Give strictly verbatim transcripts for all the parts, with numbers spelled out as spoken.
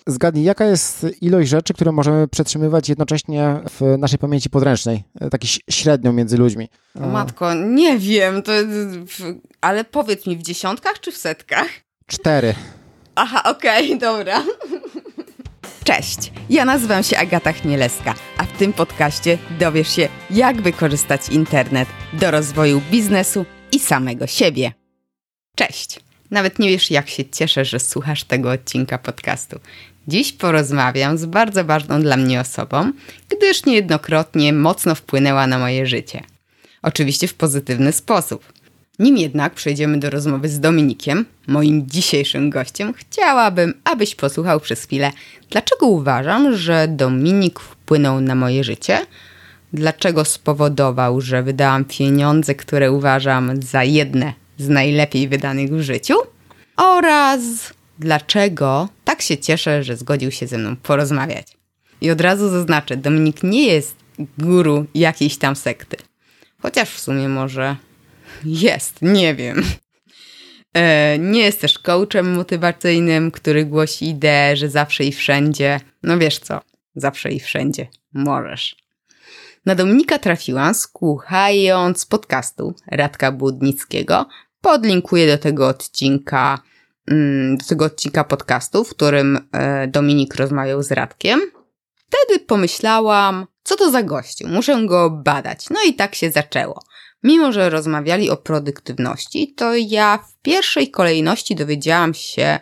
zgadnij, jaka jest ilość rzeczy, które możemy przetrzymywać jednocześnie w naszej pamięci podręcznej? Taki średnią między ludźmi. O matko, nie wiem, to, ale powiedz mi, w dziesiątkach czy w setkach? Cztery. Aha, okej, okay, dobra. Cześć, ja nazywam się Agata Chmielewska, a w tym podcaście dowiesz się, jak wykorzystać internet do rozwoju biznesu i samego siebie. Cześć, nawet nie wiesz, jak się cieszę, że słuchasz tego odcinka podcastu. Dziś porozmawiam z bardzo ważną dla mnie osobą, gdyż niejednokrotnie mocno wpłynęła na moje życie. Oczywiście w pozytywny sposób. Nim jednak przejdziemy do rozmowy z Dominikiem, moim dzisiejszym gościem, chciałabym, abyś posłuchał przez chwilę, dlaczego uważam, że Dominik wpłynął na moje życie, dlaczego spowodował, że wydałam pieniądze, które uważam za jedne z najlepiej wydanych w życiu, oraz dlaczego tak się cieszę, że zgodził się ze mną porozmawiać. I od razu zaznaczę, Dominik nie jest guru jakiejś tam sekty. Chociaż w sumie może jest, nie wiem. E, nie jest też coachem motywacyjnym, który głosi ideę, że zawsze i wszędzie, no wiesz co, zawsze i wszędzie możesz. Na Dominika trafiłam słuchając podcastu Radka Budnickiego. Podlinkuję do tego odcinka, do tego odcinka podcastu, w którym Dominik rozmawiał z Radkiem. Wtedy pomyślałam, co to za gościu, muszę go badać. No i tak się zaczęło. Mimo że rozmawiali o produktywności, to ja w pierwszej kolejności dowiedziałam się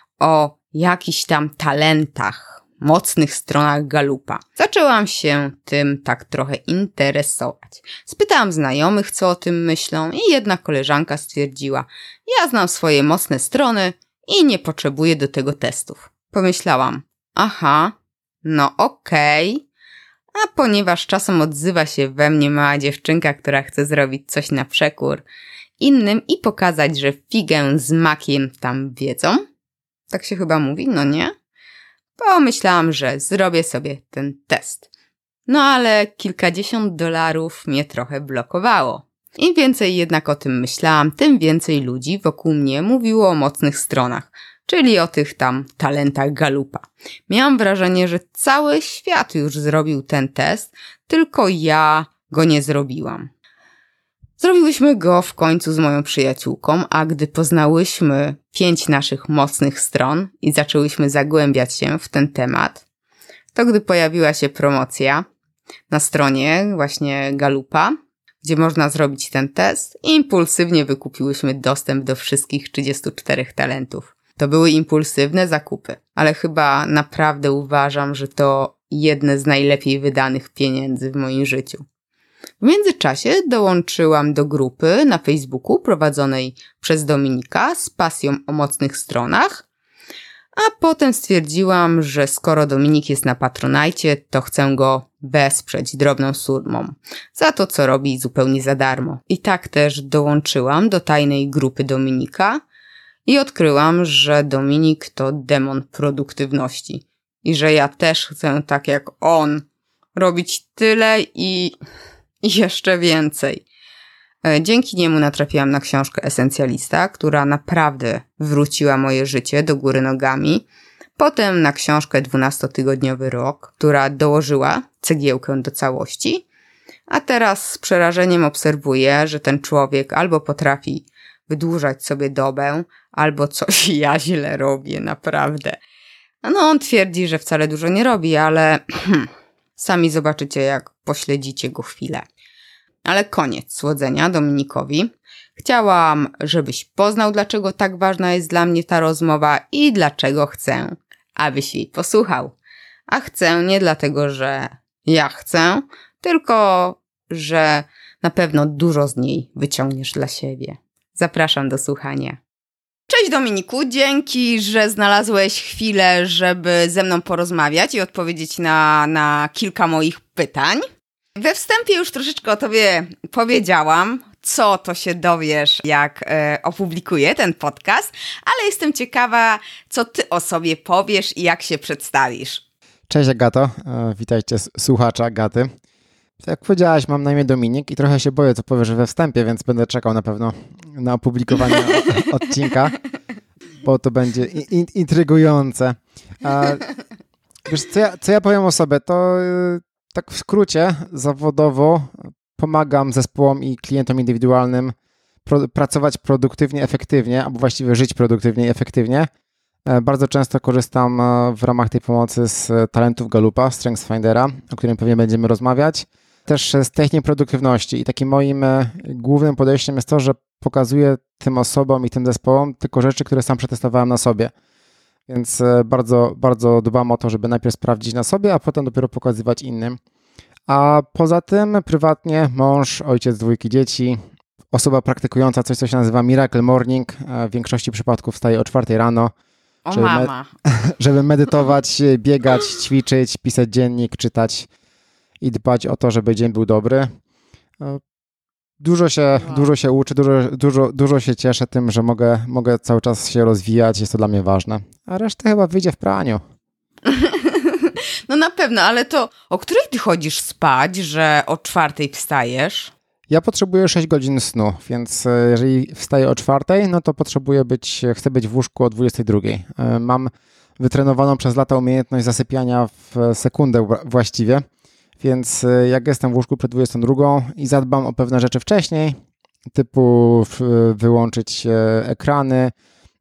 o jakichś tam talentach, mocnych stronach Gallupa. Zaczęłam się tym tak trochę interesować. Spytałam znajomych, co o tym myślą, i jedna koleżanka stwierdziła: ja znam swoje mocne strony i nie potrzebuję do tego testów. Pomyślałam: aha, no okej. Okay. A ponieważ czasem odzywa się we mnie mała dziewczynka, która chce zrobić coś na przekór innym i pokazać, że figę z makiem tam wiedzą, tak się chyba mówi, no nie? Pomyślałam, że zrobię sobie ten test. No ale kilkadziesiąt dolarów mnie trochę blokowało. Im więcej jednak o tym myślałam, tym więcej ludzi wokół mnie mówiło o mocnych stronach, czyli o tych tam talentach Gallupa. Miałam wrażenie, że cały świat już zrobił ten test, tylko ja go nie zrobiłam. Zrobiłyśmy go w końcu z moją przyjaciółką, a gdy poznałyśmy pięć naszych mocnych stron i zaczęłyśmy zagłębiać się w ten temat, to gdy pojawiła się promocja na stronie właśnie Gallupa, gdzie można zrobić ten test, impulsywnie wykupiłyśmy dostęp do wszystkich trzydziestu czterech talentów. To były impulsywne zakupy, ale chyba naprawdę uważam, że to jedne z najlepiej wydanych pieniędzy w moim życiu. W międzyczasie dołączyłam do grupy na Facebooku prowadzonej przez Dominika z pasją o mocnych stronach, a potem stwierdziłam, że skoro Dominik jest na Patronite, to chcę go wesprzeć drobną sumą za to, co robi zupełnie za darmo. I tak też dołączyłam do tajnej grupy Dominika i odkryłam, że Dominik to demon produktywności i że ja też chcę tak jak on robić tyle i I jeszcze więcej. Dzięki niemu natrafiłam na książkę Esencjalista, która naprawdę wróciła moje życie do góry nogami. Potem na książkę dwunastotygodniowy rok, która dołożyła cegiełkę do całości. A teraz z przerażeniem obserwuję, że ten człowiek albo potrafi wydłużać sobie dobę, albo coś ja źle robię, naprawdę. No on twierdzi, że wcale dużo nie robi, ale sami zobaczycie, jak pośledzicie go chwilę. Ale koniec słodzenia Dominikowi. Chciałam, żebyś poznał, dlaczego tak ważna jest dla mnie ta rozmowa i dlaczego chcę, abyś jej posłuchał. A chcę nie dlatego, że ja chcę, tylko, że na pewno dużo z niej wyciągniesz dla siebie. Zapraszam do słuchania. Cześć Dominiku, dzięki, że znalazłeś chwilę, żeby ze mną porozmawiać i odpowiedzieć na, na kilka moich pytań. We wstępie już troszeczkę o tobie powiedziałam, co to się dowiesz, jak e, opublikuję ten podcast, ale jestem ciekawa, co ty o sobie powiesz i jak się przedstawisz. Cześć Agato, e, witajcie słuchacza Agaty. Jak powiedziałaś, mam na imię Dominik i trochę się boję, co powiesz we wstępie, więc będę czekał na pewno na opublikowanie odcinka. bo to będzie in, intrygujące. A, wiesz, co ja, co ja powiem o sobie, to tak w skrócie zawodowo pomagam zespołom i klientom indywidualnym pro, pracować produktywnie, efektywnie, albo właściwie żyć produktywnie i efektywnie. Bardzo często korzystam w ramach tej pomocy z talentów Gallupa, StrengthsFindera, o którym pewnie będziemy rozmawiać. Też z technik produktywności i takim moim głównym podejściem jest to, że pokazuję tym osobom i tym zespołom tylko rzeczy, które sam przetestowałem na sobie. Więc bardzo, bardzo dbam o to, żeby najpierw sprawdzić na sobie, a potem dopiero pokazywać innym. A poza tym prywatnie mąż, ojciec dwójki dzieci, osoba praktykująca coś, co się nazywa Miracle Morning. W większości przypadków wstaje o czwartej rano, o żeby, mama. Me- żeby medytować, biegać, ćwiczyć, pisać dziennik, czytać i dbać o to, żeby dzień był dobry. Dużo się, wow. dużo się uczy, dużo, dużo, dużo się cieszę tym, że mogę, mogę cały czas się rozwijać, jest to dla mnie ważne. A reszta chyba wyjdzie w praniu. No na pewno, ale to o której ty chodzisz spać, że o czwartej wstajesz? Ja potrzebuję sześć godzin snu, więc jeżeli wstaję o czwartej, no to potrzebuję być, chcę być w łóżku o dwudziestej drugiej. Mam wytrenowaną przez lata umiejętność zasypiania w sekundę właściwie, więc jak jestem w łóżku przed dwudziestą drugą i zadbam o pewne rzeczy wcześniej, typu wyłączyć ekrany,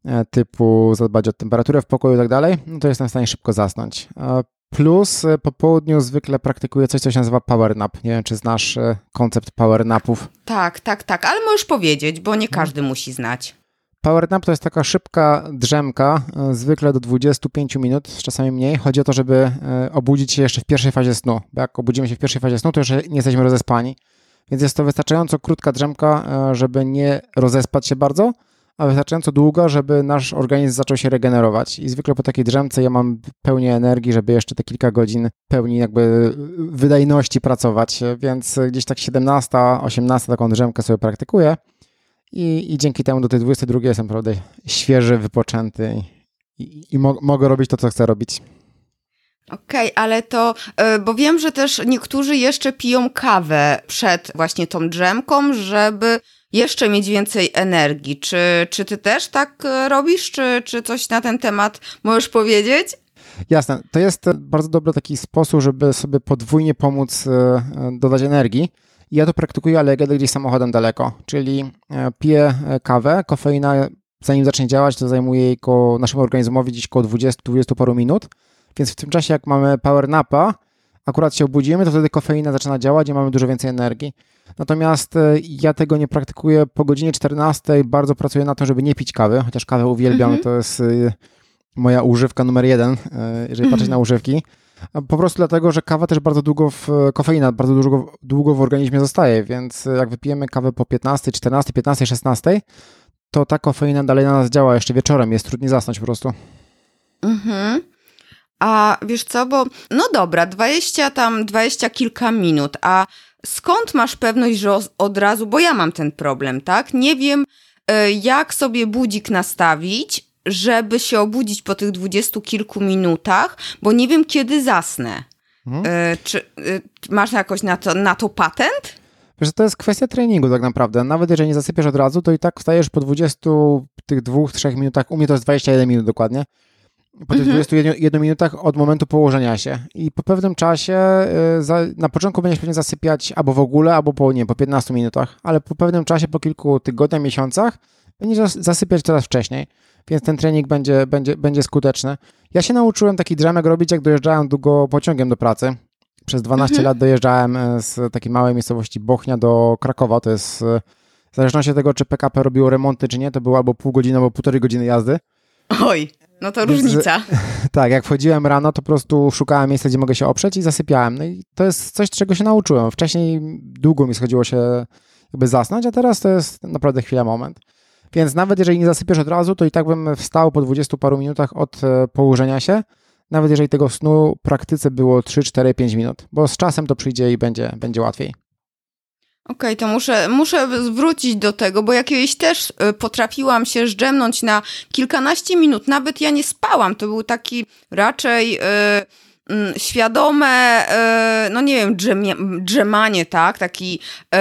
typu zadbać o temperaturę w pokoju i tak dalej, no to jestem w stanie szybko zasnąć. Plus po południu zwykle praktykuję coś, co się nazywa power nap. Nie wiem, czy znasz koncept power napów. Tak, tak, tak, ale możesz powiedzieć, bo nie każdy hmm. musi znać. Power nap to jest taka szybka drzemka, zwykle do dwudziestu pięciu minut, czasami mniej. Chodzi o to, żeby obudzić się jeszcze w pierwszej fazie snu, bo jak obudzimy się w pierwszej fazie snu, to już nie jesteśmy rozespani. Więc jest to wystarczająco krótka drzemka, żeby nie rozespać się bardzo, a wystarczająco długo, żeby nasz organizm zaczął się regenerować. I zwykle po takiej drzemce ja mam pełnię energii, żeby jeszcze te kilka godzin pełni jakby wydajności pracować, więc gdzieś tak siedemnasta, osiemnasta taką drzemkę sobie praktykuję i, i dzięki temu do tej dwudziestej drugiej jestem naprawdę świeży, wypoczęty i, i, i mo- mogę robić to, co chcę robić. Okej, okay, ale to, bo wiem, że też niektórzy jeszcze piją kawę przed właśnie tą drzemką, żeby jeszcze mieć więcej energii. Czy, czy ty też tak robisz, czy, czy coś na ten temat możesz powiedzieć? Jasne, to jest bardzo dobry taki sposób, żeby sobie podwójnie pomóc dodać energii. Ja to praktykuję, ale jadę gdzieś samochodem daleko, czyli piję kawę, kofeina zanim zacznie działać, to zajmuje jej koło, naszemu organizmowi gdzieś koło dwudziestu, dwudziestu paru minut, więc w tym czasie jak mamy power napa, akurat się obudzimy, to wtedy kofeina zaczyna działać i mamy dużo więcej energii. Natomiast ja tego nie praktykuję po godzinie czternastej, bardzo pracuję na tym, żeby nie pić kawy, chociaż kawę uwielbiam, mm-hmm. to jest moja używka numer jeden, jeżeli patrzeć mm-hmm. na używki. Po prostu dlatego, że kawa też bardzo długo, w, kofeina bardzo długo, długo w organizmie zostaje, więc jak wypijemy kawę po piętnastej, czternastej, piętnastej, szesnastej, to ta kofeina dalej na nas działa jeszcze wieczorem, jest trudniej zasnąć po prostu. Mhm. A wiesz co, bo no dobra, dwadzieścia tam, dwadzieścia kilka minut, a skąd masz pewność, że od razu, bo ja mam ten problem, tak? Nie wiem, jak sobie budzik nastawić, żeby się obudzić po tych dwudziestu kilku minutach, bo nie wiem, kiedy zasnę. Mhm. Czy masz jakoś na to, na to patent? Wiesz, to jest kwestia treningu tak naprawdę. Nawet jeżeli nie zasypiesz od razu, to i tak wstajesz po dwudziestu, tych dwóch, trzech minutach, u mnie to jest dwadzieścia jeden minut dokładnie, po tych mhm. dwudziestu jednej minutach od momentu położenia się. I po pewnym czasie, za, na początku będziesz pewnie zasypiać albo w ogóle, albo po, nie, po piętnastu minutach, ale po pewnym czasie, po kilku tygodniach, miesiącach, będziesz zasypiać coraz wcześniej, więc ten trening będzie, będzie, będzie skuteczny. Ja się nauczyłem taki drzemek robić, jak dojeżdżałem długo pociągiem do pracy. Przez dwanaście mhm. lat dojeżdżałem z takiej małej miejscowości Bochnia do Krakowa. To jest, w zależności od tego, czy P K P robiło remonty, czy nie, to było albo pół godziny, albo półtorej godziny jazdy. Oj, no to Więc, różnica. Tak, jak wchodziłem rano, to po prostu szukałem miejsca, gdzie mogę się oprzeć i zasypiałem. No i to jest coś, czego się nauczyłem. Wcześniej długo mi schodziło się jakby zasnąć, a teraz to jest naprawdę chwila, moment. Więc nawet jeżeli nie zasypiesz od razu, to i tak bym wstał po dwudziestu paru minutach od położenia się, nawet jeżeli tego snu w praktyce było trzy, cztery, pięć minut, bo z czasem to przyjdzie i będzie, będzie łatwiej. Okej, okay, to muszę, muszę wrócić do tego, bo jakieś też potrafiłam się zdrzemnąć na kilkanaście minut, nawet ja nie spałam, to był taki raczej... Yy... mm, świadome, y, no nie wiem, drzemie, drzemanie, tak? Taki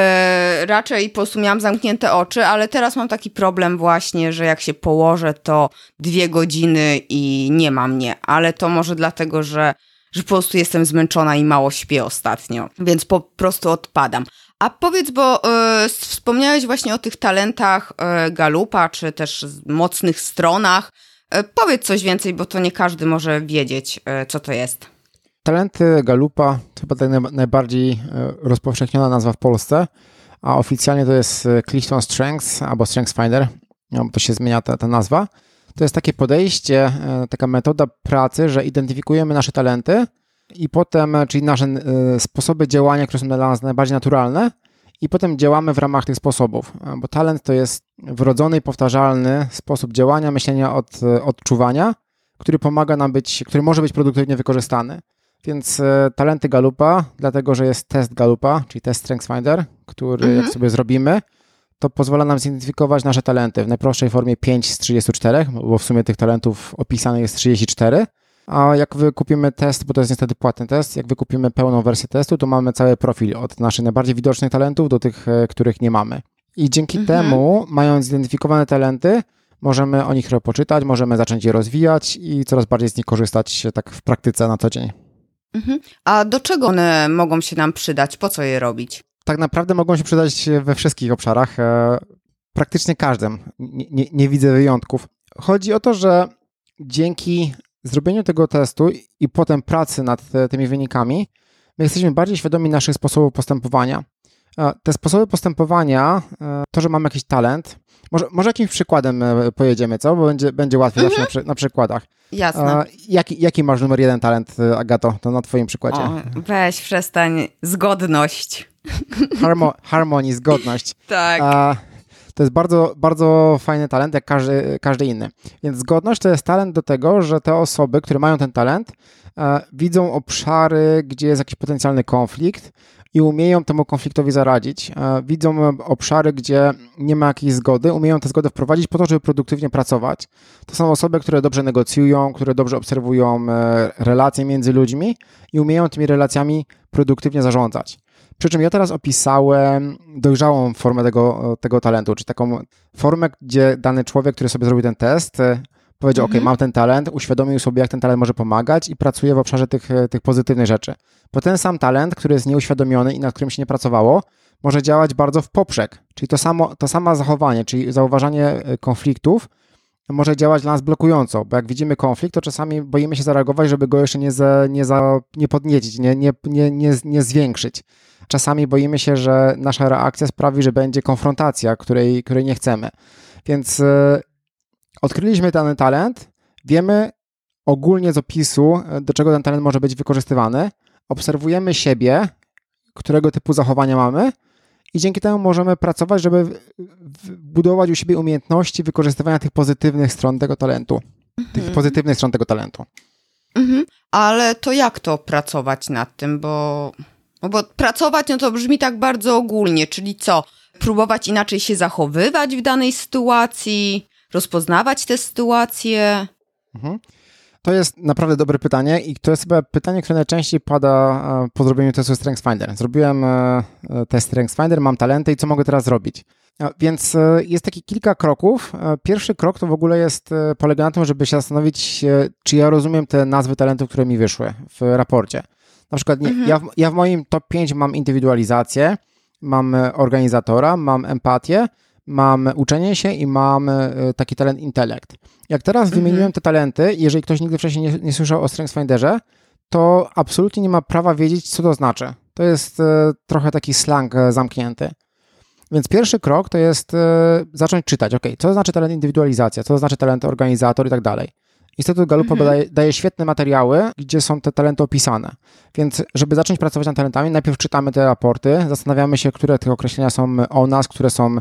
y, raczej po prostu miałam zamknięte oczy, ale teraz mam taki problem właśnie, że jak się położę, to dwie godziny i nie ma mnie, ale to może dlatego, że że po prostu jestem zmęczona i mało śpię ostatnio, więc po prostu odpadam. A powiedz, bo y, wspomniałeś właśnie o tych talentach y, Gallupa, czy też mocnych stronach. Y, powiedz coś więcej, bo to nie każdy może wiedzieć, y, co to jest. Talenty Gallupa to chyba tak naj- najbardziej y, rozpowszechniona nazwa w Polsce, a oficjalnie to jest Clifton Strengths albo Strengths Finder, no, to się zmienia ta, ta nazwa. To jest takie podejście, taka metoda pracy, że identyfikujemy nasze talenty i potem, czyli nasze sposoby działania, które są dla nas najbardziej naturalne i potem działamy w ramach tych sposobów, bo talent to jest wrodzony i powtarzalny sposób działania, myślenia, od, odczuwania, który pomaga nam być, który może być produktywnie wykorzystany. Więc talenty Gallupa, dlatego że jest test Gallupa, czyli test Strengths Finder, który mhm. jak sobie zrobimy, to pozwala nam zidentyfikować nasze talenty w najprostszej formie pięć z trzydziestu czterech, bo w sumie tych talentów opisanych jest trzydzieści cztery, a jak wykupimy test, bo to jest niestety płatny test, jak wykupimy pełną wersję testu, to mamy cały profil od naszych najbardziej widocznych talentów do tych, których nie mamy. I dzięki mhm. temu, mając zidentyfikowane talenty, możemy o nich poczytać, możemy zacząć je rozwijać i coraz bardziej z nich korzystać tak w praktyce na co dzień. Mhm. A do czego one mogą się nam przydać? Po co je robić? Tak naprawdę mogą się przydać we wszystkich obszarach, e, praktycznie każdym. Nie, nie, nie widzę wyjątków. Chodzi o to, że dzięki zrobieniu tego testu i potem pracy nad te, tymi wynikami, my jesteśmy bardziej świadomi naszych sposobów postępowania. E, te sposoby postępowania, e, to, że mamy jakiś talent, może, może jakimś przykładem e, pojedziemy, co? Bo będzie, będzie łatwiej mhm. zawsze na, przy, na przykładach. Jasne. E, jaki, jaki masz numer jeden talent, Agato? To na twoim przykładzie. O, weź, przestań. Zgodność. Harmo, harmonii, zgodność. Tak. A, to jest bardzo, bardzo fajny talent, jak każdy, każdy inny. Więc zgodność to jest talent do tego, że te osoby, które mają ten talent, e, widzą obszary, gdzie jest jakiś potencjalny konflikt i umieją temu konfliktowi zaradzić. E, widzą obszary, gdzie nie ma jakiejś zgody, umieją tę zgodę wprowadzić po to, żeby produktywnie pracować. To są osoby, które dobrze negocjują, które dobrze obserwują e, relacje między ludźmi i umieją tymi relacjami produktywnie zarządzać. Przy czym ja teraz opisałem dojrzałą formę tego, tego talentu, czyli taką formę, gdzie dany człowiek, który sobie zrobił ten test, powiedział, mhm. ok, mam ten talent, uświadomił sobie, jak ten talent może pomagać i pracuje w obszarze tych, tych pozytywnych rzeczy. Bo ten sam talent, który jest nieuświadomiony i nad którym się nie pracowało, może działać bardzo w poprzek, czyli to samo, to samo zachowanie, czyli zauważanie konfliktów może działać dla nas blokująco, bo jak widzimy konflikt, to czasami boimy się zareagować, żeby go jeszcze nie, za, nie, za, nie podniecić, nie, nie, nie, nie, nie zwiększyć. Czasami boimy się, że nasza reakcja sprawi, że będzie konfrontacja, której, której nie chcemy. Więc yy, odkryliśmy ten talent, wiemy ogólnie z opisu, do czego ten talent może być wykorzystywany, obserwujemy siebie, którego typu zachowania mamy i dzięki temu możemy pracować, żeby w, w, budować u siebie umiejętności wykorzystywania tych pozytywnych stron tego talentu, mhm. tych pozytywnych stron tego talentu. Mhm. Ale to jak to pracować nad tym, bo... No bo pracować, no to brzmi tak bardzo ogólnie, czyli co? Próbować inaczej się zachowywać w danej sytuacji, rozpoznawać te sytuacje? Mhm. To jest naprawdę dobre pytanie i to jest chyba pytanie, które najczęściej pada po zrobieniu testu Strengths Finder. Zrobiłem test Strengths Finder, mam talenty i co mogę teraz zrobić? Więc jest taki kilka kroków. Pierwszy krok to w ogóle jest, polega na tym, żeby się zastanowić, czy ja rozumiem te nazwy talentów, które mi wyszły w raporcie. Na przykład nie, mhm. ja, w, ja w moim top pięć mam indywidualizację, mam organizatora, mam empatię, mam uczenie się i mam taki talent intelekt. Jak teraz mhm. wymieniłem te talenty, jeżeli ktoś nigdy wcześniej nie, nie słyszał o Strengths Finderze, to absolutnie nie ma prawa wiedzieć, co to znaczy. To jest e, trochę taki slang e, zamknięty. Więc pierwszy krok to jest e, zacząć czytać, ok, co to znaczy talent indywidualizacja, co to znaczy talent organizator i tak dalej. Instytut Gallupa mhm. daje, daje świetne materiały, gdzie są te talenty opisane. Więc żeby zacząć pracować nad talentami, najpierw czytamy te raporty, zastanawiamy się, które te określenia są o nas, które są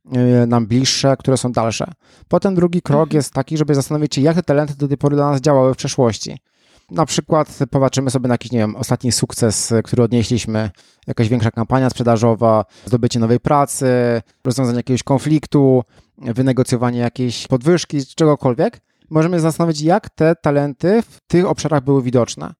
nam bliższe, które są dalsze. Potem drugi krok mhm. jest taki, żeby zastanowić się, jak te talenty do tej pory dla nas działały w przeszłości. Na przykład popatrzymy sobie na jakiś, nie wiem, ostatni sukces, który odnieśliśmy, jakaś większa kampania sprzedażowa, zdobycie nowej pracy, rozwiązanie jakiegoś konfliktu, wynegocjowanie jakiejś podwyżki, czegokolwiek. Możemy zastanowić, jak te talenty w tych obszarach były widoczne.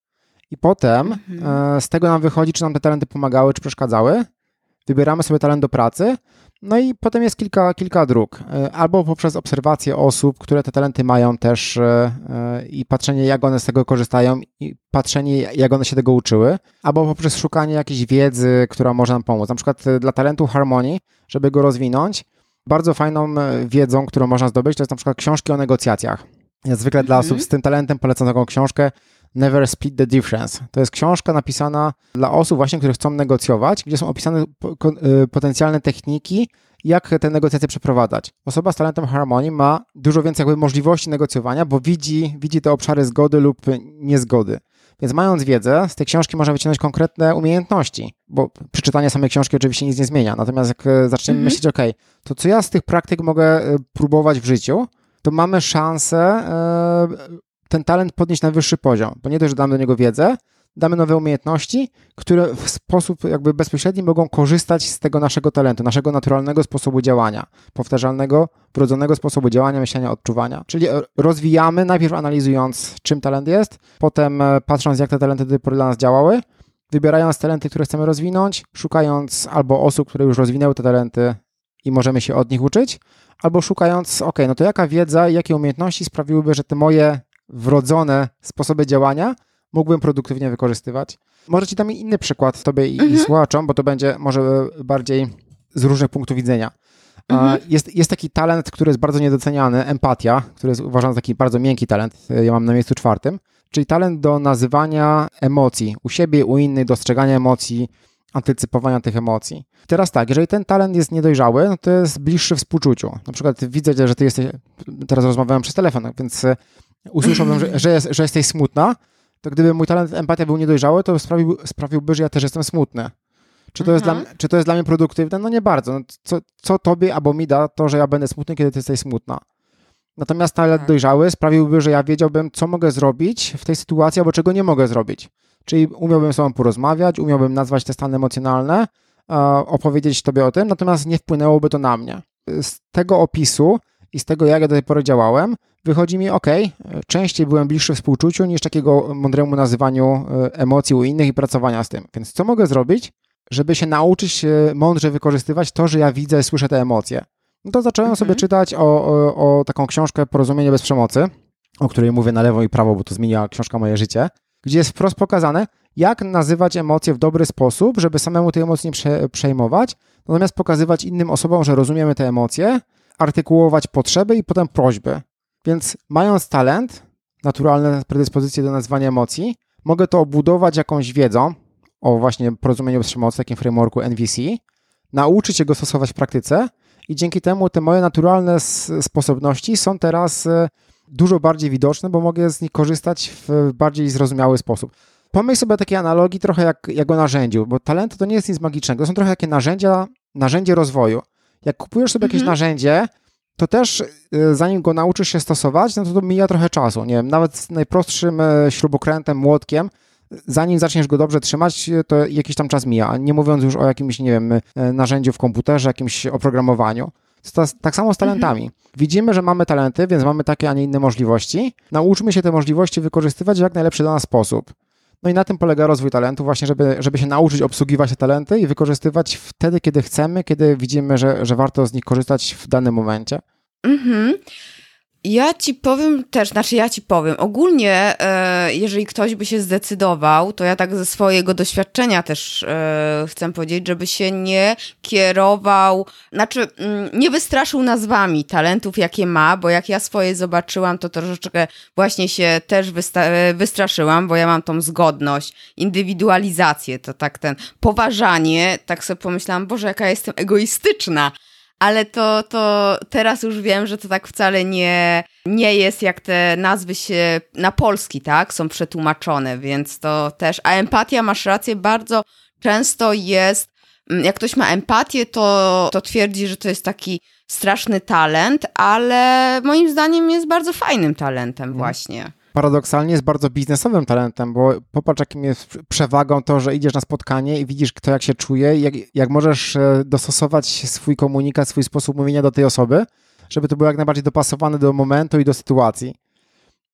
I potem Mhm. e, z tego nam wychodzi, czy nam te talenty pomagały, czy przeszkadzały. Wybieramy sobie talent do pracy, no i potem jest kilka, kilka dróg. E, Albo poprzez obserwację osób, które te talenty mają też e, e, i patrzenie, jak one z tego korzystają i patrzenie, jak one się tego uczyły, albo poprzez szukanie jakiejś wiedzy, która może nam pomóc. Na przykład e, dla talentu harmonii, żeby go rozwinąć, bardzo fajną e, wiedzą, którą można zdobyć, to jest na przykład książki o negocjacjach. Ja zwykle dla Mhm. osób z tym talentem polecam taką książkę Never Split the Difference. To jest książka napisana dla osób właśnie, które chcą negocjować, gdzie są opisane po- ko- y, potencjalne techniki, jak te negocjacje przeprowadzać. Osoba z talentem harmonii ma dużo więcej jakby możliwości negocjowania, bo widzi, widzi te obszary zgody lub niezgody. Więc mając wiedzę, z tej książki można wyciągnąć konkretne umiejętności, bo przeczytanie samej książki oczywiście nic nie zmienia. Natomiast jak e, zaczniemy Mhm. myśleć, ok, to co ja z tych praktyk mogę e, próbować w życiu, to mamy szansę e, ten talent podnieść na wyższy poziom, bo nie dość, że damy do niego wiedzę, damy nowe umiejętności, które w sposób jakby bezpośredni mogą korzystać z tego naszego talentu, naszego naturalnego sposobu działania, powtarzalnego, wrodzonego sposobu działania, myślenia, odczuwania. Czyli e, rozwijamy, najpierw analizując, czym talent jest, potem e, patrząc, jak te talenty do tej pory dla nas działały, wybierając talenty, które chcemy rozwinąć, szukając albo osób, które już rozwinęły te talenty i możemy się od nich uczyć, albo szukając, ok, no to jaka wiedza i jakie umiejętności sprawiłyby, że te moje wrodzone sposoby działania mógłbym produktywnie wykorzystywać. Może ci dam inny przykład tobie i, Mhm. i słuchaczom, bo to będzie może bardziej z różnych punktów widzenia. Mhm. Jest, jest taki talent, który jest bardzo niedoceniany, empatia, który jest uważany za taki bardzo miękki talent, ja mam na miejscu czwartym, czyli talent do nazywania emocji u siebie, u innych, dostrzegania emocji, antycypowania tych emocji. Teraz tak, jeżeli ten talent jest niedojrzały, no to jest bliższy współczuciu. Na przykład widzę, że ty jesteś, teraz rozmawiałem przez telefon, więc usłyszałbym, że, że, jest, że jesteś smutna, to gdyby mój talent empatia był niedojrzały, to sprawił, sprawiłby, że ja też jestem smutny. Czy to, jest dla, Mhm. czy to jest dla mnie produktywne? No nie bardzo. No, co, co tobie albo mi da to, że ja będę smutny, kiedy ty jesteś smutna? Natomiast talent Tak. dojrzały sprawiłby, że ja wiedziałbym, co mogę zrobić w tej sytuacji, albo czego nie mogę zrobić. Czyli umiałbym z tobą porozmawiać, umiałbym nazwać te stany emocjonalne, e, opowiedzieć tobie o tym, natomiast nie wpłynęłoby to na mnie. Z tego opisu i z tego, jak ja do tej pory działałem, wychodzi mi, ok, częściej byłem bliższy współczuciu niż takiego mądremu nazywaniu emocji u innych i pracowania z tym. Więc co mogę zrobić, żeby się nauczyć mądrze wykorzystywać to, że ja widzę, słyszę te emocje? No to zacząłem Mhm. sobie czytać o, o, o taką książkę Porozumienie bez przemocy, o której mówię na lewo i prawo, bo to zmieniła książka moje życie, gdzie jest wprost pokazane, jak nazywać emocje w dobry sposób, żeby samemu tej emocji nie prze, przejmować, natomiast pokazywać innym osobom, że rozumiemy te emocje, artykułować potrzeby i potem prośby. Więc mając talent, naturalne predyspozycje do nazywania emocji, mogę to obudować jakąś wiedzą o właśnie porozumieniu bez przemocy, takim frameworku N V C, nauczyć się go stosować w praktyce i dzięki temu te moje naturalne s- sposobności są teraz e, dużo bardziej widoczne, bo mogę z nich korzystać w bardziej zrozumiały sposób. Pomyśl sobie o takiej analogii trochę jak, jak o narzędziu, bo talent to nie jest nic magicznego, to są trochę takie narzędzia, narzędzie rozwoju. Jak kupujesz sobie jakieś Mhm. narzędzie, to też y, zanim go nauczysz się stosować, no to, to mija trochę czasu. Nie wiem, nawet z najprostszym y, śrubokrętem, młotkiem, zanim zaczniesz go dobrze trzymać, to jakiś tam czas mija, nie mówiąc już o jakimś, nie wiem, y, narzędziu w komputerze, jakimś oprogramowaniu. To jest tak samo z talentami. Mhm. Widzimy, że mamy talenty, więc mamy takie, a nie inne możliwości. Nauczmy się te możliwości wykorzystywać w jak najlepszy dla nas sposób. No i na tym polega rozwój talentu, właśnie żeby, żeby się nauczyć obsługiwać te talenty i wykorzystywać wtedy, kiedy chcemy, kiedy widzimy, że, że warto z nich korzystać w danym momencie. Mhm. Ja ci powiem też, znaczy ja ci powiem, ogólnie e, jeżeli ktoś by się zdecydował, to ja tak ze swojego doświadczenia też e, chcę powiedzieć, żeby się nie kierował, znaczy mm, nie wystraszył nazwami talentów, jakie ma, bo jak ja swoje zobaczyłam, to troszeczkę właśnie się też wysta- wystraszyłam, bo ja mam tą zgodność, indywidualizację, to tak ten poważanie, tak sobie pomyślałam, Boże, jaka jestem egoistyczna. Ale to, to teraz już wiem, że to tak wcale nie, nie jest, jak te nazwy się na polski, tak, są przetłumaczone, więc to też, a empatia, masz rację, bardzo często jest, jak ktoś ma empatię, to, to twierdzi, że to jest taki straszny talent, ale moim zdaniem jest bardzo fajnym talentem właśnie. Paradoksalnie jest bardzo biznesowym talentem, bo popatrz, jakim jest przewagą to, że idziesz na spotkanie i widzisz, kto jak się czuje, jak, jak możesz dostosować swój komunikat, swój sposób mówienia do tej osoby, żeby to było jak najbardziej dopasowane do momentu i do sytuacji.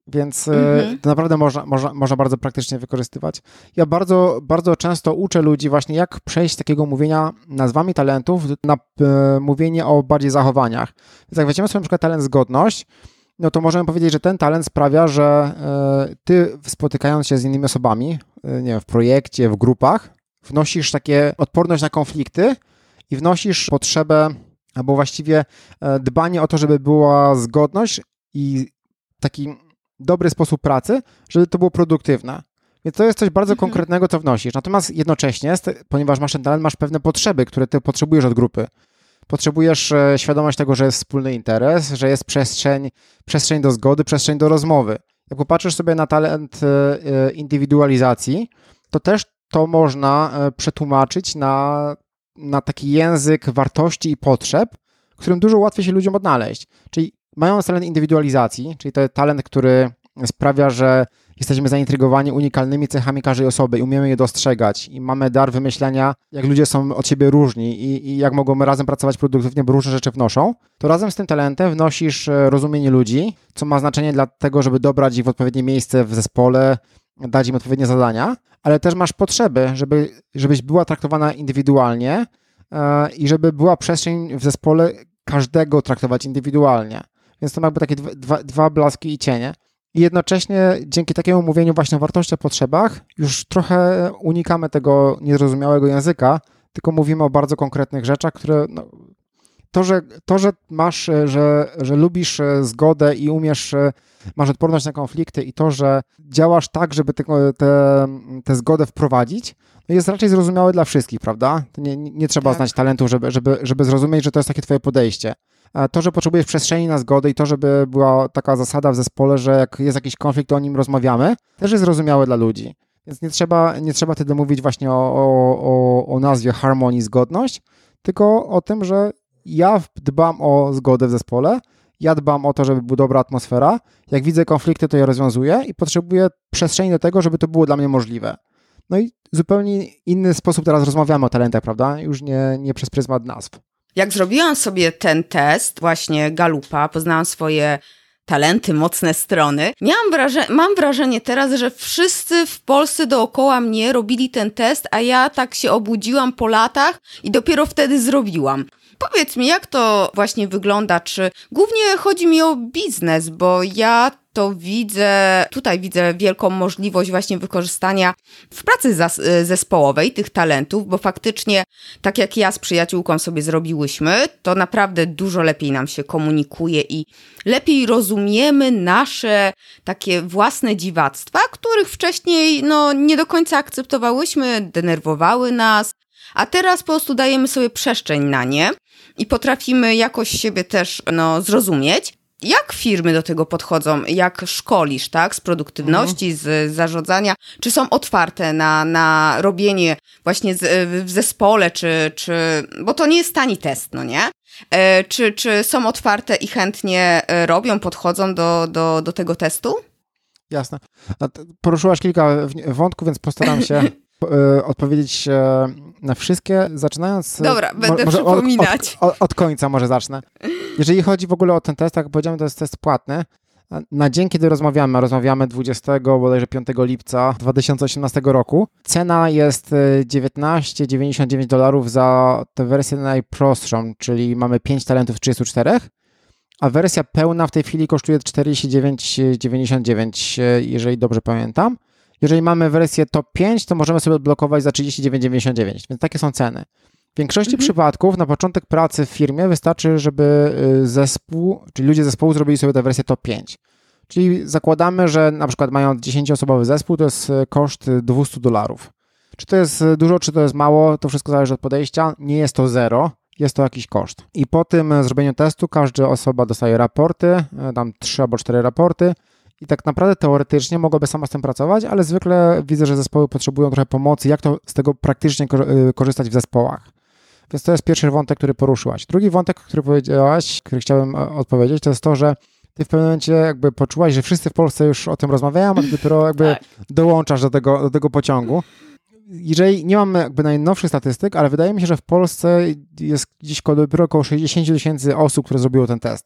Więc mhm. to naprawdę można, można, można bardzo praktycznie wykorzystywać. Ja bardzo, bardzo często uczę ludzi właśnie, jak przejść z takiego mówienia nazwami talentów na e, mówienie o bardziej zachowaniach. Więc jak weźmiemy sobie na przykład talent zgodność, no to możemy powiedzieć, że ten talent sprawia, że e, ty spotykając się z innymi osobami, e, nie wiem, w projekcie, w grupach, wnosisz takie odporność na konflikty i wnosisz potrzebę, albo właściwie e, dbanie o to, żeby była zgodność i taki dobry sposób pracy, żeby to było produktywne. Więc to jest coś bardzo mhm. konkretnego, co wnosisz. Natomiast jednocześnie, ponieważ masz ten talent, masz pewne potrzeby, które ty potrzebujesz od grupy. Potrzebujesz świadomość tego, że jest wspólny interes, że jest przestrzeń, przestrzeń do zgody, przestrzeń do rozmowy. Jak popatrzysz sobie na talent indywidualizacji, to też to można przetłumaczyć na, na taki język wartości i potrzeb, którym dużo łatwiej się ludziom odnaleźć. Czyli mają talent indywidualizacji, czyli to jest talent, który sprawia, że jesteśmy zaintrygowani unikalnymi cechami każdej osoby i umiemy je dostrzegać i mamy dar wymyślenia, jak ludzie są od siebie różni i, i jak mogą razem pracować produktywnie, bo różne rzeczy wnoszą, to razem z tym talentem wnosisz rozumienie ludzi, co ma znaczenie dla tego, żeby dobrać ich w odpowiednie miejsce w zespole, dać im odpowiednie zadania, ale też masz potrzeby, żeby, żebyś była traktowana indywidualnie yy, i żeby była przestrzeń w zespole każdego traktować indywidualnie. Więc to ma jakby takie dwa, dwa blaski i cienie. I jednocześnie dzięki takiemu mówieniu właśnie o wartościach, potrzebach już trochę unikamy tego niezrozumiałego języka, tylko mówimy o bardzo konkretnych rzeczach, które no, to, że, to, że masz, że, że lubisz zgodę i umiesz, masz odporność na konflikty i to, że działasz tak, żeby tę te, te, te zgodę wprowadzić, jest raczej zrozumiałe dla wszystkich, prawda? To nie, nie trzeba tak. znać talentu, żeby, żeby, żeby zrozumieć, że to jest takie twoje podejście. To, że potrzebujesz przestrzeni na zgodę i to, żeby była taka zasada w zespole, że jak jest jakiś konflikt, to o nim rozmawiamy, też jest zrozumiałe dla ludzi. Więc nie trzeba, nie trzeba wtedy mówić właśnie o, o, o nazwie harmonii, zgodność, tylko o tym, że ja dbam o zgodę w zespole, ja dbam o to, żeby była dobra atmosfera, jak widzę konflikty, to je rozwiązuję i potrzebuję przestrzeni do tego, żeby to było dla mnie możliwe. No i zupełnie inny sposób teraz rozmawiamy o talentach, prawda? Już nie, nie przez pryzmat nazw. Jak zrobiłam sobie ten test, właśnie Galupa, poznałam swoje talenty, mocne strony, miałam wrażenie, mam wrażenie teraz, że wszyscy w Polsce dookoła mnie robili ten test, a ja tak się obudziłam po latach i dopiero wtedy zrobiłam. Powiedz mi, jak to właśnie wygląda, czy głównie chodzi mi o biznes, bo ja to widzę, tutaj widzę wielką możliwość właśnie wykorzystania w pracy zespołowej tych talentów, bo faktycznie, tak jak ja z przyjaciółką sobie zrobiłyśmy, to naprawdę dużo lepiej nam się komunikuje i lepiej rozumiemy nasze takie własne dziwactwa, których wcześniej no, nie do końca akceptowałyśmy, denerwowały nas, a teraz po prostu dajemy sobie przestrzeń na nie i potrafimy jakoś siebie też no, zrozumieć. Jak firmy do tego podchodzą? Jak szkolisz, tak? Z produktywności, mhm. z zarządzania? Czy są otwarte na, na robienie właśnie z, w zespole, czy, czy... Bo to nie jest tani test, no nie? E, czy, czy są otwarte i chętnie robią, podchodzą do, do, do tego testu? Jasne. Poruszyłaś kilka wątków, więc postaram się odpowiedzieć na wszystkie, zaczynając... Dobra, będę może przypominać. Od, od, od końca może zacznę. Jeżeli chodzi w ogóle o ten test, jak powiedziałem, to jest test płatny. Na dzień, kiedy rozmawiamy, rozmawiamy dwudziestego bodajże piątego lipca dwa tysiące osiemnastego roku. Cena jest dziewiętnaście dziewięćdziesiąt dziewięć dolarów za tę wersję najprostszą, czyli mamy pięć talentów z trzydziestu czterech, a wersja pełna w tej chwili kosztuje czterdzieści dziewięć dziewięćdziesiąt dziewięć, jeżeli dobrze pamiętam. Jeżeli mamy wersję top pięć, to możemy sobie odblokować za trzydzieści dziewięć dziewięćdziesiąt dziewięć, więc takie są ceny. W większości mhm. przypadków na początek pracy w firmie wystarczy, żeby zespół, czyli ludzie zespołu zrobili sobie tę wersję top pięć. Czyli zakładamy, że na przykład mając dziesięcioosobowy zespół, to jest koszt dwieście dolarów. Czy to jest dużo, czy to jest mało, to wszystko zależy od podejścia. Nie jest to zero, jest to jakiś koszt. I po tym zrobieniu testu każda osoba dostaje raporty, tam trzy albo cztery raporty, i tak naprawdę teoretycznie mogłaby sama z tym pracować, ale zwykle widzę, że zespoły potrzebują trochę pomocy, jak to z tego praktycznie korzystać w zespołach. Więc to jest pierwszy wątek, który poruszyłaś. Drugi wątek, który powiedziałaś, który chciałem odpowiedzieć, to jest to, że ty w pewnym momencie jakby poczułaś, że wszyscy w Polsce już o tym rozmawiają, a ty dopiero jakby tak. dołączasz do tego, do tego pociągu. Jeżeli nie mamy jakby najnowszych statystyk, ale wydaje mi się, że w Polsce jest gdzieś dopiero około sześćdziesiąt tysięcy osób, które zrobiło ten test.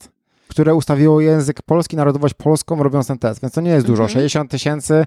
które ustawiło język polski, narodowość polską, robiąc ten test, więc to nie jest dużo. Mhm. sześćdziesiąt tysięcy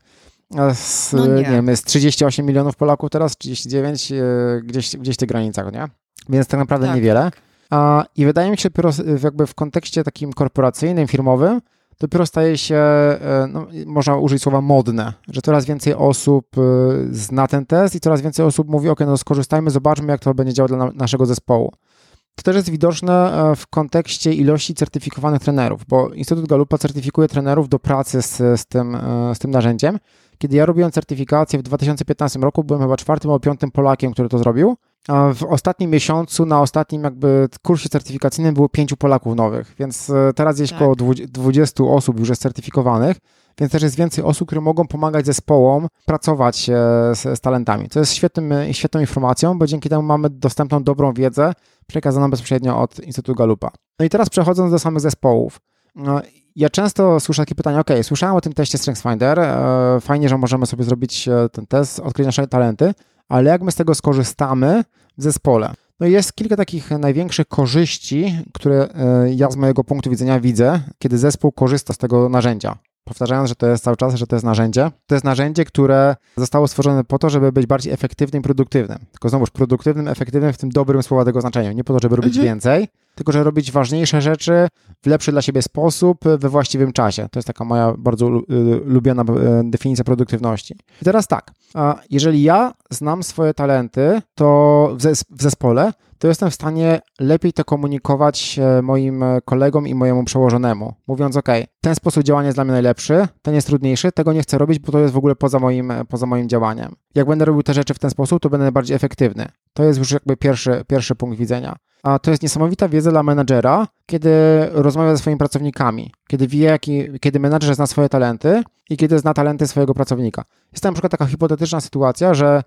z, no nie. nie wiem, jest trzydzieści osiem milionów Polaków teraz, trzydzieści dziewięć, gdzieś, gdzieś w tych granicach, nie? Więc tak naprawdę tak. niewiele. A, I wydaje mi się, dopiero jakby w kontekście takim korporacyjnym, firmowym, dopiero staje się, no, można użyć słowa modne, że coraz więcej osób zna ten test i coraz więcej osób mówi, ok, no skorzystajmy, zobaczmy, jak to będzie działać dla naszego zespołu. To też jest widoczne w kontekście ilości certyfikowanych trenerów, bo Instytut Gallupa certyfikuje trenerów do pracy z, z, tym, z tym narzędziem. Kiedy ja robiłem certyfikację w dwa tysiące piętnastym roku, byłem chyba czwartym albo piątym Polakiem, który to zrobił. A w ostatnim miesiącu, na ostatnim jakby kursie certyfikacyjnym było pięciu Polaków nowych, więc teraz jest tak. około dwudziestu osób już jest certyfikowanych, więc też jest więcej osób, które mogą pomagać zespołom pracować z, z talentami. To jest świetnym, świetną informacją, bo dzięki temu mamy dostępną dobrą wiedzę przekazaną bezpośrednio od Instytutu Gallupa. No i teraz przechodząc do samych zespołów. No, ja często słyszę takie pytania, ok, słyszałem o tym teście StrengthsFinder, e, fajnie, że możemy sobie zrobić ten test, odkryć nasze talenty, ale jak my z tego skorzystamy w zespole? No i jest kilka takich największych korzyści, które ja z mojego punktu widzenia widzę, kiedy zespół korzysta z tego narzędzia. Powtarzając, że to jest cały czas, że to jest narzędzie. To jest narzędzie, które zostało stworzone po to, żeby być bardziej efektywnym i produktywnym. Tylko znowuż produktywnym, efektywnym w tym dobrym słowa tego znaczeniu. Nie po to, żeby robić mhm. więcej, tylko żeby robić ważniejsze rzeczy w lepszy dla siebie sposób, we właściwym czasie. To jest taka moja bardzo lubiana definicja produktywności. I teraz tak, jeżeli ja znam swoje talenty, to w zespole, to jestem w stanie lepiej to komunikować moim kolegom i mojemu przełożonemu, mówiąc, ok, ten sposób działania jest dla mnie najlepszy, ten jest trudniejszy, tego nie chcę robić, bo to jest w ogóle poza moim, poza moim działaniem. Jak będę robił te rzeczy w ten sposób, to będę najbardziej efektywny. To jest już jakby pierwszy, pierwszy punkt widzenia. A to jest niesamowita wiedza dla menadżera, kiedy rozmawia ze swoimi pracownikami, kiedy wie, jaki, kiedy menadżer zna swoje talenty i kiedy zna talenty swojego pracownika. Jest na przykład taka hipotetyczna sytuacja, że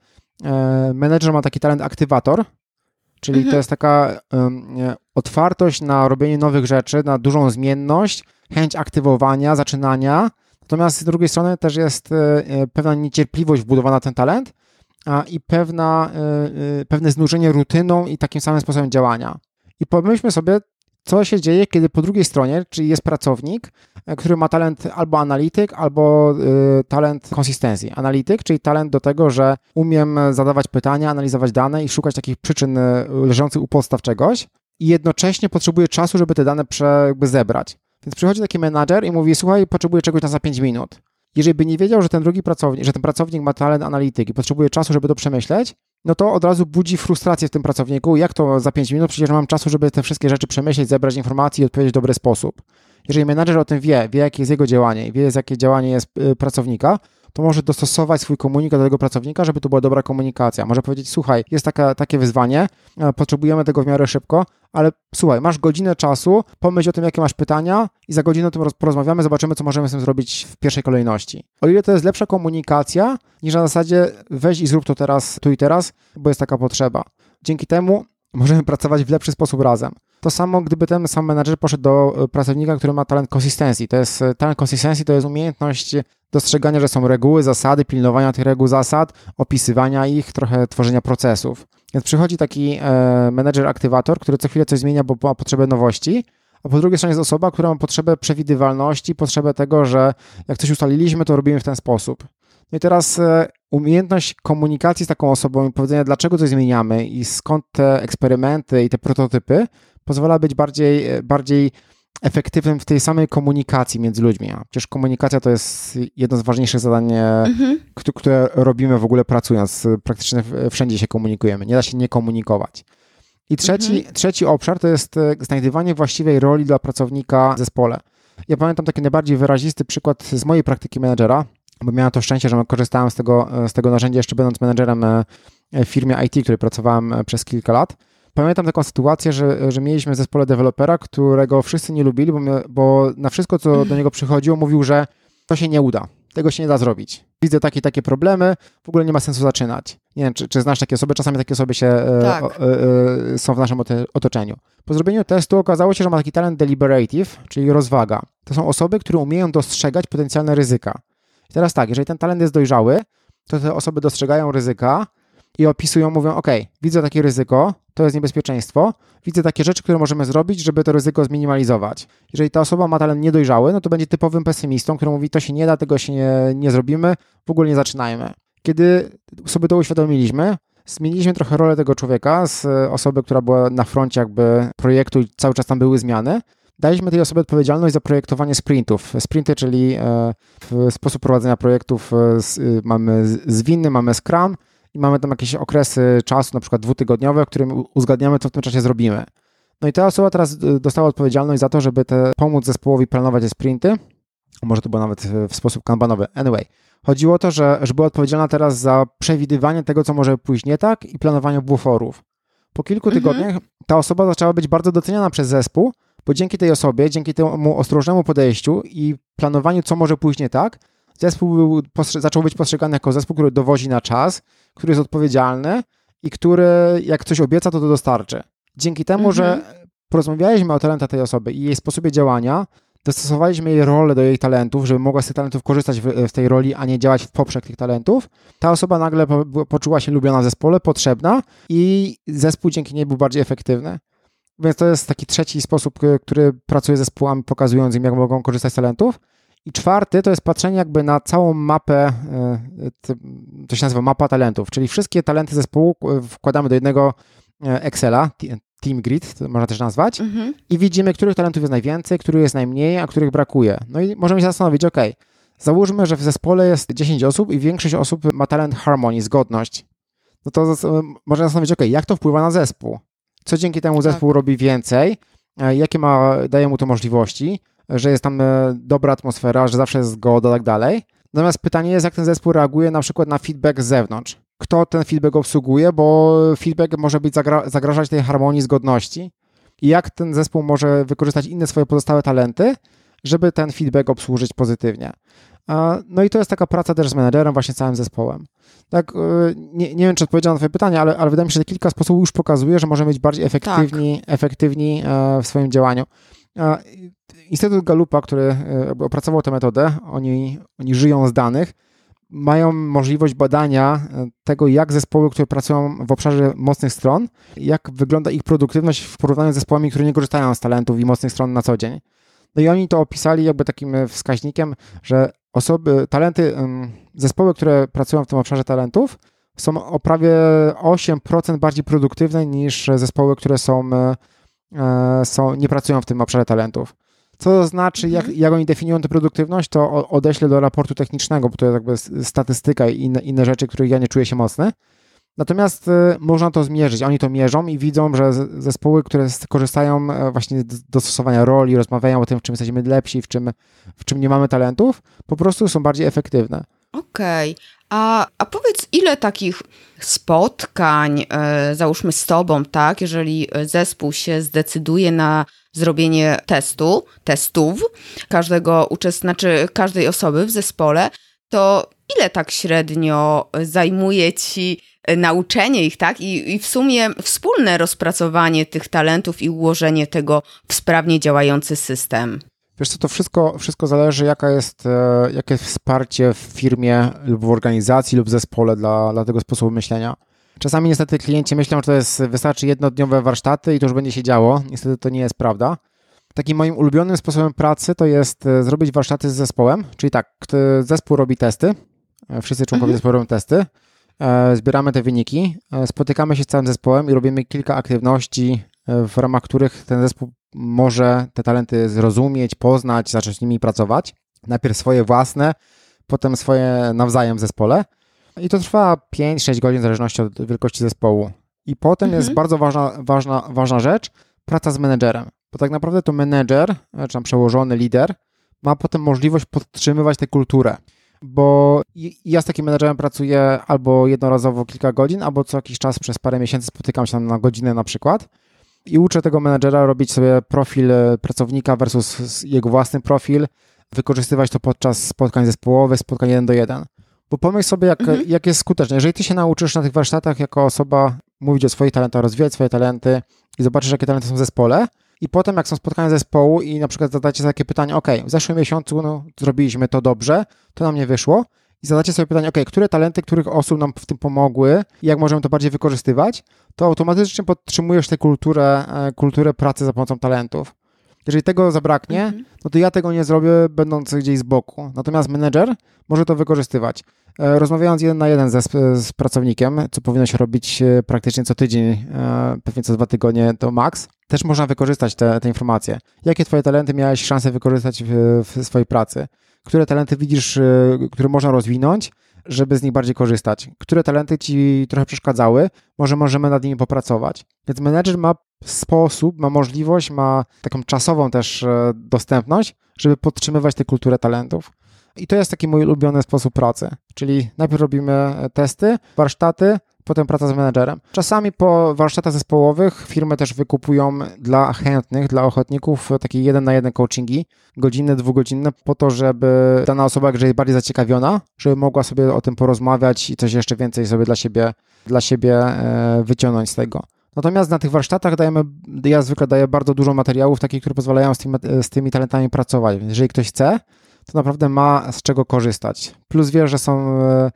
e, menadżer ma taki talent aktywator, czyli mhm. to jest taka um, otwartość na robienie nowych rzeczy, na dużą zmienność, chęć aktywowania, zaczynania. Natomiast z drugiej strony też jest e, pewna niecierpliwość wbudowana w ten talent a, i pewna, e, pewne znużenie rutyną i takim samym sposobem działania. I pomyślmy sobie, co się dzieje, kiedy po drugiej stronie, czyli jest pracownik, który ma talent albo analityk, albo y, talent konsystencji. Analityk, czyli talent do tego, że umiem zadawać pytania, analizować dane i szukać takich przyczyn leżących u podstaw czegoś i jednocześnie potrzebuje czasu, żeby te dane prze, jakby zebrać. Więc przychodzi taki menadżer i mówi, słuchaj, potrzebuję czegoś na za pięć minut. Jeżeli by nie wiedział, że ten drugi pracownik, że ten pracownik ma talent analityki i potrzebuje czasu, żeby to przemyśleć, no to od razu budzi frustrację w tym pracowniku. Jak to za pięć minut? Przecież mam czasu, żeby te wszystkie rzeczy przemyśleć, zebrać informacje i odpowiedzieć w dobry sposób. Jeżeli menadżer o tym wie, wie jakie jest jego działanie i wie jakie działanie jest pracownika, to może dostosować swój komunikat do tego pracownika, żeby to była dobra komunikacja. Może powiedzieć, słuchaj, jest taka, takie wyzwanie, potrzebujemy tego w miarę szybko, ale słuchaj, masz godzinę czasu, pomyśl o tym, jakie masz pytania i za godzinę o tym porozmawiamy, zobaczymy, co możemy z tym zrobić w pierwszej kolejności. O ile to jest lepsza komunikacja, niż na zasadzie weź i zrób to teraz, tu i teraz, bo jest taka potrzeba. Dzięki temu możemy pracować w lepszy sposób razem. To samo, gdyby ten sam menadżer poszedł do pracownika, który ma talent konsystencji. To jest, talent konsystencji to jest umiejętność dostrzegania, że są reguły, zasady, pilnowania tych reguł, zasad, opisywania ich, trochę tworzenia procesów. Więc przychodzi taki e, menadżer aktywator, który co chwilę coś zmienia, bo ma potrzebę nowości, a po drugiej stronie jest osoba, która ma potrzebę przewidywalności, potrzebę tego, że jak coś ustaliliśmy, to robimy w ten sposób. No i teraz e, umiejętność komunikacji z taką osobą i powiedzenia, dlaczego coś zmieniamy i skąd te eksperymenty i te prototypy, pozwala być bardziej, bardziej efektywnym w tej samej komunikacji między ludźmi. A przecież komunikacja to jest jedno z ważniejszych zadań, mhm. które robimy w ogóle pracując. Praktycznie wszędzie się komunikujemy. Nie da się nie komunikować. I trzeci, mhm. trzeci obszar to jest znajdywanie właściwej roli dla pracownika w zespole. Ja pamiętam taki najbardziej wyrazisty przykład z mojej praktyki menedżera, bo miałem to szczęście, że korzystałem z tego, z tego narzędzia jeszcze będąc menedżerem w firmie I T, w której pracowałem przez kilka lat. Pamiętam taką sytuację, że, że mieliśmy w zespole dewelopera, którego wszyscy nie lubili, bo, my, bo na wszystko, co mm. do niego przychodziło, mówił, że to się nie uda, tego się nie da zrobić. Widzę takie takie problemy, w ogóle nie ma sensu zaczynać. Nie wiem, czy, czy znasz takie osoby, czasami takie osoby się tak. e, e, są w naszym otoczeniu. Po zrobieniu testu okazało się, że ma taki talent deliberative, czyli rozwaga. To są osoby, które umieją dostrzegać potencjalne ryzyka. I teraz tak, jeżeli ten talent jest dojrzały, to te osoby dostrzegają ryzyka i opisują, mówią, ok, widzę takie ryzyko, to jest niebezpieczeństwo, widzę takie rzeczy, które możemy zrobić, żeby to ryzyko zminimalizować. Jeżeli ta osoba ma talent niedojrzały, no to będzie typowym pesymistą, który mówi, to się nie da, tego się nie, nie zrobimy, w ogóle nie zaczynajmy. Kiedy sobie to uświadomiliśmy, zmieniliśmy trochę rolę tego człowieka z osoby, która była na froncie jakby projektu i cały czas tam były zmiany. Daliśmy tej osobie odpowiedzialność za projektowanie sprintów. Sprinty, czyli sposób prowadzenia projektów, mamy zwinny, mamy Scrum i mamy tam jakieś okresy czasu, na przykład dwutygodniowe, w którym uzgadniamy, co w tym czasie zrobimy. No i ta osoba teraz dostała odpowiedzialność za to, żeby te, pomóc zespołowi planować te sprinty. Może to było nawet w sposób kanbanowy. Anyway, chodziło o to, że, że była odpowiedzialna teraz za przewidywanie tego, co może pójść nie tak i planowanie buforów. Po kilku mhm. tygodniach ta osoba zaczęła być bardzo doceniana przez zespół, bo dzięki tej osobie, dzięki temu ostrożnemu podejściu i planowaniu, co może pójść nie tak, zespół był, zaczął być postrzegany jako zespół, który dowozi na czas, który jest odpowiedzialny i który jak coś obieca, to to dostarczy. Dzięki temu, mhm. że porozmawialiśmy o talentach tej osoby i jej sposobie działania, dostosowaliśmy jej rolę do jej talentów, żeby mogła z tych talentów korzystać w, w tej roli, a nie działać w poprzek tych talentów. Ta osoba nagle po, poczuła się lubiona w zespole, potrzebna i zespół dzięki niej był bardziej efektywny. Więc to jest taki trzeci sposób, który pracuje z zespołami, pokazując im, jak mogą korzystać z talentów. I czwarty to jest patrzenie jakby na całą mapę, to się nazywa mapa talentów, czyli wszystkie talenty zespołu wkładamy do jednego Excela, Team Grid, to można też nazwać, mhm. i widzimy, których talentów jest najwięcej, których jest najmniej, a których brakuje. No i możemy się zastanowić, ok, załóżmy, że w zespole jest dziesięć osób i większość osób ma talent harmonii, zgodność. No to można zastanowić, ok, jak to wpływa na zespół? Co dzięki temu zespół tak. robi więcej? Jakie ma, daje mu to możliwości? Że jest tam dobra atmosfera, że zawsze jest zgoda i tak dalej. Natomiast pytanie jest, jak ten zespół reaguje na przykład na feedback z zewnątrz. Kto ten feedback obsługuje, bo feedback może być zagra- zagrażać tej harmonii, zgodności. I jak ten zespół może wykorzystać inne swoje pozostałe talenty, żeby ten feedback obsłużyć pozytywnie. No i to jest taka praca też z menedżerem, właśnie całym zespołem. Tak, nie, nie wiem, czy odpowiedziałem na twoje pytanie, ale, ale wydaje mi się, że kilka sposobów już pokazuje, że możemy być bardziej efektywni, tak. efektywni w swoim działaniu. Instytut Gallupa, który opracował tę metodę, oni, oni żyją z danych, mają możliwość badania tego, jak zespoły, które pracują w obszarze mocnych stron, jak wygląda ich produktywność w porównaniu z zespołami, które nie korzystają z talentów i mocnych stron na co dzień. No i oni to opisali jakby takim wskaźnikiem, że osoby, talenty, zespoły, które pracują w tym obszarze talentów, są o prawie osiem procent bardziej produktywne niż zespoły, które są, są nie pracują w tym obszarze talentów. Co to znaczy, jak, jak oni definiują tę produktywność, to odeślę do raportu technicznego, bo to jest jakby statystyka i inne, inne rzeczy, których ja nie czuję się mocny. Natomiast y, można to zmierzyć. Oni to mierzą i widzą, że z, zespoły, które korzystają właśnie z dostosowania roli, rozmawiają o tym, w czym jesteśmy lepsi, w czym, w czym nie mamy talentów, po prostu są bardziej efektywne. Okej. Okay. A, a powiedz, ile takich spotkań, e, załóżmy z tobą, tak, jeżeli zespół się zdecyduje na zrobienie testu, testów każdego uczestnika, znaczy każdej osoby w zespole, to ile tak średnio zajmuje ci nauczenie ich, tak? I, i w sumie wspólne rozpracowanie tych talentów i ułożenie tego w sprawnie działający system? Wiesz co, to wszystko, wszystko zależy, jaka jest, jakie jest wsparcie w firmie lub w organizacji lub w zespole dla, dla tego sposobu myślenia. Czasami niestety klienci myślą, że to jest, wystarczy jednodniowe warsztaty i to już będzie się działo. Niestety to nie jest prawda. Takim moim ulubionym sposobem pracy to jest zrobić warsztaty z zespołem, czyli tak, zespół robi testy, wszyscy członkowie mhm. zespołu robią testy, zbieramy te wyniki, spotykamy się z całym zespołem i robimy kilka aktywności, w ramach których ten zespół może te talenty zrozumieć, poznać, zacząć z nimi pracować. Najpierw swoje własne, potem swoje nawzajem w zespole. I to trwa pięć sześć godzin w zależności od wielkości zespołu. I potem mhm. jest bardzo ważna, ważna, ważna rzecz, praca z menedżerem. Bo tak naprawdę to menedżer, czy tam przełożony lider, ma potem możliwość podtrzymywać tę kulturę. Bo ja z takim menedżerem pracuję albo jednorazowo kilka godzin, albo co jakiś czas przez parę miesięcy spotykam się tam na godzinę na przykład i uczę tego menedżera robić sobie profil pracownika versus jego własny profil, wykorzystywać to podczas spotkań zespołowych, spotkań jeden do jeden. Bo pomyśl sobie, jak, mhm. jak jest skuteczne. Jeżeli ty się nauczysz na tych warsztatach jako osoba mówić o swoich talentach, rozwijać swoje talenty i zobaczysz, jakie talenty są w zespole, i potem jak są spotkania zespołu i na przykład zadacie takie pytanie, ok, w zeszłym miesiącu no, zrobiliśmy to dobrze, to nam nie wyszło i zadacie sobie pytanie, ok, które talenty, których osób nam w tym pomogły i jak możemy to bardziej wykorzystywać, to automatycznie podtrzymujesz tę kulturę, kulturę pracy za pomocą talentów. Jeżeli tego zabraknie, mhm. no to ja tego nie zrobię, będąc gdzieś z boku. Natomiast menedżer może to wykorzystywać. Rozmawiając jeden na jeden ze, z pracownikiem, co powinno się robić praktycznie co tydzień, pewnie co dwa tygodnie to max, też można wykorzystać te, te informacje. Jakie twoje talenty miałeś szansę wykorzystać w, w swojej pracy? Które talenty widzisz, które można rozwinąć, żeby z nich bardziej korzystać? Które talenty ci trochę przeszkadzały? Może możemy nad nimi popracować. Więc menedżer ma sposób, ma możliwość, ma taką czasową też dostępność, żeby podtrzymywać tę kulturę talentów. I to jest taki mój ulubiony sposób pracy, czyli najpierw robimy testy, warsztaty, potem praca z menedżerem. Czasami po warsztatach zespołowych firmy też wykupują dla chętnych, dla ochotników takie jeden na jeden coachingi, godzinne, dwugodzinne, po to, żeby dana osoba, jeżeli jest bardziej zaciekawiona, żeby mogła sobie o tym porozmawiać i coś jeszcze więcej sobie dla siebie, dla siebie wyciągnąć z tego. Natomiast na tych warsztatach dajemy, ja zwykle daję bardzo dużo materiałów takich, które pozwalają z tymi, z tymi talentami pracować. Jeżeli ktoś chce, to naprawdę ma z czego korzystać. Plus wiesz, że są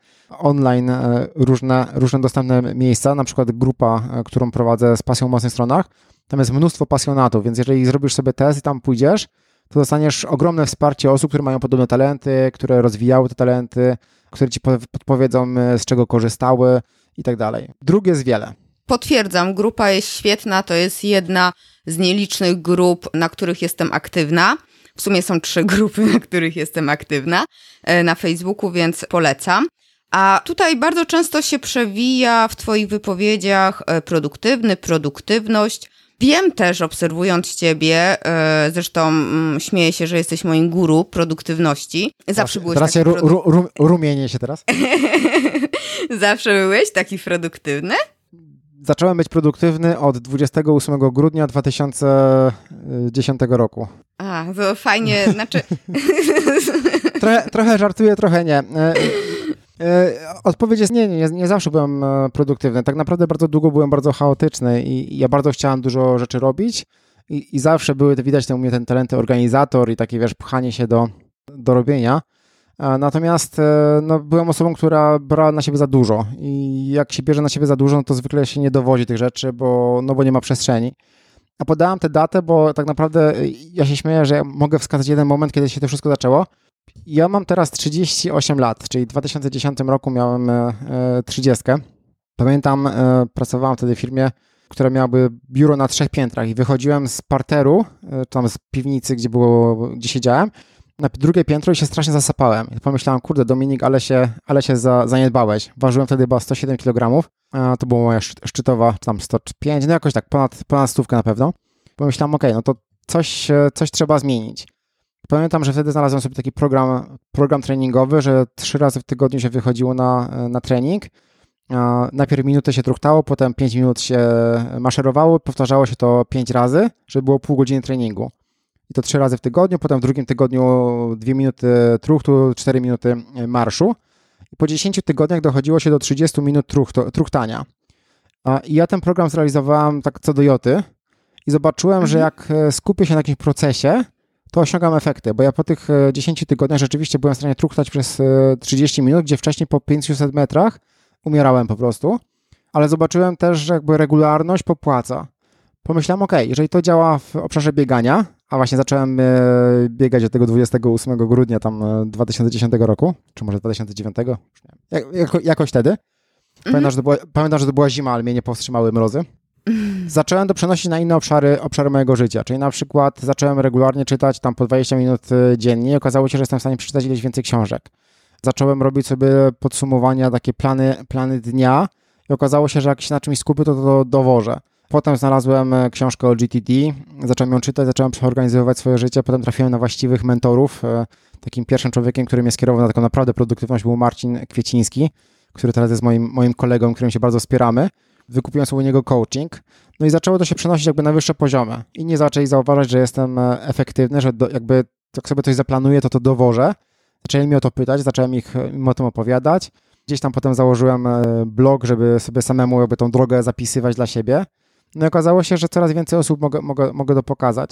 online różne, różne dostępne miejsca, na przykład grupa, którą prowadzę z Pasją w mocnych stronach. Tam jest mnóstwo pasjonatów, więc jeżeli zrobisz sobie test i tam pójdziesz, to dostaniesz ogromne wsparcie osób, które mają podobne talenty, które rozwijały te talenty, które ci podpowiedzą, z czego korzystały i tak dalej. Dróg jest wiele. Potwierdzam, grupa jest świetna, to jest jedna z nielicznych grup, na których jestem aktywna. W sumie są trzy grupy, na których jestem aktywna na Facebooku, więc polecam. A tutaj bardzo często się przewija w twoich wypowiedziach produktywny, produktywność. Wiem też, obserwując ciebie, zresztą śmieję się, że jesteś moim guru produktywności. Zawsze byłeś teraz taki się ru, ru, ru, rumienię się teraz. Zawsze byłeś taki produktywny? Zacząłem być produktywny od dwudziestego ósmego grudnia dwa tysiące dziesiątego roku. A, to fajnie, znaczy... trochę, trochę żartuję, trochę nie. Odpowiedź jest nie, nie, nie zawsze byłem produktywny. Tak naprawdę bardzo długo byłem bardzo chaotyczny i ja bardzo chciałem dużo rzeczy robić i, i zawsze były, widać u mnie ten talenty organizator i takie, wiesz, pchanie się do, do robienia. Natomiast no, byłem osobą, która brała na siebie za dużo i jak się bierze na siebie za dużo, no to zwykle się nie dowodzi tych rzeczy, bo, no, bo nie ma przestrzeni. A podałem tę datę, bo tak naprawdę ja się śmieję, że mogę wskazać jeden moment, kiedy się to wszystko zaczęło. Ja mam teraz trzydzieści osiem lat, czyli w dwa tysiące dziesiątym roku miałem trzydzieści. Pamiętam, pracowałem wtedy w firmie, która miałaby biuro na trzech piętrach i wychodziłem z parteru, tam z piwnicy, gdzie, było, gdzie siedziałem, na drugie piętro i się strasznie zasapałem. I pomyślałem, kurde, Dominik, ale się, ale się za, zaniedbałeś. Ważyłem wtedy chyba sto siedem kilogramów, a to była moja szczytowa, czy tam sto pięć, no jakoś tak, ponad, ponad stówkę na pewno. Pomyślałem, okej, okay, no to coś, coś trzeba zmienić. Pamiętam, że wtedy znalazłem sobie taki program, program treningowy, że trzy razy w tygodniu się wychodziło na, na trening. Najpierw minutę się truchtało, potem pięć minut się maszerowało, powtarzało się to pięć razy, żeby było pół godziny treningu. I to trzy razy w tygodniu, potem w drugim tygodniu dwie minuty truchtu, cztery minuty marszu. I po dziesięciu tygodniach dochodziło się do trzydziestu minut truchto, truchtania. I ja ten program zrealizowałem tak co do joty i zobaczyłem, mhm. że jak skupię się na jakimś procesie, to osiągam efekty, bo ja po tych dziesięciu tygodniach rzeczywiście byłem w stanie truchtać przez trzydzieści minut, gdzie wcześniej po pięciuset metrach umierałem po prostu, ale zobaczyłem też, że jakby regularność popłaca. Pomyślałem, ok, jeżeli to działa w obszarze biegania, a właśnie zacząłem biegać od tego dwudziestego ósmego grudnia tam dwa tysiące dziesiątego roku, czy może dwa tysiące dziewiątego, Jak, jako, jakoś wtedy. Pamiętam, mm-hmm. że to była, pamiętam, że to była zima, ale mnie nie powstrzymały mrozy. Zacząłem to przenosić na inne obszary, obszary mojego życia, czyli na przykład zacząłem regularnie czytać tam po dwadzieścia minut dziennie i okazało się, że jestem w stanie przeczytać ileś więcej książek. Zacząłem robić sobie podsumowania, takie plany, plany dnia i okazało się, że jak się na czymś skupię, to to dowożę. Potem znalazłem książkę o G T D, zacząłem ją czytać, zacząłem przeorganizować swoje życie, potem trafiłem na właściwych mentorów. Takim pierwszym człowiekiem, który mnie skierował na taką naprawdę produktywność, był Marcin Kwieciński, który teraz jest moim, moim kolegą, którym się bardzo wspieramy. Wykupiłem sobie u niego coaching, no i zaczęło to się przenosić jakby na wyższe poziomy. Inni zaczęli zauważać, że jestem efektywny, że do, jakby jak sobie coś zaplanuję, to to dowożę. Zaczęli mnie o to pytać, zacząłem ich, im o tym opowiadać. Gdzieś tam potem założyłem blog, żeby sobie samemu jakby tą drogę zapisywać dla siebie. No i okazało się, że coraz więcej osób mogę, mogę, mogę to pokazać.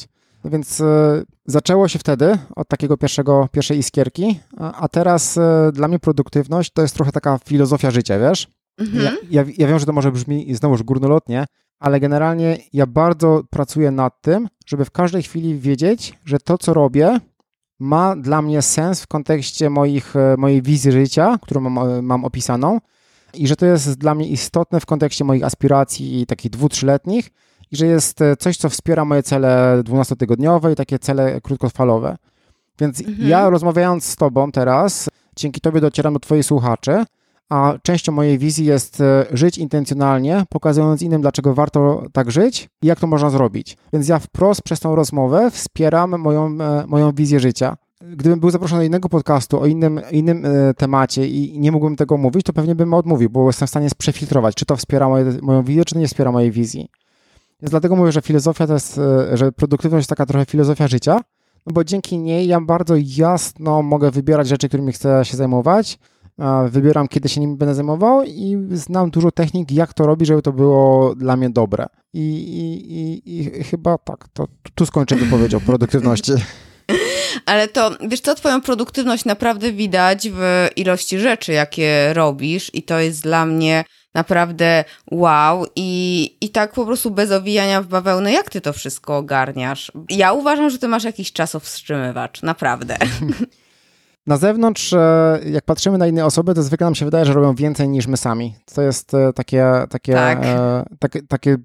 No więc y, zaczęło się wtedy od takiego pierwszego, pierwszej iskierki, a, a teraz y, dla mnie produktywność to jest trochę taka filozofia życia, wiesz? Mhm. Ja, ja, ja wiem, że to może brzmi znowuż górnolotnie, ale generalnie ja bardzo pracuję nad tym, żeby w każdej chwili wiedzieć, że to, co robię, ma dla mnie sens w kontekście moich, mojej wizji życia, którą mam, mam opisaną i że to jest dla mnie istotne w kontekście moich aspiracji takich dwu-, trzyletnich i że jest coś, co wspiera moje cele dwunastotygodniowe i takie cele krótkotrwalowe. Więc mhm. ja rozmawiając z tobą teraz, dzięki tobie docieram do twoich słuchaczy, a częścią mojej wizji jest żyć intencjonalnie, pokazując innym, dlaczego warto tak żyć i jak to można zrobić. Więc ja wprost przez tą rozmowę wspieram moją, moją wizję życia. Gdybym był zaproszony do innego podcastu o innym, innym temacie i nie mógłbym tego mówić, to pewnie bym odmówił, bo jestem w stanie przefiltrować, czy to wspiera moje, moją wizję, czy to nie wspiera mojej wizji. Więc dlatego mówię, że filozofia to jest, że produktywność jest taka trochę filozofia życia, no bo dzięki niej ja bardzo jasno mogę wybierać rzeczy, którymi chcę się zajmować, wybieram, kiedy się nim będę zajmował i znam dużo technik, jak to robić, żeby to było dla mnie dobre. I, i, i, i chyba tak, to tu skończę wypowiedź o produktywności. Ale to, wiesz co, twoją produktywność naprawdę widać w ilości rzeczy, jakie robisz i to jest dla mnie naprawdę wow i, i tak po prostu bez owijania w bawełnę, jak ty to wszystko ogarniasz? Ja uważam, że ty masz jakiś czasowstrzymywacz, naprawdę. Na zewnątrz, jak patrzymy na inne osoby, to zwykle nam się wydaje, że robią więcej niż my sami. To jest takie, takie, tak. e, takie, takie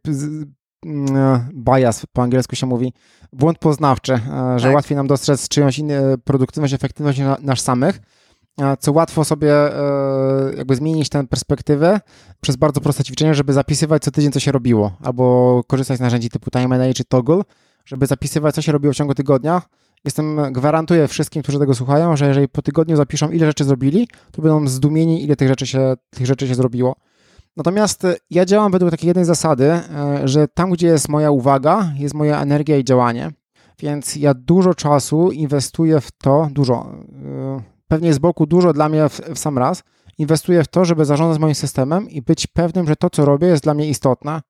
bias po angielsku się mówi, błąd poznawczy, e, że tak. łatwiej nam dostrzec czyjąś inną produktywność, efektywność niż nasz samych, e, co łatwo sobie e, jakby zmienić tę perspektywę przez bardzo proste ćwiczenie, żeby zapisywać co tydzień, co się robiło, albo korzystać z narzędzi typu Time Manage czy Toggle, żeby zapisywać, co się robiło w ciągu tygodnia. Jestem, gwarantuję wszystkim, którzy tego słuchają, że jeżeli po tygodniu zapiszą, ile rzeczy zrobili, to będą zdumieni, ile tych rzeczy się, tych rzeczy się zrobiło. Natomiast ja działam według takiej jednej zasady, że tam, gdzie jest moja uwaga, jest moja energia i działanie. Więc ja dużo czasu inwestuję w to, dużo, pewnie z boku dużo dla mnie w, w sam raz, inwestuję w to, żeby zarządzać moim systemem i być pewnym, że to, co robię, jest dla mnie istotne.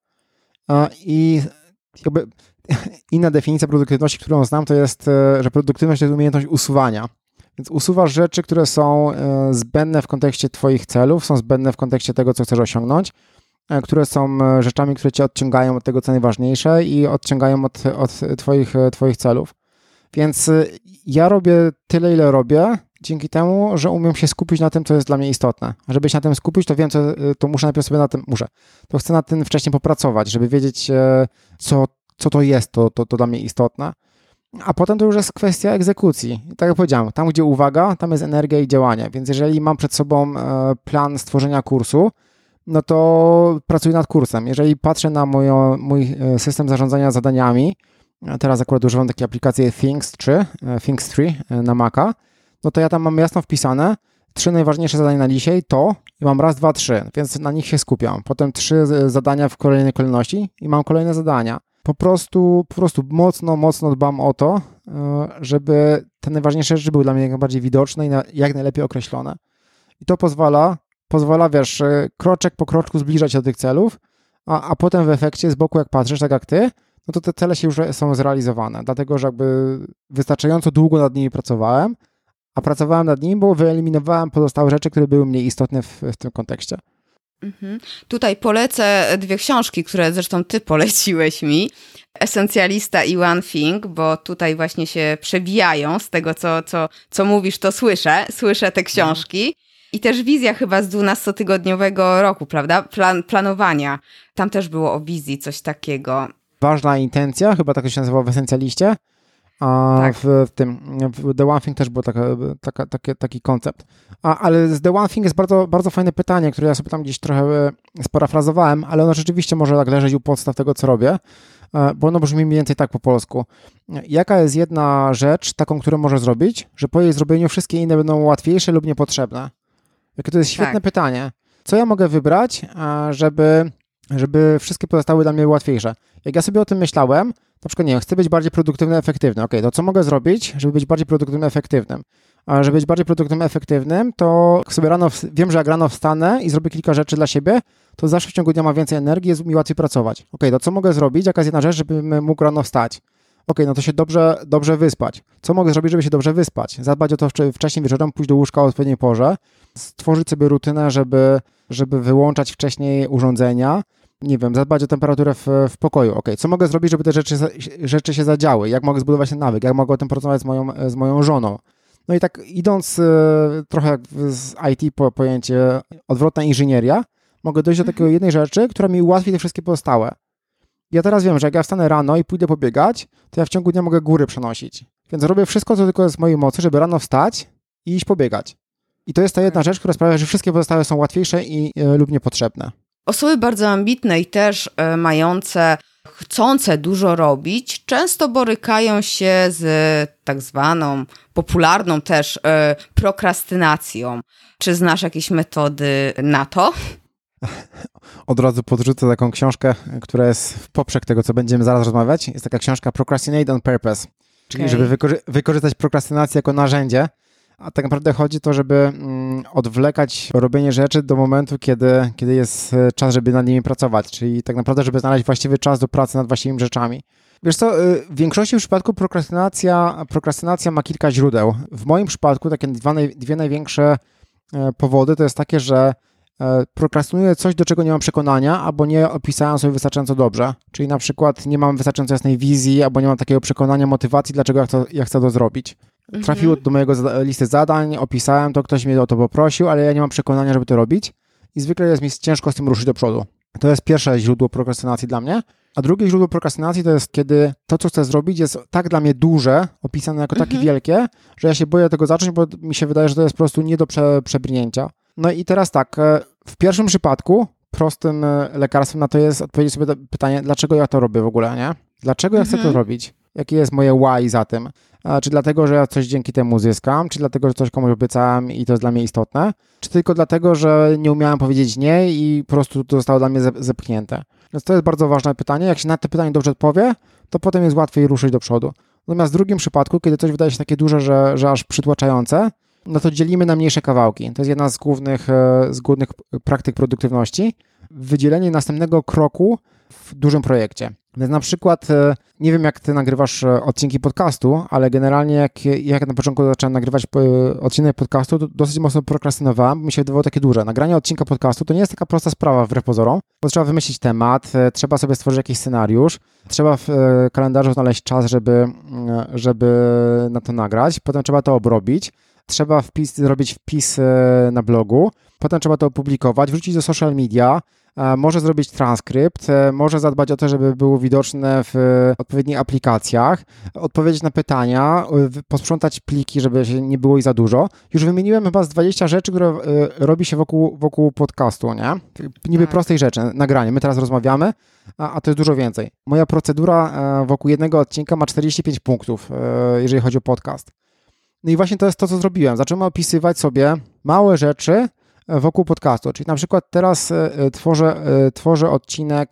I jakby inna definicja produktywności, którą znam, to jest, że produktywność to jest umiejętność usuwania. Więc usuwasz rzeczy, które są zbędne w kontekście twoich celów, są zbędne w kontekście tego, co chcesz osiągnąć, które są rzeczami, które cię odciągają od tego, co najważniejsze i odciągają od, od twoich, twoich celów. Więc ja robię tyle, ile robię, dzięki temu, że umiem się skupić na tym, co jest dla mnie istotne. A żeby się na tym skupić, to wiem, co, to muszę najpierw sobie na tym, muszę, to chcę nad tym wcześniej popracować, żeby wiedzieć, co, co to jest, to, to, to dla mnie istotne. A potem to już jest kwestia egzekucji. I tak jak powiedziałem, tam gdzie uwaga, tam jest energia i działanie. Więc jeżeli mam przed sobą plan stworzenia kursu, no to pracuję nad kursem. Jeżeli patrzę na moją, mój system zarządzania zadaniami, teraz akurat używam takiej aplikacji Things trzy, Things trzy na Maca, no to ja tam mam jasno wpisane trzy najważniejsze zadania na dzisiaj, to i mam raz, dwa, trzy, więc na nich się skupiam. Potem trzy zadania w kolejnej kolejności i mam kolejne zadania. Po prostu, po prostu mocno, mocno dbam o to, żeby te najważniejsze rzeczy były dla mnie jak najbardziej widoczne i jak najlepiej określone. I to pozwala, pozwala, wiesz, kroczek po kroczku zbliżać się do tych celów, a, a potem w efekcie z boku jak patrzysz, tak jak ty, no to te cele się już są zrealizowane, dlatego że jakby wystarczająco długo nad nimi pracowałem, a pracowałem nad nimi, bo wyeliminowałem pozostałe rzeczy, które były mniej istotne w, w tym kontekście. Mhm. Tutaj polecę dwie książki, które zresztą ty poleciłeś mi. Esencjalista i One Thing, bo tutaj właśnie się przebijają z tego, co, co, co mówisz, to słyszę. Słyszę te książki. I też wizja chyba z dwunastotygodniowego roku, prawda? Plan, planowania. Tam też było o wizji coś takiego. Ważna intencja, chyba tak to się nazywało w Esencjaliście. A tak. w, w tym w The One Thing też był taka, taka, taki, taki koncept. A, ale z The One Thing jest bardzo, bardzo fajne pytanie, które ja sobie tam gdzieś trochę sparafrazowałem, ale ono rzeczywiście może tak leżeć u podstaw tego, co robię, bo ono brzmi mniej więcej tak po polsku. Jaka jest jedna rzecz, taką, którą możesz zrobić, że po jej zrobieniu wszystkie inne będą łatwiejsze lub niepotrzebne? Jakie to jest świetne tak. pytanie. Co ja mogę wybrać, żeby, żeby wszystkie pozostały dla mnie łatwiejsze? Jak ja sobie o tym myślałem, na przykład, nie wiem, chcę być bardziej produktywny, efektywny. Okej, to co mogę zrobić, żeby być bardziej produktywnym, efektywnym? A żeby być bardziej produktywnym, efektywnym, to sobie rano, wiem, że jak rano wstanę i zrobię kilka rzeczy dla siebie, to zawsze w ciągu dnia mam więcej energii, jest mi łatwiej pracować. Okej, to co mogę zrobić? Jaka jest jedna rzecz, żebym mógł rano wstać? okej, no to się dobrze, dobrze wyspać. Co mogę zrobić, żeby się dobrze wyspać? Zadbać o to wcześniej wieczorem, pójść do łóżka o odpowiedniej porze, stworzyć sobie rutynę, żeby, żeby wyłączać wcześniej urządzenia, nie wiem, zadbać o temperaturę w, w pokoju. Okej, co mogę zrobić, żeby te rzeczy, rzeczy się zadziały? Jak mogę zbudować ten nawyk? Jak mogę o tym porozmawiać z moją, z moją żoną? No i tak idąc trochę jak z I T po pojęcie odwrotna inżynieria, mogę dojść do takiej jednej rzeczy, która mi ułatwi te wszystkie pozostałe. Ja teraz wiem, że jak ja wstanę rano i pójdę pobiegać, to ja w ciągu dnia mogę góry przenosić. Więc robię wszystko, co tylko jest w mojej mocy, żeby rano wstać i iść pobiegać. I to jest ta jedna rzecz, która sprawia, że wszystkie pozostałe są łatwiejsze i e, lub niepotrzebne. Osoby bardzo ambitne i też e, mające, chcące dużo robić, często borykają się z tak zwaną popularną też e, prokrastynacją. Czy znasz jakieś metody na to? Od razu podrzucę taką książkę, która jest w poprzek tego, co będziemy zaraz rozmawiać. Jest taka książka Procrastinate on Purpose, czyli okay. żeby wykorzy- wykorzystać prokrastynację jako narzędzie, a tak naprawdę chodzi o to, żeby mm, odwlekać robienie rzeczy do momentu, kiedy, kiedy jest czas, żeby nad nimi pracować, czyli tak naprawdę, żeby znaleźć właściwy czas do pracy nad właściwymi rzeczami. Wiesz co, w większości przypadków prokrastynacja, prokrastynacja ma kilka źródeł. W moim przypadku takie dwa, dwie największe powody to jest takie, że prokrastynuję coś, do czego nie mam przekonania, albo nie opisałem sobie wystarczająco dobrze. Czyli na przykład nie mam wystarczająco jasnej wizji, albo nie mam takiego przekonania, motywacji, dlaczego ja chcę, ja chcę to zrobić. Trafiło do mojego zada- listy zadań, opisałem to, ktoś mnie o to poprosił, ale ja nie mam przekonania, żeby to robić i zwykle jest mi ciężko z tym ruszyć do przodu. To jest pierwsze źródło prokrastynacji dla mnie. A drugie źródło prokrastynacji to jest, kiedy to, co chcę zrobić, jest tak dla mnie duże, opisane jako takie mhm. wielkie, że ja się boję tego zacząć, bo mi się wydaje, że to jest po prostu nie do prze- przebrnięcia. No i teraz tak, w pierwszym przypadku prostym lekarstwem na to jest odpowiedzieć sobie na pytanie, dlaczego ja to robię w ogóle, nie? Dlaczego ja mhm. chcę to robić? Jakie jest moje why za tym? A czy dlatego, że ja coś dzięki temu zyskam? Czy dlatego, że coś komuś obiecałem i to jest dla mnie istotne? Czy tylko dlatego, że nie umiałem powiedzieć nie i po prostu to zostało dla mnie zepchnięte? Więc to jest bardzo ważne pytanie. Jak się na to pytanie dobrze odpowie, to potem jest łatwiej ruszyć do przodu. Natomiast w drugim przypadku, kiedy coś wydaje się takie duże, że, że aż przytłaczające, no to dzielimy na mniejsze kawałki. To jest jedna z głównych, z głównych praktyk produktywności. Wydzielenie następnego kroku w dużym projekcie. Więc na przykład, nie wiem jak ty nagrywasz odcinki podcastu, ale generalnie jak, jak na początku zacząłem nagrywać odcinek podcastu, to dosyć mocno prokrastynowałem, bo mi się wydawało takie duże. Nagranie odcinka podcastu to nie jest taka prosta sprawa wbrew pozorom, bo trzeba wymyślić temat, trzeba sobie stworzyć jakiś scenariusz, trzeba w kalendarzu znaleźć czas, żeby, żeby na to nagrać, potem trzeba to obrobić, trzeba wpis, zrobić wpis na blogu, potem trzeba to opublikować, wrzucić do social media, może zrobić transkrypt, może zadbać o to, żeby było widoczne w odpowiednich aplikacjach, odpowiedzieć na pytania, posprzątać pliki, żeby się nie było ich za dużo. Już wymieniłem chyba z dwadzieścia rzeczy, które robi się wokół, wokół podcastu, nie? Niby tak. Prostej rzeczy, nagranie. My teraz rozmawiamy, a, a to jest dużo więcej. Moja procedura wokół jednego odcinka ma czterdzieści pięć punktów, jeżeli chodzi o podcast. No i właśnie to jest to, co zrobiłem. Zacząłem opisywać sobie małe rzeczy wokół podcastu, czyli na przykład teraz tworzę, tworzę odcinek,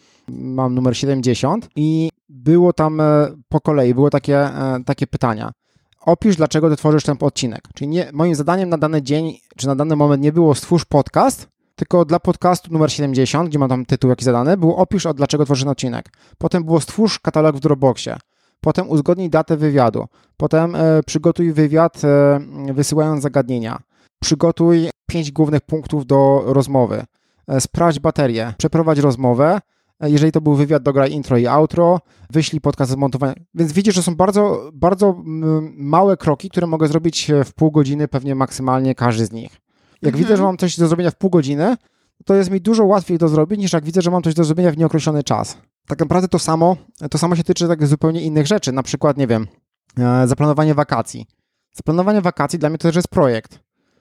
mam numer siedemdziesiąt i było tam po kolei, było takie, takie pytania. Opisz, dlaczego ty tworzysz ten odcinek. Czyli nie, moim zadaniem na dany dzień, czy na dany moment nie było stwórz podcast, tylko dla podcastu numer siedemdziesiąt, gdzie mam tam tytuł jakiś zadany, było opisz, dlaczego tworzysz ten odcinek. Potem było stwórz katalog w Dropboxie. Potem uzgodnij datę wywiadu. Potem e, przygotuj wywiad e, wysyłając zagadnienia. Przygotuj pięć głównych punktów do rozmowy. E, sprawdź baterię. Przeprowadź rozmowę. E, jeżeli to był wywiad, dograj intro i outro. Wyślij podcast zmontowany. Więc widzisz, że są bardzo, bardzo m, małe kroki, które mogę zrobić w pół godziny, pewnie maksymalnie każdy z nich. Jak mhm. widzę, że mam coś do zrobienia w pół godziny, to jest mi dużo łatwiej to zrobić, niż jak widzę, że mam coś do zrobienia w nieokreślony czas. Tak naprawdę to samo, to samo się tyczy tak zupełnie innych rzeczy, na przykład, nie wiem, e, zaplanowanie wakacji. Zaplanowanie wakacji dla mnie to też jest projekt,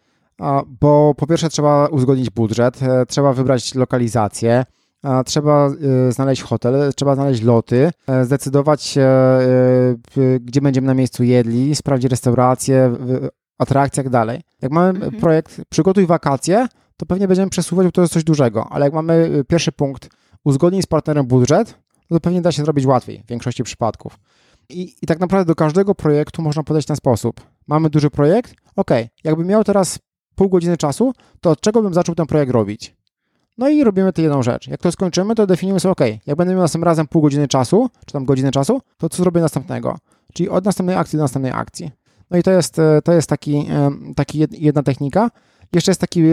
a, bo po pierwsze trzeba uzgodnić budżet, e, trzeba wybrać lokalizację, a, trzeba e, znaleźć hotel, trzeba znaleźć loty, e, zdecydować, e, e, gdzie będziemy na miejscu jedli, sprawdzić restauracje, e, atrakcje i tak dalej. Jak mamy mhm. projekt przygotuj wakacje, to pewnie będziemy przesuwać, bo to jest coś dużego, ale jak mamy pierwszy punkt, uzgodnij z partnerem budżet, to pewnie da się zrobić łatwiej w większości przypadków. I, i tak naprawdę do każdego projektu można podejść w ten sposób. Mamy duży projekt? Ok, jakbym miał teraz pół godziny czasu, to od czego bym zaczął ten projekt robić? No i robimy tę jedną rzecz. Jak to skończymy, to definiujemy sobie, ok, jak będę miał następnym razem pół godziny czasu, czy tam godzinę czasu, to co zrobię następnego? Czyli od następnej akcji do następnej akcji. No i to jest, to jest taki, taki jedna technika. Jeszcze jest taki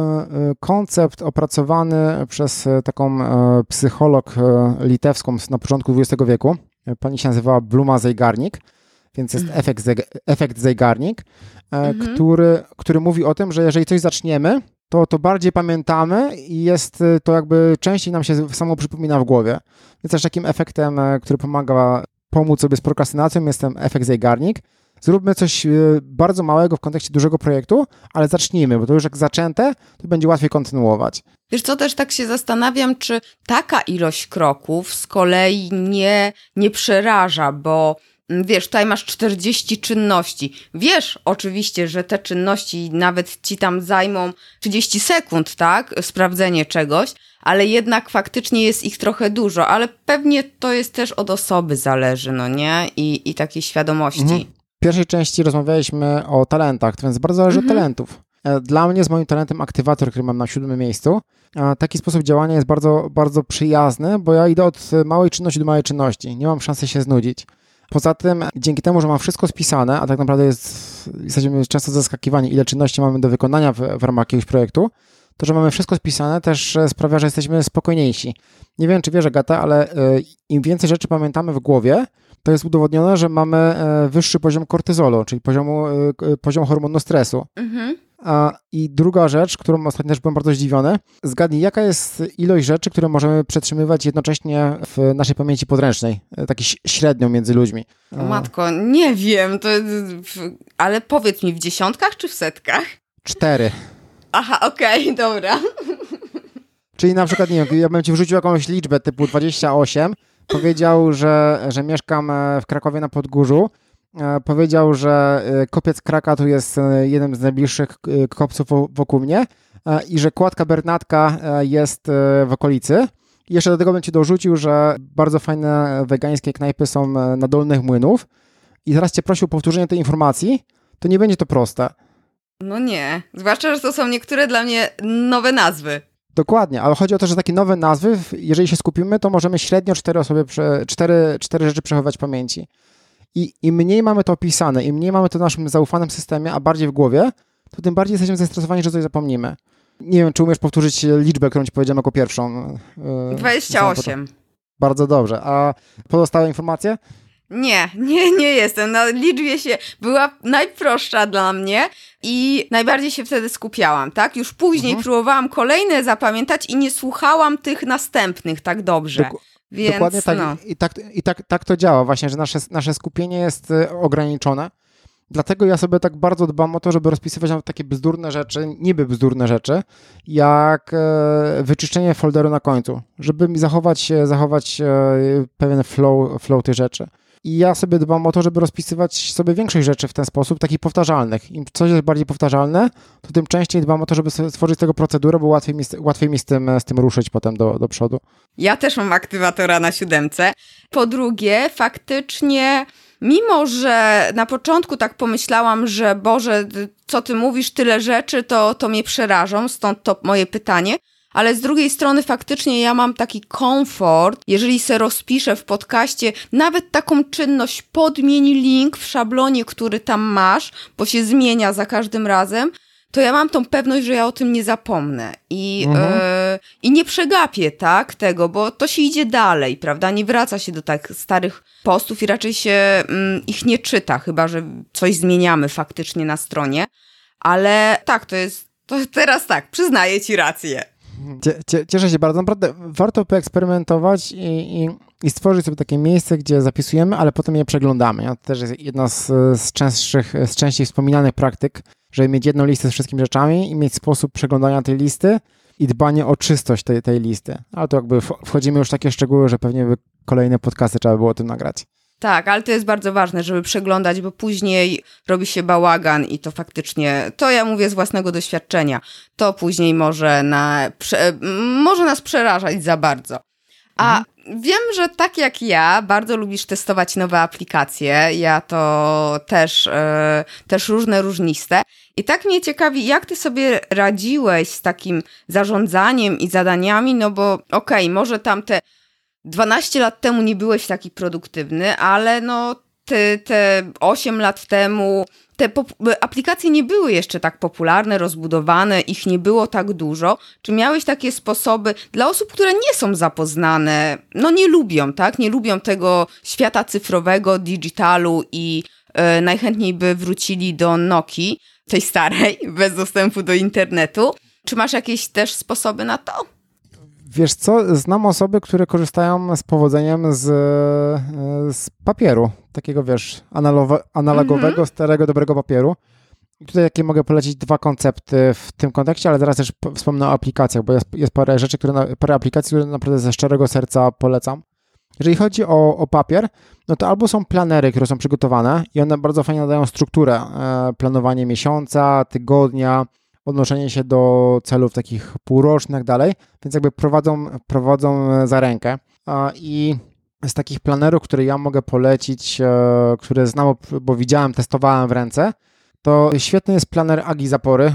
koncept opracowany przez taką psycholog litewską na początku dwudziestego wieku. Pani się nazywała Bluma Zeigarnik, więc jest mhm. efekt, efekt Zeigarnik, mhm. który, który mówi o tym, że jeżeli coś zaczniemy, to, to bardziej pamiętamy i jest to jakby częściej nam się samo przypomina w głowie. Więc też takim efektem, który pomaga pomóc sobie z prokrastynacją, jest ten efekt Zeigarnik. Zróbmy coś bardzo małego w kontekście dużego projektu, ale zacznijmy, bo to już jak zaczęte, to będzie łatwiej kontynuować. Wiesz co, też tak się zastanawiam, czy taka ilość kroków z kolei nie, nie przeraża, bo wiesz, tutaj masz czterdzieści czynności. Wiesz oczywiście, że te czynności nawet ci tam zajmą trzydzieści sekund, tak? Sprawdzenie czegoś, ale jednak faktycznie jest ich trochę dużo, ale pewnie to jest też od osoby zależy, no nie? I, i takiej świadomości. Mhm. W pierwszej części rozmawialiśmy o talentach, więc bardzo zależy mhm. od talentów. Dla mnie z moim talentem aktywator, który mam na siódmym miejscu, taki sposób działania jest bardzo, bardzo przyjazny, bo ja idę od małej czynności do małej czynności. Nie mam szansy się znudzić. Poza tym, dzięki temu, że mam wszystko spisane, a tak naprawdę jest, jesteśmy często zaskakiwani, ile czynności mamy do wykonania w, w ramach jakiegoś projektu, to, że mamy wszystko spisane, też sprawia, że jesteśmy spokojniejsi. Nie wiem, czy wiesz, Agata, ale im więcej rzeczy pamiętamy w głowie, to jest udowodnione, że mamy wyższy poziom kortyzolu, czyli poziomu, poziom hormonu stresu. Mhm. I druga rzecz, którą ostatnio też byłem bardzo zdziwiony, zgadnij, jaka jest ilość rzeczy, które możemy przetrzymywać jednocześnie w naszej pamięci podręcznej, taki średnią między ludźmi. O matko, nie wiem, to, ale powiedz mi, w dziesiątkach czy w setkach? Cztery. Aha, okej, okay, dobra. Czyli na przykład, nie wiem, ja bym ci wrzucił jakąś liczbę typu dwadzieścia osiem, powiedział, że, że mieszkam w Krakowie na Podgórzu, powiedział, że kopiec Kraka tu jest jednym z najbliższych kopców wokół mnie i że Kładka Bernatka jest w okolicy. I jeszcze do tego bym ci dorzucił, że bardzo fajne wegańskie knajpy są na Dolnych Młynów i teraz cię prosił o powtórzenie tej informacji, to nie będzie to proste. No nie, zwłaszcza, że to są niektóre dla mnie nowe nazwy. Dokładnie, ale chodzi o to, że takie nowe nazwy, jeżeli się skupimy, to możemy średnio cztery osoby, cztery, cztery rzeczy przechowywać w pamięci. I im mniej mamy to opisane, im mniej mamy to w naszym zaufanym systemie, a bardziej w głowie, to tym bardziej jesteśmy zestresowani, że coś zapomnimy. Nie wiem, czy umiesz powtórzyć liczbę, którą ci powiedziałem jako pierwszą. dwadzieścia osiem. Bardzo dobrze. A pozostałe informacje? Nie, nie, nie jestem. Na liczbie się była najprostsza dla mnie i najbardziej się wtedy skupiałam, tak? Już później mhm. próbowałam kolejne zapamiętać i nie słuchałam tych następnych tak dobrze. Dok- Więc, Dokładnie tak. No. I, tak, i tak, tak to działa właśnie, że nasze, nasze skupienie jest ograniczone. Dlatego ja sobie tak bardzo dbam o to, żeby rozpisywać nawet takie bzdurne rzeczy, niby bzdurne rzeczy, jak e, wyczyszczenie folderu na końcu, żeby mi zachować, zachować e, pewien flow, flow tych rzeczy. I ja sobie dbam o to, żeby rozpisywać sobie większość rzeczy w ten sposób, takich powtarzalnych. Im coś jest bardziej powtarzalne, to tym częściej dbam o to, żeby stworzyć z tego procedurę, bo łatwiej mi, łatwiej mi z, tym, z tym ruszyć potem do, do przodu. Ja też mam aktywatora na siódemce. Po drugie, faktycznie, mimo że na początku tak pomyślałam, że Boże, co ty mówisz, tyle rzeczy, to, to mnie przerażą, stąd to moje pytanie. Ale z drugiej strony faktycznie ja mam taki komfort, jeżeli se rozpiszę w podcaście nawet taką czynność, podmień link w szablonie, który tam masz, bo się zmienia za każdym razem, to ja mam tą pewność, że ja o tym nie zapomnę i, mhm. yy, i nie przegapię, tak, tego, bo to się idzie dalej, prawda, nie wraca się do tak starych postów i raczej się yy, ich nie czyta, chyba że coś zmieniamy faktycznie na stronie, ale tak, to jest, to teraz tak, przyznaję ci rację. Cieszę się bardzo. Naprawdę warto poeksperymentować i, i, i stworzyć sobie takie miejsce, gdzie zapisujemy, ale potem je przeglądamy. To też jest jedna z, z, częstszych, z częściej wspominanych praktyk, żeby mieć jedną listę z wszystkimi rzeczami i mieć sposób przeglądania tej listy i dbanie o czystość tej, tej listy. Ale to jakby wchodzimy już w takie szczegóły, że pewnie by kolejne podcasty trzeba było o tym nagrać. Tak, ale to jest bardzo ważne, żeby przeglądać, bo później robi się bałagan i to faktycznie, to ja mówię z własnego doświadczenia, to później może, na, prze, może nas przerażać za bardzo. A wiem, że tak jak ja, bardzo lubisz testować nowe aplikacje. Ja to też, e, też różne, różniste. I tak mnie ciekawi, jak ty sobie radziłeś z takim zarządzaniem i zadaniami, no bo okej, okay, może tam te dwanaście lat temu nie byłeś taki produktywny, ale no te, te osiem lat temu te pop- aplikacje nie były jeszcze tak popularne, rozbudowane, ich nie było tak dużo. Czy miałeś takie sposoby dla osób, które nie są zapoznane, no nie lubią, tak? Nie lubią tego świata cyfrowego, digitalu i e, najchętniej by wrócili do Nokii, tej starej, bez dostępu do internetu. Czy masz jakieś też sposoby na to? Wiesz co, znam osoby, które korzystają z powodzeniem z, z papieru, takiego wiesz, analowe, analogowego, mm-hmm. starego, dobrego papieru. I tutaj jakie mogę polecić dwa koncepty w tym kontekście, ale zaraz też wspomnę o aplikacjach, bo jest, jest parę rzeczy, które, parę aplikacji, które naprawdę ze szczerego serca polecam. Jeżeli chodzi o, o papier, no to albo są planery, które są przygotowane i one bardzo fajnie nadają strukturę, e, planowanie miesiąca, tygodnia, odnoszenie się do celów takich półrocznych i tak dalej, więc jakby prowadzą, prowadzą za rękę. I z takich planerów, które ja mogę polecić, które znam, bo widziałem, testowałem w ręce, to świetny jest planer Agi Zapory,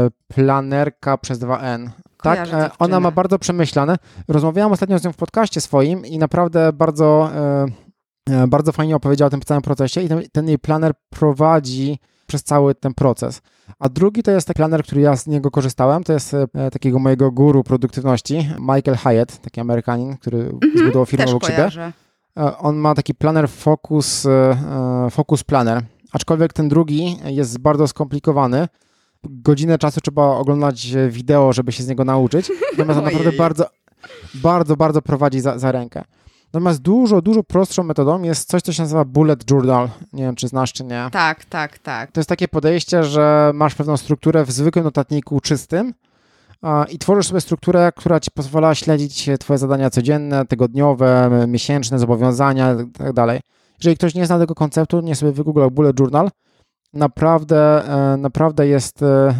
planerka przez dwa N. Tak, ona ma bardzo przemyślane. Rozmawiałam ostatnio z nią w podcaście swoim i naprawdę bardzo, bardzo fajnie opowiedziała o tym całym procesie i ten, ten jej planer prowadzi przez cały ten proces. A drugi to jest taki planer, który ja z niego korzystałem, to jest e, takiego mojego guru produktywności, Michael Hyatt, taki Amerykanin, który mm-hmm, zbudował firmę obok siebie. E, on ma taki planer Focus, e, Focus Planner, aczkolwiek ten drugi jest bardzo skomplikowany. Godzinę czasu trzeba oglądać wideo, żeby się z niego nauczyć, natomiast on naprawdę bardzo, bardzo, bardzo prowadzi za, za rękę. Natomiast dużo, dużo prostszą metodą jest coś, co się nazywa bullet journal. Nie wiem, czy znasz, czy nie. Tak, tak, tak. To jest takie podejście, że masz pewną strukturę w zwykłym notatniku czystym a, i tworzysz sobie strukturę, która ci pozwala śledzić twoje zadania codzienne, tygodniowe, miesięczne, zobowiązania i tak dalej. Jeżeli ktoś nie zna tego konceptu, nie sobie wygooglał bullet journal. Naprawdę, e, naprawdę jest, e,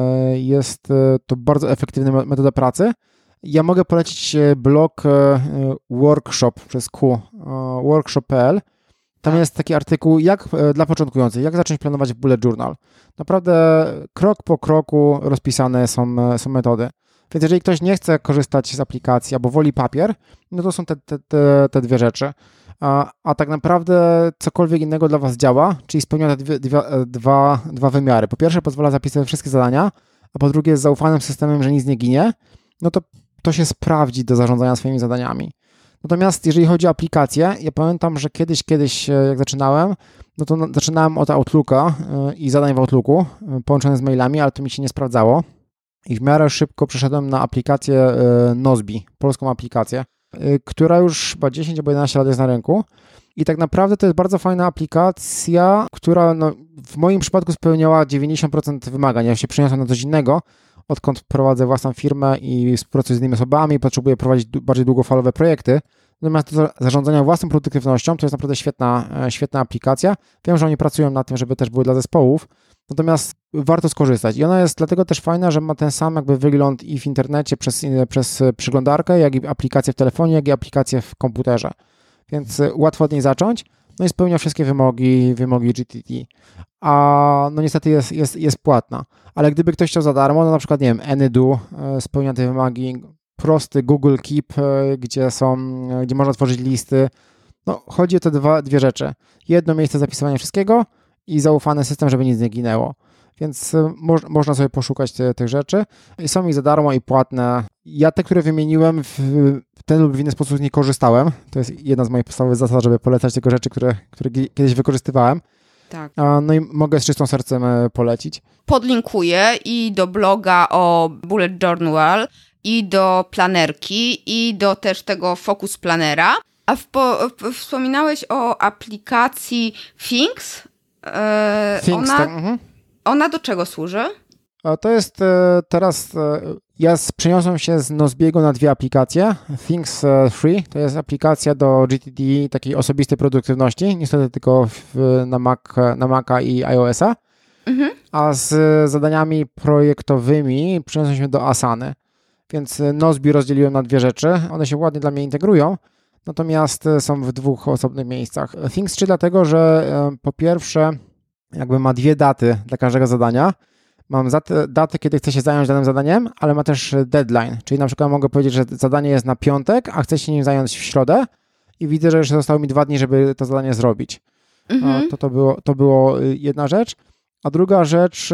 jest to bardzo efektywna metoda pracy. Ja mogę polecić blog Workshop przez Q, workshop kropka p l. Tam jest taki artykuł jak dla początkujących, jak zacząć planować bullet journal. Naprawdę krok po kroku rozpisane są, są metody. Więc jeżeli ktoś nie chce korzystać z aplikacji albo woli papier, no to są te, te, te, te dwie rzeczy. A, a tak naprawdę cokolwiek innego dla Was działa, czyli spełnia te dwie, dwie, dwa, dwa wymiary. Po pierwsze pozwala zapisać wszystkie zadania, a po drugie z zaufanym systemem, że nic nie ginie, no to to się sprawdzi do zarządzania swoimi zadaniami. Natomiast jeżeli chodzi o aplikacje, ja pamiętam, że kiedyś, kiedyś jak zaczynałem, no to zaczynałem od Outlooka i zadań w Outlooku połączone z mailami, ale to mi się nie sprawdzało. I w miarę szybko przeszedłem na aplikację Nozbi, polską aplikację, która już chyba dziesięć albo jedenaście lat jest na rynku. I tak naprawdę to jest bardzo fajna aplikacja, która no, w moim przypadku spełniała dziewięćdziesiąt procent wymagań. Ja się przeniosłem na coś innego, odkąd prowadzę własną firmę i współpracuję z innymi osobami, potrzebuję prowadzić bardziej długofalowe projekty. Natomiast do zarządzania własną produktywnością to jest naprawdę świetna, świetna aplikacja. Wiem, że oni pracują nad tym, żeby też były dla zespołów, natomiast warto skorzystać. I ona jest dlatego też fajna, że ma ten sam jakby wygląd i w internecie przez, przez przeglądarkę, jak i aplikację w telefonie, jak i aplikację w komputerze. Więc łatwo od niej zacząć. No i spełnia wszystkie wymogi, wymogi G T T. A no niestety jest, jest, jest płatna. Ale gdyby ktoś chciał za darmo, no na przykład, nie wiem, AnyDo spełnia te wymagi, prosty Google Keep, gdzie są, gdzie można tworzyć listy. No chodzi o te dwa, dwie rzeczy. Jedno miejsce zapisywania wszystkiego i zaufany system, żeby nic nie ginęło. Więc mo- można sobie poszukać te, tych rzeczy. I są i za darmo, i płatne. Ja te, które wymieniłem, w ten lub w inny sposób nie korzystałem. To jest jedna z moich podstawowych zasad, żeby polecać tylko rzeczy, które, które kiedyś wykorzystywałem. Tak. No i mogę z czystym sercem polecić. Podlinkuję i do bloga o Bullet Journal, i do planerki, i do też tego Focus Planera. A w po, w, wspominałeś o aplikacji Things. E, Things, ona, tak. Mhm. Ona do czego służy? A to jest e, teraz, e, ja przeniosłem się z Nozbiego na dwie aplikacje. Things trzy to jest aplikacja do G T T, takiej osobistej produktywności, niestety tylko w, na, Mac, na Maca i iOS-a. Mhm. A z zadaniami projektowymi przeniosłem się do Asany. Więc Nozbi rozdzieliłem na dwie rzeczy. One się ładnie dla mnie integrują. natomiast są w dwóch osobnych miejscach. Things trzy dlatego, że po pierwsze jakby ma dwie daty dla każdego zadania. Mam datę, kiedy chcę się zająć danym zadaniem, ale ma też deadline, czyli na przykład mogę powiedzieć, że zadanie jest na piątek, a chcę się nim zająć w środę i widzę, że jeszcze zostało mi dwa dni, żeby to zadanie zrobić. Mhm. To, to, było, to było jedna rzecz. A druga rzecz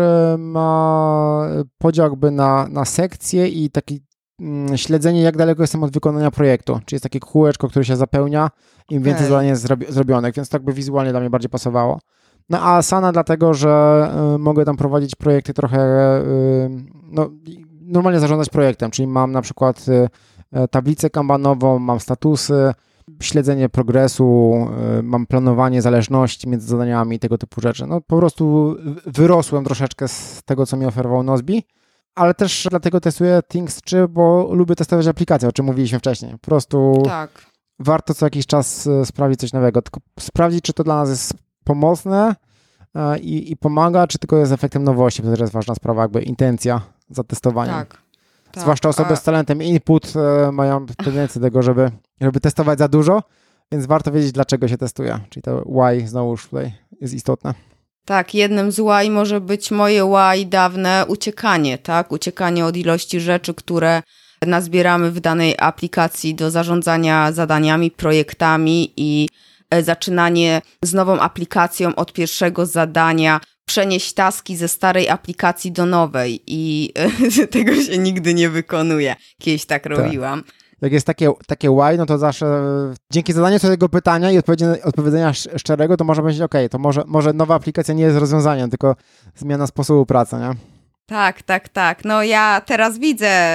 ma podział jakby na, na sekcje i takie śledzenie, jak daleko jestem od wykonania projektu. Czyli jest takie kółeczko, które się zapełnia, im więcej okay. zadań jest zrobi- zrobionych, więc to jakby wizualnie dla mnie bardziej pasowało. No a Asana dlatego, że y, mogę tam prowadzić projekty trochę, y, no normalnie zarządzać projektem, czyli mam na przykład y, tablicę kanbanową, mam statusy, śledzenie progresu, y, mam planowanie zależności między zadaniami i tego typu rzeczy. No po prostu wyrosłem troszeczkę z tego, co mi oferował Nozbe, ale też dlatego testuję Things trzy, bo lubię testować aplikacje, o czym mówiliśmy wcześniej. Po prostu tak. warto co jakiś czas sprawdzić coś nowego, tylko sprawdzić, czy to dla nas jest pomocne i, i pomaga, czy tylko jest efektem nowości, bo to jest ważna sprawa, jakby intencja zatestowania. Tak. tak. Zwłaszcza osoby A... z talentem input e, mają tendencję do tego, żeby, żeby testować za dużo, więc warto wiedzieć, dlaczego się testuje. Czyli to why znowuż tutaj jest istotne. Tak, jednym z why może być moje why dawne uciekanie, tak? Uciekanie od ilości rzeczy, które nazbieramy w danej aplikacji do zarządzania zadaniami, projektami i zaczynanie z nową aplikacją od pierwszego zadania, przenieść taski ze starej aplikacji do nowej i tego się nigdy nie wykonuje. Kiedyś tak robiłam. Tak. Jak jest takie, takie why, no to zawsze dzięki zadaniu sobie tego pytania i odpowiedzenia szczerego, to można powiedzieć, ok, to może, może nowa aplikacja nie jest rozwiązaniem, tylko zmiana sposobu pracy, nie? Tak, tak, tak. No ja teraz widzę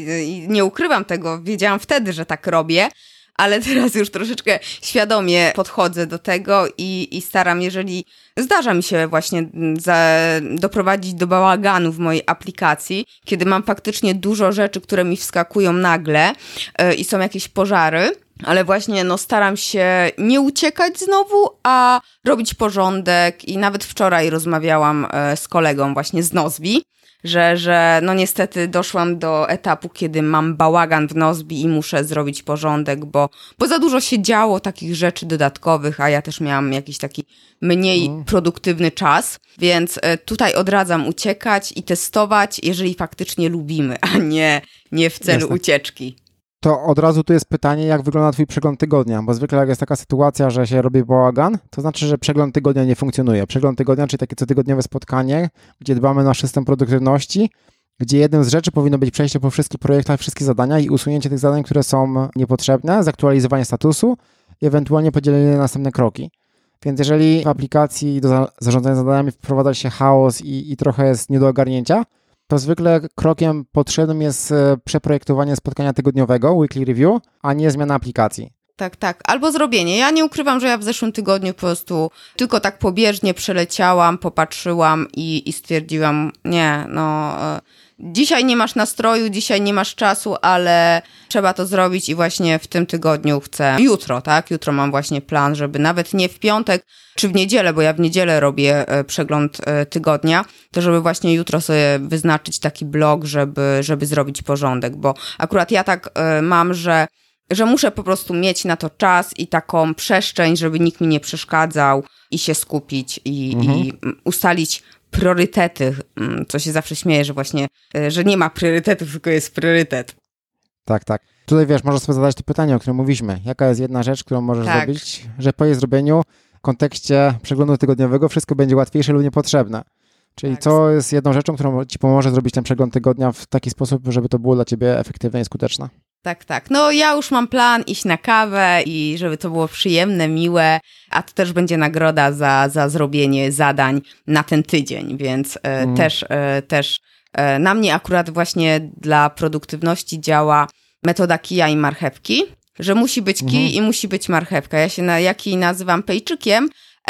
i nie ukrywam tego, wiedziałam wtedy, że tak robię, ale teraz już troszeczkę świadomie podchodzę do tego i, i staram, jeżeli zdarza mi się właśnie za, doprowadzić do bałaganu w mojej aplikacji, kiedy mam faktycznie dużo rzeczy, które mi wskakują nagle yy, i są jakieś pożary, ale właśnie no staram się nie uciekać znowu, a robić porządek i nawet wczoraj rozmawiałam yy, z kolegą właśnie z Nozbe, że, że no niestety doszłam do etapu, kiedy mam bałagan w Nozbe i muszę zrobić porządek, bo, bo za dużo się działo takich rzeczy dodatkowych, a ja też miałam jakiś taki mniej mm. produktywny czas, więc tutaj odradzam uciekać i testować, jeżeli faktycznie lubimy, a nie, nie w celu Jasne. ucieczki. To od razu tu jest pytanie, jak wygląda twój przegląd tygodnia, bo zwykle jak jest taka sytuacja, że się robi bałagan, to znaczy, że przegląd tygodnia nie funkcjonuje. Przegląd tygodnia, czyli takie cotygodniowe spotkanie, gdzie dbamy na system produktywności, gdzie jednym z rzeczy powinno być przejście po wszystkich projektach, wszystkich zadaniach i usunięcie tych zadań, które są niepotrzebne, zaktualizowanie statusu i ewentualnie podzielenie na następne kroki. Więc jeżeli w aplikacji do za- zarządzania zadaniami wprowadza się chaos i, i trochę jest nie do ogarnięcia, to zwykle krokiem potrzebnym jest przeprojektowanie spotkania tygodniowego, weekly review, a nie zmiana aplikacji. Tak, tak. Albo zrobienie. Ja nie ukrywam, że ja w zeszłym tygodniu po prostu tylko tak pobieżnie przeleciałam, popatrzyłam i, i stwierdziłam, nie, no dzisiaj nie masz nastroju, dzisiaj nie masz czasu, ale trzeba to zrobić i właśnie w tym tygodniu chcę, jutro, tak? Jutro mam właśnie plan, żeby nawet nie w piątek czy w niedzielę, bo ja w niedzielę robię przegląd tygodnia, to żeby właśnie jutro sobie wyznaczyć taki blok, żeby, żeby zrobić porządek, bo akurat ja tak mam, że że muszę po prostu mieć na to czas i taką przestrzeń, żeby nikt mi nie przeszkadzał i się skupić i, mhm. i ustalić priorytety, co się zawsze śmieje, że właśnie, że nie ma priorytetów, tylko jest priorytet. Tak, tak. Tutaj wiesz, możesz sobie zadać to pytanie, o którym mówiliśmy. Jaka jest jedna rzecz, którą możesz tak. zrobić, że po jej zrobieniu w kontekście przeglądu tygodniowego wszystko będzie łatwiejsze lub niepotrzebne. Czyli tak. co jest jedną rzeczą, którą ci pomoże zrobić ten przegląd tygodnia w taki sposób, żeby to było dla ciebie efektywne i skuteczne. Tak, tak. No ja już mam plan iść na kawę i żeby to było przyjemne, miłe, a to też będzie nagroda za, za zrobienie zadań na ten tydzień, więc mm. też, też na mnie akurat właśnie dla produktywności działa metoda kija i marchewki, że musi być kij mm. i musi być marchewka. Ja się na jaki nazywam pejczykiem,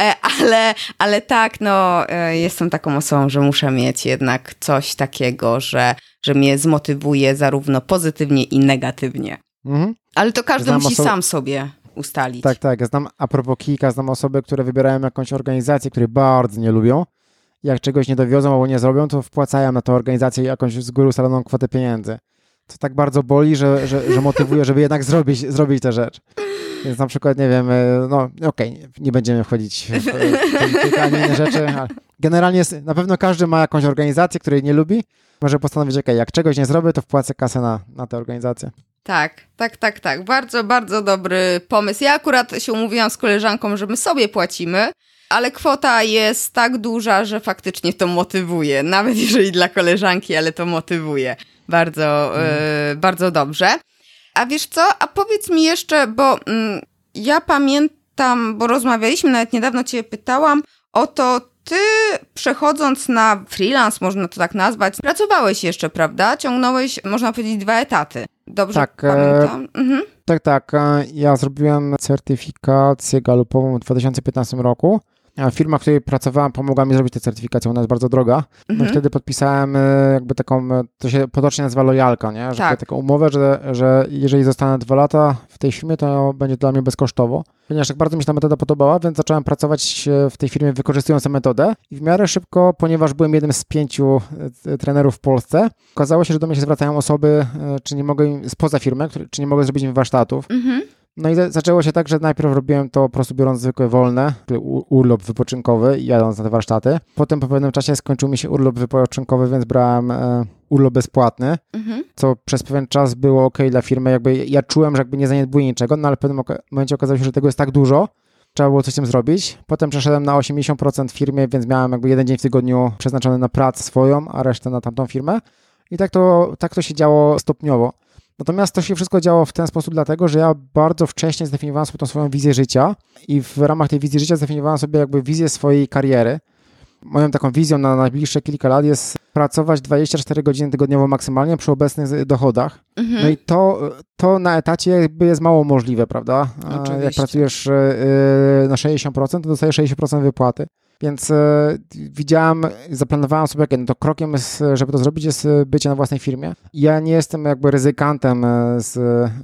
ale, ale tak, no jestem taką osobą, że muszę mieć jednak coś takiego, że, że mnie zmotywuje zarówno pozytywnie i negatywnie. Mhm. Ale to każdy znam musi oso- sam sobie ustalić. Tak, tak. Ja znam a propos kijka, znam osoby, które wybierają jakąś organizację, które bardzo nie lubią. Jak czegoś nie dowiozą albo nie zrobią, to wpłacają na tę organizację jakąś z góry ustaloną kwotę pieniędzy. to tak bardzo boli, że, że, że motywuje, żeby jednak zrobić, zrobić tę rzecz. Więc na przykład, nie wiem, no okej, okay, nie będziemy wchodzić w politykę ani inne rzeczy, ale generalnie jest, na pewno każdy ma jakąś organizację, której nie lubi, może postanowić, okej, okay, jak czegoś nie zrobię, to wpłacę kasę na, na tę organizację. Tak, tak, tak, tak. Bardzo, bardzo dobry pomysł. Ja akurat się umówiłam z koleżanką, że my sobie płacimy, ale kwota jest tak duża, że faktycznie to motywuje. Nawet jeżeli dla koleżanki, ale to motywuje. Bardzo, mm. y, bardzo dobrze. A wiesz co? A powiedz mi jeszcze, bo mm, ja pamiętam, bo rozmawialiśmy, nawet niedawno cię pytałam o to, ty przechodząc na freelance, można to tak nazwać, pracowałeś jeszcze, prawda? Ciągnąłeś, można powiedzieć, dwa etaty. Dobrze tak, pamiętam? E, mhm. Tak, tak. Ja zrobiłem certyfikację galupową w dwa tysiące piętnastym roku. Firma, w której pracowałem, pomogła mi zrobić tę certyfikację, ona jest bardzo droga. No mhm. i wtedy podpisałem jakby taką, to się potocznie nazywa lojalka, nie? Że tak. taką umowę, że, że jeżeli zostanę dwa lata w tej firmie, to będzie dla mnie bezkosztowo. Ponieważ tak bardzo mi się ta metoda podobała, więc zacząłem pracować w tej firmie wykorzystując tę metodę i w miarę szybko, ponieważ byłem jednym z pięciu trenerów w Polsce, okazało się, że do mnie się zwracają osoby, czy nie mogę, spoza firmy, czy nie mogę zrobić im warsztatów. Mhm. No i zaczęło się tak, że najpierw robiłem to po prostu biorąc zwykłe wolne, urlop wypoczynkowy i jadąc na te warsztaty. Potem po pewnym czasie skończył mi się urlop wypoczynkowy, więc brałem e, urlop bezpłatny, mhm. co przez pewien czas było ok dla firmy. Jakby ja czułem, że jakby nie zaniedbuję niczego, no ale w pewnym momencie okazało się, że tego jest tak dużo, trzeba było coś z tym zrobić. Potem przeszedłem na osiemdziesiąt procent w firmie, więc miałem jakby jeden dzień w tygodniu przeznaczony na pracę swoją, a resztę na tamtą firmę. I tak to, tak to się działo stopniowo. Natomiast to się wszystko działo w ten sposób dlatego, że ja bardzo wcześnie zdefiniowałem sobie tą swoją wizję życia i w ramach tej wizji życia zdefiniowałem sobie jakby wizję swojej kariery. Moją taką wizją na najbliższe kilka lat jest pracować dwadzieścia cztery godziny tygodniowo maksymalnie przy obecnych dochodach. Mhm. No i to, to na etacie jakby jest mało możliwe, prawda? Oczywiście. Jak pracujesz na sześćdziesiąt procent, to dostajesz sześćdziesiąt procent wypłaty. Więc e, widziałem, zaplanowałem sobie, okay, no to krokiem, jest, żeby to zrobić, jest bycie na własnej firmie. Ja nie jestem jakby ryzykantem z,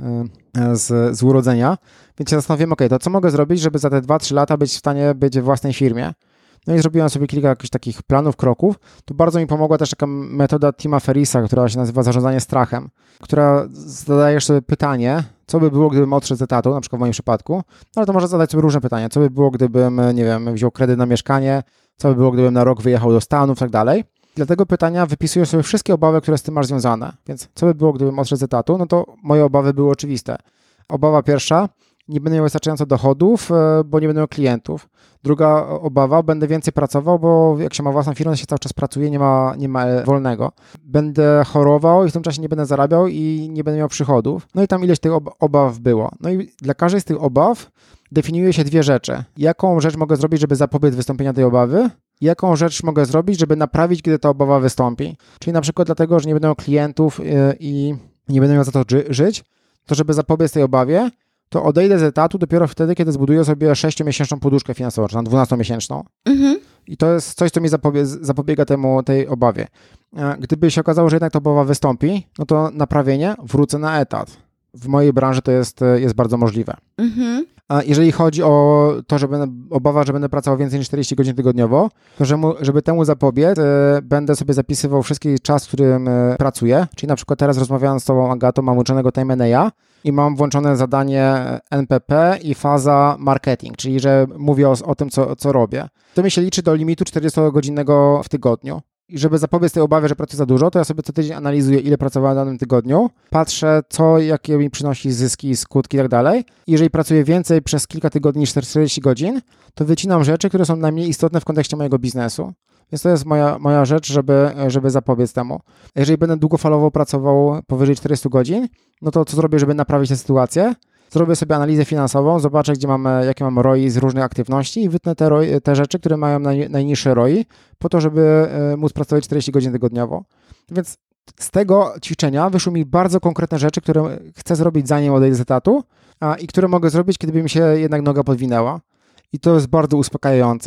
z, z urodzenia, więc się zastanowiłem, ok, to co mogę zrobić, żeby za te dwa trzy lata być w stanie być w własnej firmie. No i zrobiłem sobie kilka jakichś takich planów, kroków. Tu bardzo mi pomogła też taka metoda Tima Ferrissa, która się nazywa zarządzanie strachem, która zadajesz sobie pytanie, co by było, gdybym odszedł z etatu, na przykład w moim przypadku, no ale to można zadać sobie różne pytania. Co by było, gdybym, nie wiem, wziął kredyt na mieszkanie, co by było, gdybym na rok wyjechał do Stanów i tak dalej. Dla tego pytania wypisujesz sobie wszystkie obawy, które z tym masz związane. Więc co by było, gdybym odszedł z etatu? No to moje obawy były oczywiste. Obawa pierwsza, nie będę miał wystarczająco dochodów, bo nie będę miał klientów. Druga obawa, będę więcej pracował, bo jak się ma własną firmę, to się cały czas pracuje, nie ma, nie ma wolnego. Będę chorował i w tym czasie nie będę zarabiał i nie będę miał przychodów. No i tam ileś tych ob- obaw było. No i dla każdej z tych obaw definiuje się dwie rzeczy. Jaką rzecz mogę zrobić, żeby zapobiec wystąpieniu tej obawy? Jaką rzecz mogę zrobić, żeby naprawić, kiedy ta obawa wystąpi? Czyli na przykład dlatego, że nie będę miał klientów i nie będę miał za to ży- żyć, to żeby zapobiec tej obawie, to odejdę z etatu dopiero wtedy, kiedy zbuduję sobie sześciomiesięczną poduszkę finansową, czy tam dwunastomiesięczną. Mhm. I to jest coś, co mi zapobie- zapobiega temu, tej obawie. Gdyby się okazało, że jednak ta obawa wystąpi, no to naprawienie, wrócę na etat. W mojej branży to jest, jest bardzo możliwe. Mhm. A jeżeli chodzi o to, że będę, obawa, że będę pracował więcej niż czterdzieści godzin tygodniowo, to żeby, żeby temu zapobiec, e, będę sobie zapisywał wszystki czas, w którym e, pracuję. Czyli na przykład teraz rozmawiając z tobą, Agatą, mam włączonego Time N A i mam włączone zadanie N P P i faza marketing, czyli że mówię o, o tym, co, co robię. To mi się liczy do limitu czterdziestogodzinnego w tygodniu. I żeby zapobiec tej obawie, że pracuję za dużo, to ja sobie co tydzień analizuję, ile pracowałem w danym tygodniu, patrzę, co, jakie mi przynosi zyski, skutki i tak dalej. Jeżeli pracuję więcej przez kilka tygodni niż czterdzieści godzin, to wycinam rzeczy, które są najmniej istotne w kontekście mojego biznesu. Więc to jest moja, moja rzecz, żeby, żeby zapobiec temu. Jeżeli będę długofalowo pracował powyżej czterdzieści godzin, no to co zrobię, żeby naprawić tę sytuację? Zrobię sobie analizę finansową, zobaczę, gdzie mamy, jakie mam R O I z różnych aktywności i wytnę te, R O I, te rzeczy, które mają naj, najniższe R O I, po to, żeby móc pracować czterdzieści godzin tygodniowo. Więc z tego ćwiczenia wyszły mi bardzo konkretne rzeczy, które chcę zrobić zanim odejdę z etatu a, i które mogę zrobić, kiedy by mi się jednak noga podwinęła. I to jest bardzo uspokajające.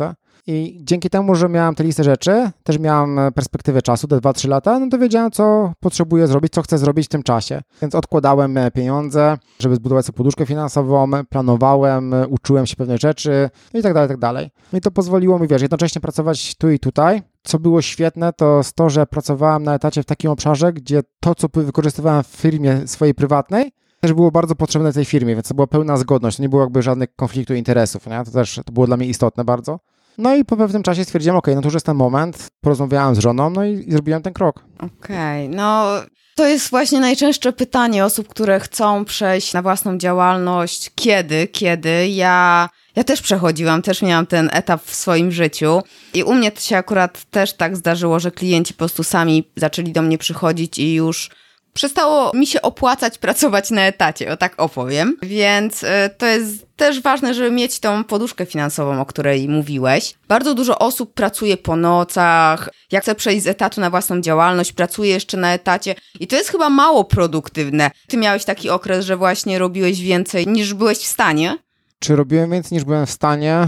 I dzięki temu, że miałem te listy rzeczy, też miałem perspektywę czasu, te dwa trzy lata, no to wiedziałem, co potrzebuję zrobić, co chcę zrobić w tym czasie. Więc odkładałem pieniądze, żeby zbudować sobie poduszkę finansową, planowałem, uczyłem się pewnych rzeczy i tak dalej, tak dalej. No i to pozwoliło mi, wiesz, jednocześnie pracować tu i tutaj. Co było świetne, to jest to, że pracowałem na etacie w takim obszarze, gdzie to, co wykorzystywałem w firmie swojej prywatnej, też było bardzo potrzebne tej firmie, więc to była pełna zgodność, to nie było jakby żadnych konfliktu interesów, nie? To też to było dla mnie istotne bardzo. No i po pewnym czasie stwierdziłem, okej, okay, no to już jest ten moment, porozmawiałem z żoną, no i, i zrobiłem ten krok. Okej, okay, no to jest właśnie najczęstsze pytanie osób, które chcą przejść na własną działalność. Kiedy? Kiedy? Ja... Ja też przechodziłam, też miałam ten etap w swoim życiu i u mnie to się akurat też tak zdarzyło, że klienci po prostu sami zaczęli do mnie przychodzić i już przestało mi się opłacać pracować na etacie, o tak opowiem. Więc y, to jest też ważne, żeby mieć tą poduszkę finansową, o której mówiłeś. Bardzo dużo osób pracuje po nocach, jak chce przejść z etatu na własną działalność, pracuje jeszcze na etacie i to jest chyba mało produktywne. Ty miałeś taki okres, że właśnie robiłeś więcej niż byłeś w stanie? Czy robiłem więcej niż byłem w stanie?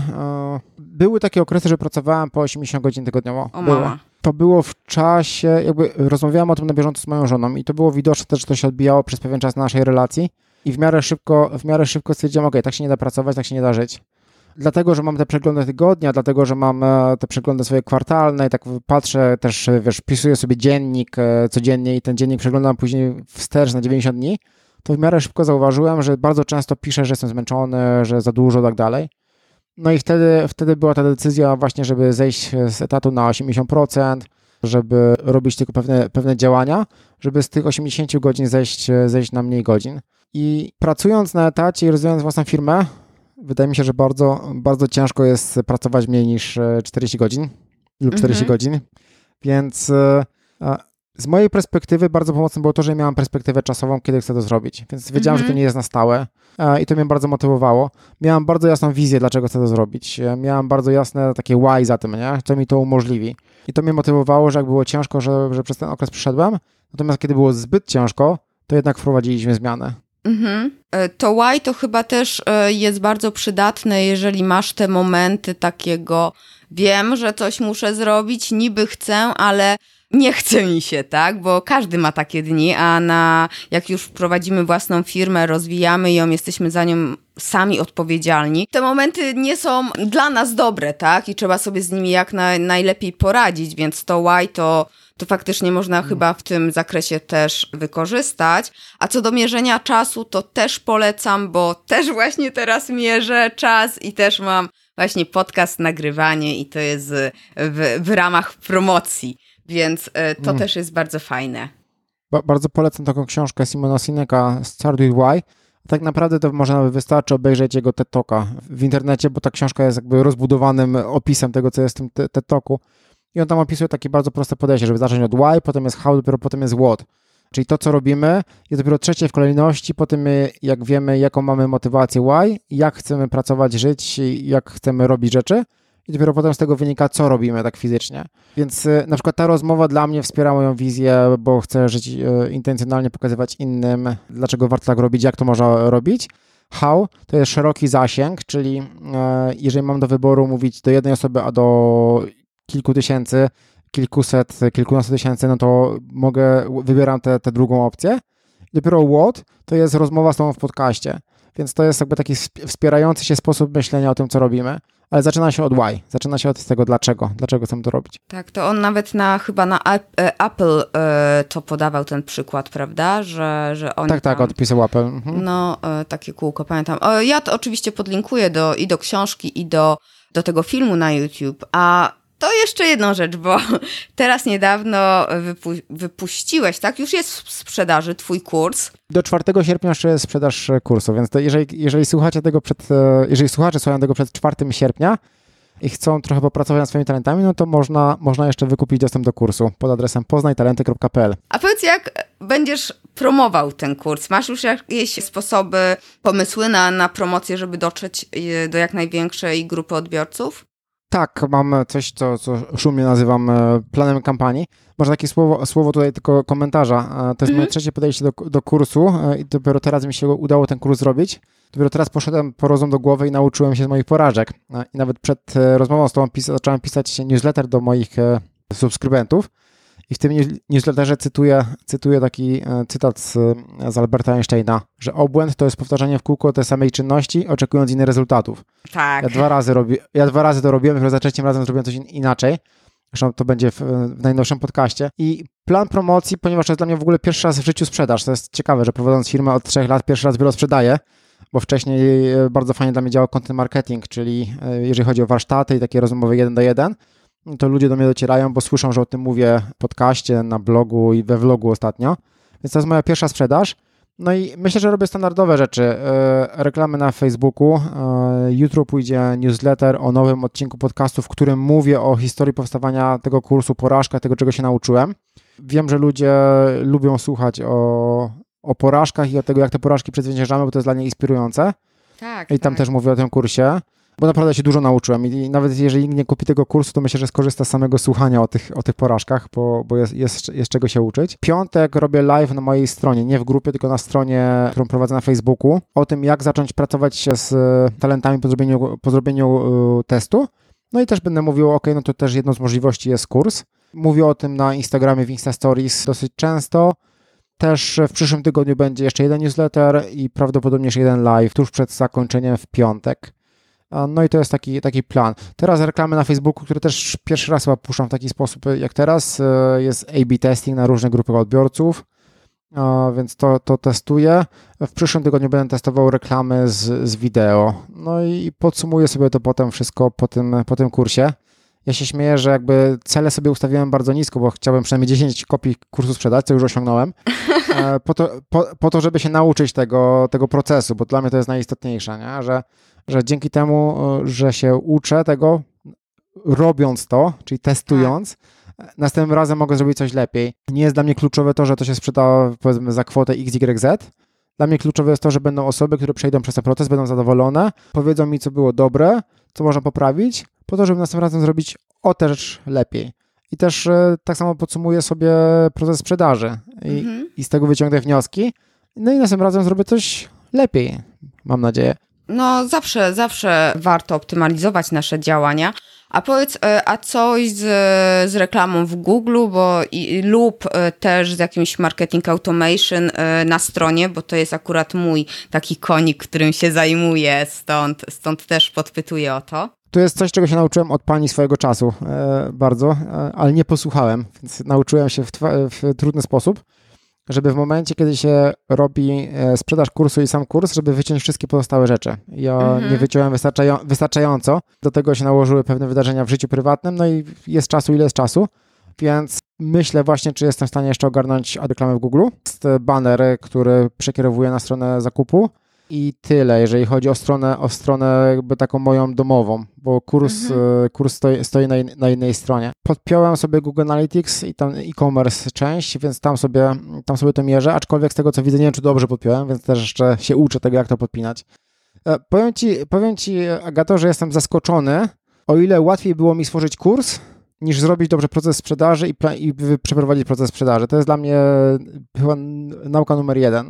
Były takie okresy, że pracowałem po osiemdziesiąt godzin tygodniowo. O mama. To było w czasie, jakby rozmawiałem o tym na bieżąco z moją żoną i to było widoczne też, że to się odbijało przez pewien czas na naszej relacji i w miarę szybko, w miarę szybko stwierdziłem, okej, tak się nie da pracować, tak się nie da żyć. Dlatego, że mam te przeglądy tygodnia, dlatego, że mam te przeglądy swoje kwartalne i tak patrzę też, wiesz, wpisuję sobie dziennik codziennie i ten dziennik przeglądam później wstecz na dziewięćdziesiąt dni, to w miarę szybko zauważyłem, że bardzo często piszę, że jestem zmęczony, że za dużo i tak dalej. No i wtedy, wtedy była ta decyzja właśnie, żeby zejść z etatu na osiemdziesiąt procent, żeby robić tylko pewne, pewne działania, żeby z tych osiemdziesiąt godzin zejść, zejść na mniej godzin. I pracując na etacie i rozwijając własną firmę, wydaje mi się, że bardzo, bardzo ciężko jest pracować mniej niż czterdzieści godzin lub czterdzieści mhm. godzin, więc z mojej perspektywy bardzo pomocne było to, że miałem perspektywę czasową, kiedy chcę to zrobić, więc wiedziałem, mm-hmm. że to nie jest na stałe i to mnie bardzo motywowało. Miałem bardzo jasną wizję, dlaczego chcę to zrobić. Miałem bardzo jasne takie why za tym, nie? Co mi to umożliwi. I to mnie motywowało, że jak było ciężko, że, że przez ten okres przyszedłem, natomiast kiedy było zbyt ciężko, to jednak wprowadziliśmy zmianę. Mhm. To why to chyba też jest bardzo przydatne, jeżeli masz te momenty takiego wiem, że coś muszę zrobić, niby chcę, ale nie chce mi się, tak? Bo każdy ma takie dni, a na jak już prowadzimy własną firmę, rozwijamy ją, jesteśmy za nią sami odpowiedzialni, te momenty nie są dla nas dobre, tak? I trzeba sobie z nimi jak na, najlepiej poradzić, więc to why to, to faktycznie można hmm. chyba w tym zakresie też wykorzystać. A co do mierzenia czasu, to też polecam, bo też właśnie teraz mierzę czas i też mam właśnie podcast, nagrywanie i to jest w, w ramach promocji. Więc y, to mm. też jest bardzo fajne. Ba- bardzo polecam taką książkę Simona Sineka Start with Why. Tak naprawdę to można wystarczy obejrzeć jego TED Talka w internecie, bo ta książka jest jakby rozbudowanym opisem tego, co jest w tym TED Talku. I on tam opisuje takie bardzo proste podejście, żeby zacząć od why, potem jest how, dopiero potem jest what. Czyli to, co robimy, jest dopiero trzecie w kolejności, po tym jak wiemy, jaką mamy motywację why, jak chcemy pracować, żyć, jak chcemy robić rzeczy. I dopiero potem z tego wynika, co robimy tak fizycznie. Więc y, na przykład ta rozmowa dla mnie wspiera moją wizję, bo chcę żyć y, intencjonalnie, pokazywać innym, dlaczego warto tak robić, jak to można robić. How to jest szeroki zasięg, czyli y, jeżeli mam do wyboru mówić do jednej osoby, a do kilku tysięcy, kilkuset, kilkunastu tysięcy, no to mogę, wybieram tę drugą opcję. I dopiero what to jest rozmowa z tobą w podcaście. Więc to jest jakby taki wspierający się sposób myślenia o tym, co robimy. Ale zaczyna się od why. Zaczyna się od tego dlaczego. Dlaczego chcemy to robić. Tak, to on nawet na chyba na Apple y, to podawał ten przykład, prawda? Że, że oni Tak, tam, tak, odpisał Apple. Mhm. No, y, takie kółko, pamiętam. O, ja to oczywiście podlinkuję do, i do książki, i do, do tego filmu na YouTube. A to jeszcze jedną rzecz, bo teraz niedawno wypu- wypuściłeś, tak? Już jest w sprzedaży twój kurs. Do czwartego sierpnia jeszcze jest sprzedaż kursu, więc to jeżeli, jeżeli słuchacie tego przed, jeżeli słuchacze słuchają tego przed czwartego sierpnia i chcą trochę popracować nad swoimi talentami, no to można, można jeszcze wykupić dostęp do kursu pod adresem poznaj talenty kropka p l. A powiedz, jak będziesz promował ten kurs? Masz już jakieś sposoby, pomysły na, na promocję, żeby dotrzeć do jak największej grupy odbiorców? Tak, mam coś, co, co szumnie nazywam planem kampanii. Może takie słowo, słowo tutaj tylko komentarza. To jest mm. moje trzecie podejście do, do kursu i dopiero teraz mi się udało ten kurs zrobić. Dopiero teraz poszedłem po rozum do głowy i nauczyłem się z moich porażek. I nawet przed rozmową z tobą pis- zacząłem pisać newsletter do moich subskrybentów. I w tym newsletterze cytuję, cytuję taki cytat z, z Alberta Einsteina, że obłęd to jest powtarzanie w kółko tej samej czynności, oczekując innych rezultatów. Tak. Ja dwa razy, robi, ja dwa razy to robiłem, dopiero za trzecim razem zrobiłem coś in, inaczej. Zresztą to będzie w, w najnowszym podcaście. I plan promocji, ponieważ to jest dla mnie w ogóle pierwszy raz w życiu sprzedaż. To jest ciekawe, że prowadząc firmę od trzech lat pierwszy raz wiele sprzedaję, bo wcześniej bardzo fajnie dla mnie działał content marketing, czyli jeżeli chodzi o warsztaty i takie rozmowy jeden do jeden, to ludzie do mnie docierają, bo słyszą, że o tym mówię w podcaście, na blogu i we vlogu ostatnio. Więc to jest moja pierwsza sprzedaż. No i myślę, że robię standardowe rzeczy. Yy, reklamy na Facebooku. Yy, jutro pójdzie newsletter o nowym odcinku podcastu, w którym mówię o historii powstawania tego kursu, porażkach, tego, czego się nauczyłem. Wiem, że ludzie lubią słuchać o, o porażkach i o tego, jak te porażki przezwyciężamy, bo to jest dla nich inspirujące. Tak, I tam tak. też mówię o tym kursie. Bo naprawdę się dużo nauczyłem i nawet jeżeli nikt nie kupi tego kursu, to myślę, że skorzysta z samego słuchania o tych, o tych porażkach, bo, bo jest, jest, jest czego się uczyć. Piątek robię live na mojej stronie, nie w grupie, tylko na stronie, którą prowadzę na Facebooku, o tym, jak zacząć pracować z talentami po zrobieniu, po zrobieniu y, testu. No i też będę mówił, ok, no to też jedną z możliwości jest kurs. Mówię o tym na Instagramie, w Insta Stories dosyć często. Też w przyszłym tygodniu będzie jeszcze jeden newsletter i prawdopodobnie jeszcze jeden live tuż przed zakończeniem w piątek. No i to jest taki, taki plan. Teraz reklamy na Facebooku, które też pierwszy raz chyba puszczam w taki sposób jak teraz. Jest A B testing na różne grupy odbiorców, więc to, to testuję. W przyszłym tygodniu będę testował reklamy z, z wideo. No i podsumuję sobie to potem wszystko po tym, po tym kursie. Ja się śmieję, że jakby cele sobie ustawiłem bardzo nisko, bo chciałbym przynajmniej dziesięć kopii kursu sprzedać, co już osiągnąłem, po to, po, po to żeby się nauczyć tego, tego procesu, bo dla mnie to jest najistotniejsze, nie? Że że dzięki temu, że się uczę tego, robiąc to, czyli testując, tak. następnym razem mogę zrobić coś lepiej. Nie jest dla mnie kluczowe to, że to się sprzeda, powiedzmy, za kwotę X Y Z. Dla mnie kluczowe jest to, że będą osoby, które przejdą przez ten proces, będą zadowolone, powiedzą mi, co było dobre, co można poprawić, po to, żeby następnym razem zrobić o też lepiej. I też tak samo podsumuję sobie proces sprzedaży i, mhm. i z tego wyciągnę wnioski. No i następnym razem zrobię coś lepiej, mam nadzieję. No zawsze, zawsze warto optymalizować nasze działania. A powiedz, a coś z, z reklamą w Google, bo i, lub też z jakimś marketing automation na stronie, bo to jest akurat mój taki konik, którym się zajmuję, stąd, stąd też podpytuję o to. To jest coś, czego się nauczyłem od pani swojego czasu e, bardzo, e, ale nie posłuchałem, więc nauczyłem się w, twa- w trudny sposób, żeby w momencie, kiedy się robi sprzedaż kursu i sam kurs, żeby wyciąć wszystkie pozostałe rzeczy. Ja mhm. nie wyciąłem wystarczają- wystarczająco. Do tego się nałożyły pewne wydarzenia w życiu prywatnym, no i jest czasu, ile jest czasu, więc myślę właśnie, czy jestem w stanie jeszcze ogarnąć reklamę w Google. Jest banner, który przekierowuje na stronę zakupu i tyle, jeżeli chodzi o stronę, o stronę jakby taką moją domową, bo kurs, mhm. kurs stoi, stoi na, na innej stronie. Podpiąłem sobie Google Analytics i tam e-commerce część, więc tam sobie, tam sobie to mierzę, aczkolwiek z tego, co widzę, nie wiem, czy dobrze podpiąłem, więc też jeszcze się uczę tego, jak to podpinać. Powiem ci, powiem ci, Agato, że jestem zaskoczony, o ile łatwiej było mi stworzyć kurs, niż zrobić dobrze proces sprzedaży i, pla- i przeprowadzić proces sprzedaży. To jest dla mnie chyba nauka numer jeden.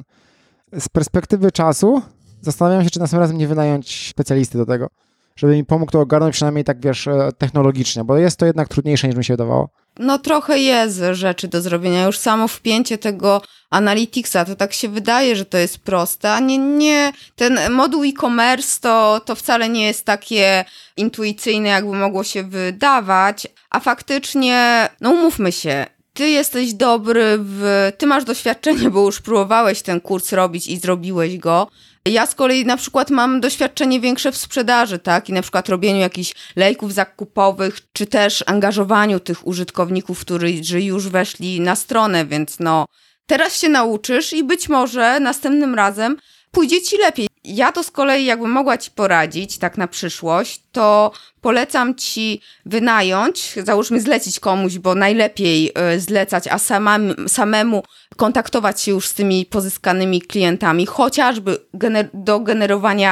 Z perspektywy czasu zastanawiam się, czy następnym razem nie wynająć specjalisty do tego, żeby mi pomógł to ogarnąć przynajmniej tak, wiesz, technologicznie, bo jest to jednak trudniejsze, niż mi się wydawało. No trochę jest rzeczy do zrobienia. Już samo wpięcie tego Analyticsa, to tak się wydaje, że to jest proste, a nie, nie. Ten moduł e-commerce to, to wcale nie jest takie intuicyjne, jakby mogło się wydawać, a faktycznie, no umówmy się, ty jesteś dobry w... Ty masz doświadczenie, bo już próbowałeś ten kurs robić i zrobiłeś go. Ja z kolei na przykład mam doświadczenie większe w sprzedaży, tak? I na przykład robieniu jakichś lejków zakupowych, czy też angażowaniu tych użytkowników, którzy już weszli na stronę, więc no... Teraz się nauczysz i być może następnym razem pójdzie ci lepiej. Ja to z kolei jakbym mogła ci poradzić, tak na przyszłość, to polecam ci wynająć, załóżmy zlecić komuś, bo najlepiej zlecać, a samemu, samemu kontaktować się już z tymi pozyskanymi klientami, chociażby gener- do generowania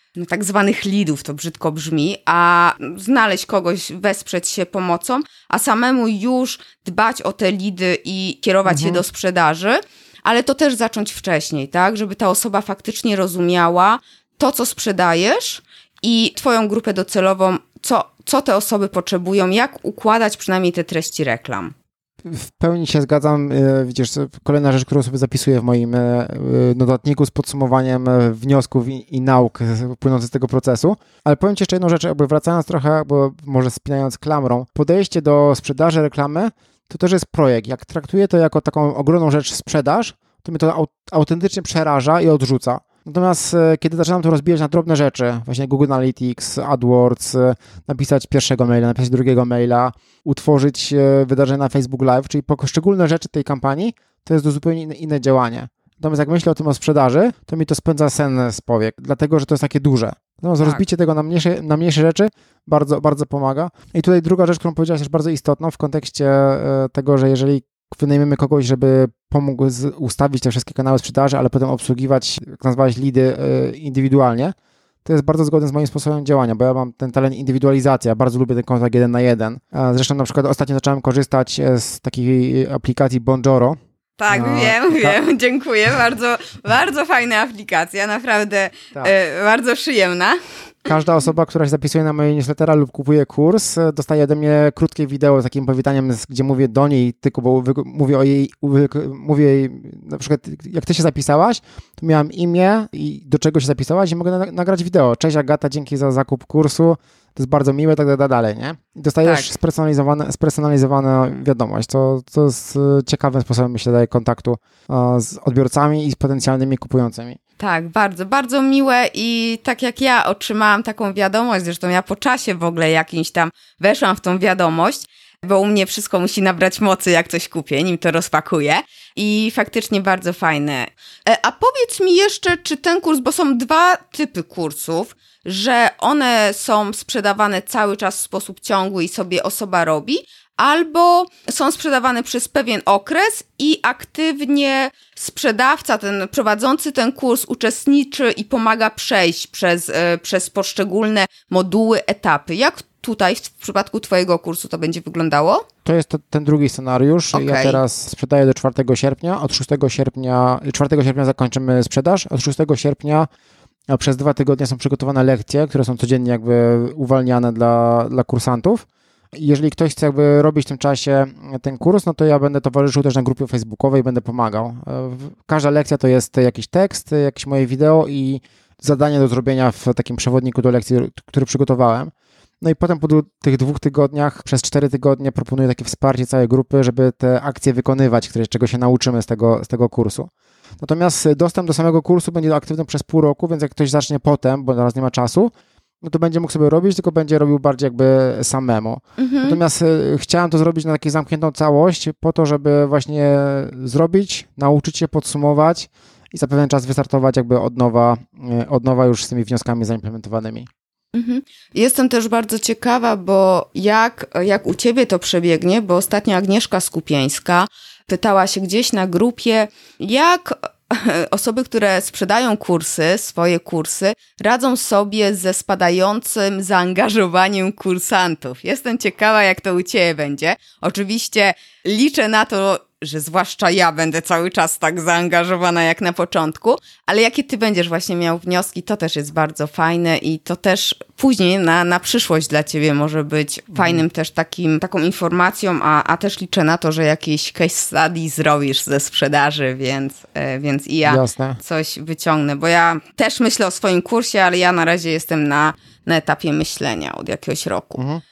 no, tak zwanych leadów, to brzydko brzmi, a znaleźć kogoś, wesprzeć się pomocą, a samemu już dbać o te leady i kierować mhm. je do sprzedaży, ale to też zacząć wcześniej, tak, żeby ta osoba faktycznie rozumiała to, co sprzedajesz i twoją grupę docelową, co, co te osoby potrzebują, jak układać przynajmniej te treści reklam. W pełni się zgadzam. Widzisz, kolejna rzecz, którą sobie zapisuję w moim notatniku z podsumowaniem wniosków i, i nauk płynących z tego procesu. Ale powiem Ci jeszcze jedną rzecz, jakby wracając trochę, bo może spinając klamrą, podejście do sprzedaży reklamy to też jest projekt. Jak traktuję to jako taką ogromną rzecz sprzedaż, to mnie to autentycznie przeraża i odrzuca. Natomiast kiedy zaczynam to rozbijać na drobne rzeczy, właśnie Google Analytics, AdWords, napisać pierwszego maila, napisać drugiego maila, utworzyć wydarzenie na Facebook Live, czyli poszczególne rzeczy tej kampanii, to jest to zupełnie inne, inne działanie. Natomiast jak myślę o tym o sprzedaży, to mi to spędza sen z powiek, dlatego, że to jest takie duże. Natomiast tak. rozbicie tego na mniejsze, na mniejsze rzeczy bardzo, bardzo pomaga. I tutaj druga rzecz, którą powiedziałaś, jest bardzo istotna w kontekście tego, że jeżeli wynajmiemy kogoś, żeby pomógł z, ustawić te wszystkie kanały sprzedaży, ale potem obsługiwać, jak nazwałeś, leady y, indywidualnie, to jest bardzo zgodne z moim sposobem działania, bo ja mam ten talent indywidualizacji, ja bardzo lubię ten kontakt jeden na jeden. Zresztą na przykład ostatnio zacząłem korzystać z takiej aplikacji Bonjoro. Tak, no, wiem, ta... wiem, dziękuję, bardzo, bardzo fajna aplikacja, naprawdę tak. y, bardzo przyjemna. Każda osoba, która się zapisuje na mojego newslettera lub kupuje kurs, dostaje ode mnie krótkie wideo z takim powitaniem, gdzie mówię do niej tylko, bo mówię o jej, mówię jej, na przykład jak ty się zapisałaś, to miałam imię i do czego się zapisałaś i mogę nagrać wideo. Cześć Agata, dzięki za zakup kursu, to jest bardzo miłe, tak, tak, tak dalej, nie? I dostajesz tak. spersonalizowane, spersonalizowaną wiadomość, co, co jest ciekawym sposobem, myślę, daje kontaktu z odbiorcami i z potencjalnymi kupującymi. Tak, bardzo, bardzo miłe i tak jak ja otrzymałam taką wiadomość, zresztą ja po czasie w ogóle jakimś tam weszłam w tą wiadomość, bo u mnie wszystko musi nabrać mocy, jak coś kupię, nim to rozpakuję i faktycznie bardzo fajne. A powiedz mi jeszcze, czy ten kurs, bo są dwa typy kursów, że one są sprzedawane cały czas w sposób ciągły i sobie osoba robi, albo są sprzedawane przez pewien okres i aktywnie sprzedawca, ten prowadzący ten kurs uczestniczy i pomaga przejść przez, przez poszczególne moduły, etapy. Jak tutaj w przypadku twojego kursu to będzie wyglądało? To jest to, ten drugi scenariusz. Okay. Ja teraz sprzedaję do czwartego sierpnia. Od szóstego sierpnia, czwartego sierpnia zakończymy sprzedaż. Od szóstego sierpnia przez dwa tygodnie są przygotowane lekcje, które są codziennie jakby uwalniane dla, dla kursantów. Jeżeli ktoś chce jakby robić w tym czasie ten kurs, no to ja będę towarzyszył też na grupie facebookowej, będę pomagał. Każda lekcja to jest jakiś tekst, jakieś moje wideo i zadanie do zrobienia w takim przewodniku do lekcji, który przygotowałem. No i potem po tych dwóch tygodniach, przez cztery tygodnie proponuję takie wsparcie całej grupy, żeby te akcje wykonywać, które, czego się nauczymy z tego, z tego kursu. Natomiast dostęp do samego kursu będzie aktywny przez pół roku, więc jak ktoś zacznie potem, bo teraz nie ma czasu, no to będzie mógł sobie robić, tylko będzie robił bardziej jakby samemu. Mhm. Natomiast y, chciałem to zrobić na taką zamkniętą całość po to, żeby właśnie zrobić, nauczyć się, podsumować i za pewien czas wystartować jakby od nowa, y, od nowa już z tymi wnioskami zaimplementowanymi. Mhm. Jestem też bardzo ciekawa, bo jak, jak u ciebie to przebiegnie, bo ostatnio Agnieszka Skupieńska pytała się gdzieś na grupie, jak osoby, które sprzedają kursy, swoje kursy, radzą sobie ze spadającym zaangażowaniem kursantów. Jestem ciekawa, jak to u ciebie będzie. Oczywiście liczę na to, że zwłaszcza ja będę cały czas tak zaangażowana jak na początku, ale jakie ty będziesz właśnie miał wnioski, to też jest bardzo fajne i to też później na, na przyszłość dla ciebie może być fajnym mm. też takim, taką informacją, a, a też liczę na to, że jakieś case study zrobisz ze sprzedaży, więc, więc i ja Jasne. coś wyciągnę, bo ja też myślę o swoim kursie, ale ja na razie jestem na, na etapie myślenia od jakiegoś roku. Mhm.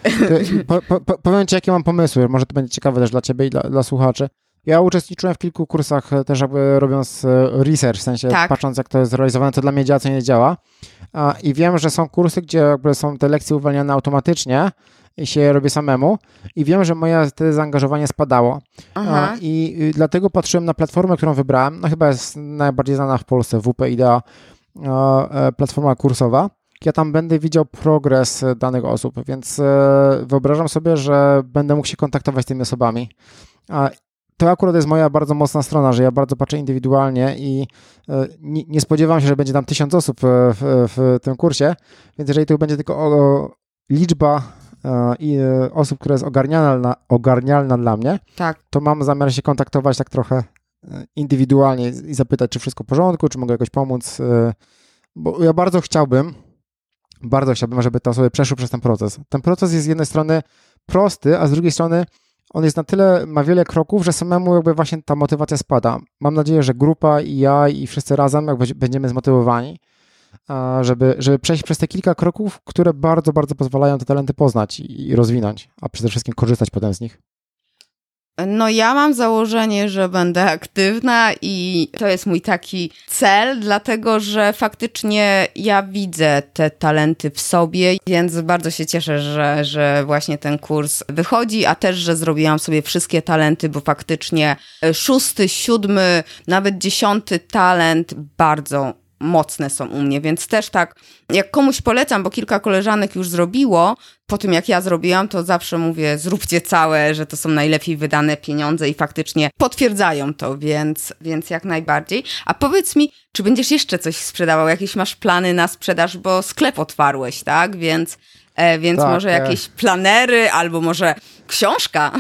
Po, po, powiem ci, jakie mam pomysły, może to będzie ciekawe też dla ciebie i dla, dla słuchaczy. Ja uczestniczyłem w kilku kursach też jakby robiąc research, w sensie tak. patrząc jak to jest zrealizowane, co dla mnie działa, co nie działa. I wiem, że są kursy, gdzie jakby są te lekcje uwalniane automatycznie i się je robię samemu i wiem, że moje wtedy zaangażowanie spadało. Aha. I dlatego patrzyłem na platformę, którą wybrałem, no chyba jest najbardziej znana w Polsce, W P Idea, platforma kursowa. Ja tam będę widział progres danych osób, więc wyobrażam sobie, że będę mógł się kontaktować z tymi osobami. to akurat jest moja bardzo mocna strona, że ja bardzo patrzę indywidualnie i nie, nie spodziewam się, że będzie tam tysiąc osób w, w, w tym kursie, więc jeżeli to będzie tylko o, o liczba i osób, która jest ogarnialna, ogarnialna dla mnie, tak. to mam zamiar się kontaktować tak trochę indywidualnie i zapytać, czy wszystko w porządku, czy mogę jakoś pomóc, bo ja bardzo chciałbym, bardzo chciałbym, żeby te osoby przeszły przez ten proces. Ten proces jest z jednej strony prosty, a z drugiej strony on jest na tyle, ma wiele kroków, że samemu jakby właśnie ta motywacja spada. Mam nadzieję, że grupa i ja i wszyscy razem jakby będziemy zmotywowani, żeby, żeby przejść przez te kilka kroków, które bardzo, bardzo pozwalają te talenty poznać i, i rozwinąć, a przede wszystkim korzystać potem z nich. No ja mam założenie, że będę aktywna i to jest mój taki cel, dlatego że faktycznie ja widzę te talenty w sobie, więc bardzo się cieszę, że, że właśnie ten kurs wychodzi, a też, że zrobiłam sobie wszystkie talenty, bo faktycznie szósty, siódmy, nawet dziesiąty talent bardzo mocne są u mnie, więc też tak, jak komuś polecam, bo kilka koleżanek już zrobiło, po tym jak ja zrobiłam, to zawsze mówię, zróbcie całe, że to są najlepiej wydane pieniądze i faktycznie potwierdzają to, więc, więc jak najbardziej. A powiedz mi, czy będziesz jeszcze coś sprzedawał, jakieś masz plany na sprzedaż, bo sklep otwarłeś, tak? Więc, e, więc tak, może jakieś planery, albo może książka?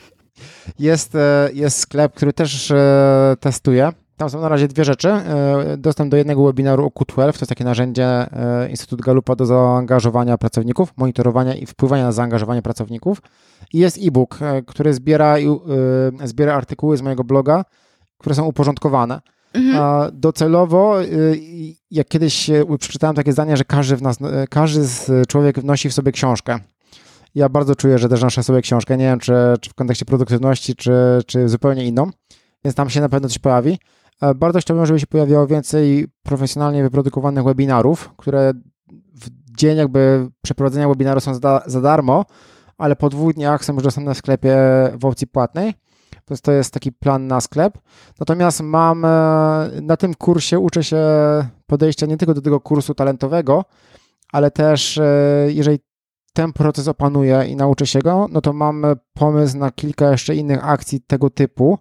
Jest, jest sklep, który też e, testuję. Tam są na razie dwie rzeczy. Dostęp do jednego webinaru o Q dwanaście, to jest takie narzędzie Instytut Gallupa do zaangażowania pracowników, monitorowania i wpływania na zaangażowanie pracowników. I jest e-book, który zbiera, zbiera artykuły z mojego bloga, które są uporządkowane. Mhm. Docelowo, jak kiedyś przeczytałem takie zdanie, że każdy, w nas, każdy z człowiek wnosi w sobie książkę. Ja bardzo czuję, że też noszę sobie książkę. Nie wiem, czy, czy w kontekście produktywności, czy, czy zupełnie inną. Więc tam się na pewno coś pojawi. Bardzo chciałbym, żeby się pojawiało więcej profesjonalnie wyprodukowanych webinarów, które w dzień jakby przeprowadzenia webinaru są za, za darmo, ale po dwóch dniach są już dostępne w sklepie w opcji płatnej. Więc to jest taki plan na sklep. Natomiast mam na tym kursie, uczę się podejścia nie tylko do tego kursu talentowego, ale też jeżeli ten proces opanuję i nauczę się go, no to mam pomysł na kilka jeszcze innych akcji tego typu,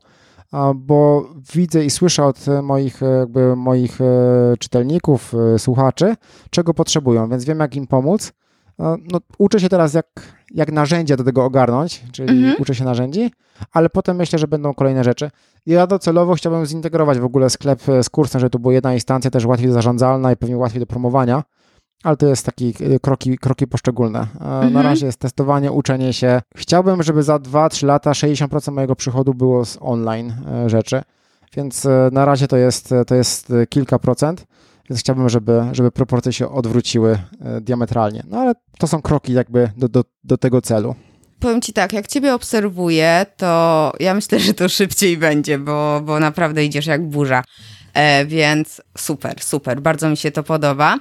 bo widzę i słyszę od moich, jakby moich czytelników, słuchaczy, czego potrzebują, więc wiem, jak im pomóc. No, uczę się teraz, jak, jak narzędzia do tego ogarnąć, czyli mhm. uczę się narzędzi, ale potem myślę, że będą kolejne rzeczy. Ja docelowo chciałbym zintegrować w ogóle sklep z kursem, żeby to była jedna instancja, też łatwiej zarządzalna i pewnie łatwiej do promowania, ale to jest takie kroki, kroki poszczególne. Mhm. Na razie jest testowanie, uczenie się. Chciałbym, żeby za dwa trzy lata sześćdziesiąt procent mojego przychodu było z online rzeczy, więc na razie to jest, to jest kilka procent, więc chciałbym, żeby, żeby proporcje się odwróciły diametralnie. No ale to są kroki jakby do, do, do tego celu. Powiem Ci tak, jak Ciebie obserwuję, to ja myślę, że to szybciej będzie, bo, bo naprawdę idziesz jak burza, e, więc super, super, bardzo mi się to podoba.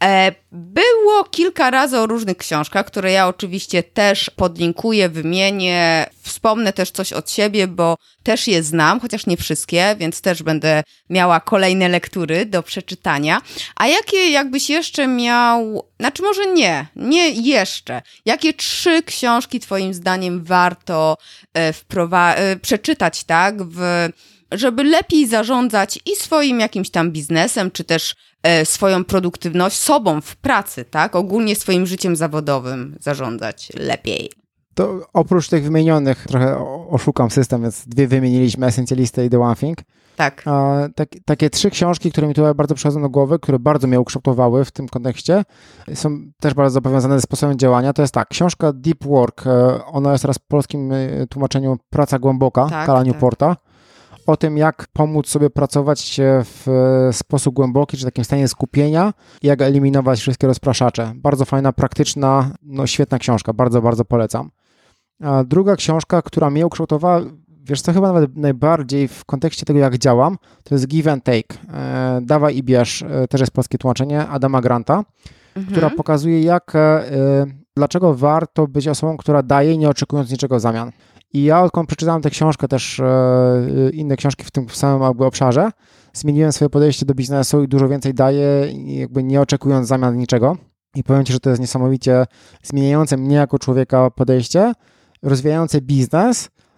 Było kilka razy o różnych książkach, które ja oczywiście też podlinkuję, wymienię, wspomnę też coś od siebie, bo też je znam, chociaż nie wszystkie, więc też będę miała kolejne lektury do przeczytania. A jakie jakbyś jeszcze miał, znaczy może nie, nie jeszcze, jakie trzy książki twoim zdaniem warto wprowa- przeczytać, tak, w, żeby lepiej zarządzać i swoim jakimś tam biznesem, czy też swoją produktywność, sobą w pracy, tak? Ogólnie swoim życiem zawodowym zarządzać lepiej. To oprócz tych wymienionych, trochę oszukam system, więc dwie wymieniliśmy, Esencjalistę i The One Thing. Tak. A, tak. Takie trzy książki, które mi tutaj bardzo przychodzą do głowy, które bardzo mnie ukształtowały w tym kontekście, są też bardzo powiązane ze sposobem działania. To jest tak, książka Deep Work, ona jest teraz w polskim tłumaczeniu Praca głęboka, tak, Cala tak. Newporta. O tym, jak pomóc sobie pracować w sposób głęboki, czy takim stanie skupienia, jak eliminować wszystkie rozpraszacze. Bardzo fajna, praktyczna, no świetna książka, bardzo, bardzo polecam. A druga książka, która mnie ukształtowała, wiesz co, chyba nawet najbardziej w kontekście tego, jak działam, to jest Give and Take. E, Dawaj i bierz, e, też jest polskie tłumaczenie, Adama Granta, mhm. która pokazuje, jak, e, dlaczego warto być osobą, która daje, nie oczekując niczego w zamian. I ja, odkąd przeczytałem tę książkę, też e, inne książki w tym samym jakby obszarze, zmieniłem swoje podejście do biznesu i dużo więcej daję, jakby nie oczekując w zamian niczego. I powiem Ci, że to jest niesamowicie zmieniające mnie jako człowieka podejście, rozwijające biznes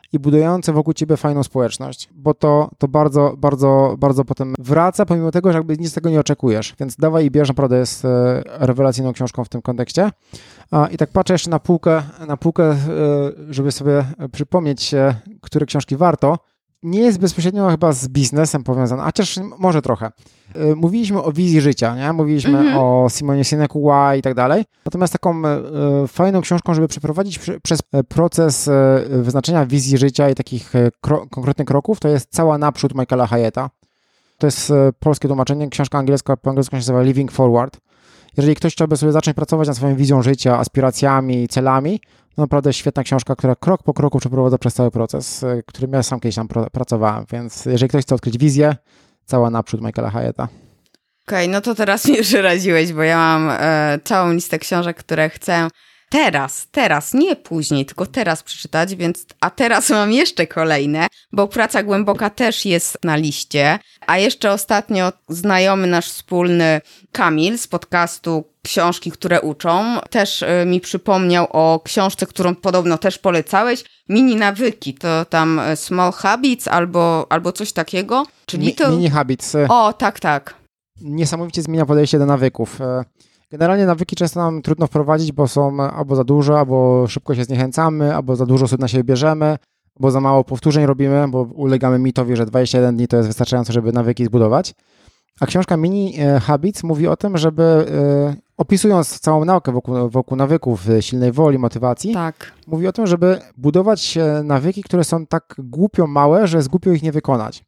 i budujące wokół ciebie fajną społeczność, bo to, to bardzo, bardzo, bardzo potem wraca, pomimo tego, że jakby nic z tego nie oczekujesz, więc Dawaj i Bierz naprawdę jest rewelacyjną książką w tym kontekście. I tak patrzę jeszcze na półkę, na półkę, żeby sobie przypomnieć, które książki warto. Nie jest bezpośrednio chyba z biznesem powiązana, a chociaż może trochę. Mówiliśmy o wizji życia, nie? Mówiliśmy mm-hmm. o Simonie Sineku Why i tak dalej. Natomiast taką e, fajną książką, żeby przeprowadzić przy, przez proces e, wyznaczenia wizji życia i takich e, kro, konkretnych kroków, to jest Cała naprzód Michaela Hyatta. To jest e, polskie tłumaczenie, książka angielska, po angielsku się nazywa Living Forward. Jeżeli ktoś chciałby sobie zacząć pracować nad swoją wizją życia, aspiracjami, celami, to naprawdę świetna książka, która krok po kroku przeprowadza przez cały proces, którym ja sam kiedyś tam pr- pracowałem. Więc jeżeli ktoś chce odkryć wizję, Cała naprzód Michaela Hyatta. Okej, okay, no to teraz mnie przeraziłeś, bo ja mam e, całą listę książek, które chcę teraz, teraz, nie później, tylko teraz przeczytać, więc a teraz mam jeszcze kolejne, bo Praca głęboka też jest na liście, a jeszcze ostatnio znajomy nasz wspólny Kamil z podcastu Książki, które uczą, też y, mi przypomniał o książce, którą podobno też polecałeś, Mini nawyki, to tam Small Habits albo, albo coś takiego, czyli Mi, to... Mini Habits. O, tak, tak. Niesamowicie zmienia podejście do nawyków. Generalnie nawyki często nam trudno wprowadzić, bo są albo za dużo, albo szybko się zniechęcamy, albo za dużo sobie na siebie bierzemy, albo za mało powtórzeń robimy, bo ulegamy mitowi, że dwadzieścia jeden dni to jest wystarczająco, żeby nawyki zbudować. A książka Mini Habits mówi o tym, żeby opisując całą naukę wokół, wokół nawyków, silnej woli, motywacji, tak. mówi o tym, żeby budować nawyki, które są tak głupio małe, że jest głupio ich nie wykonać.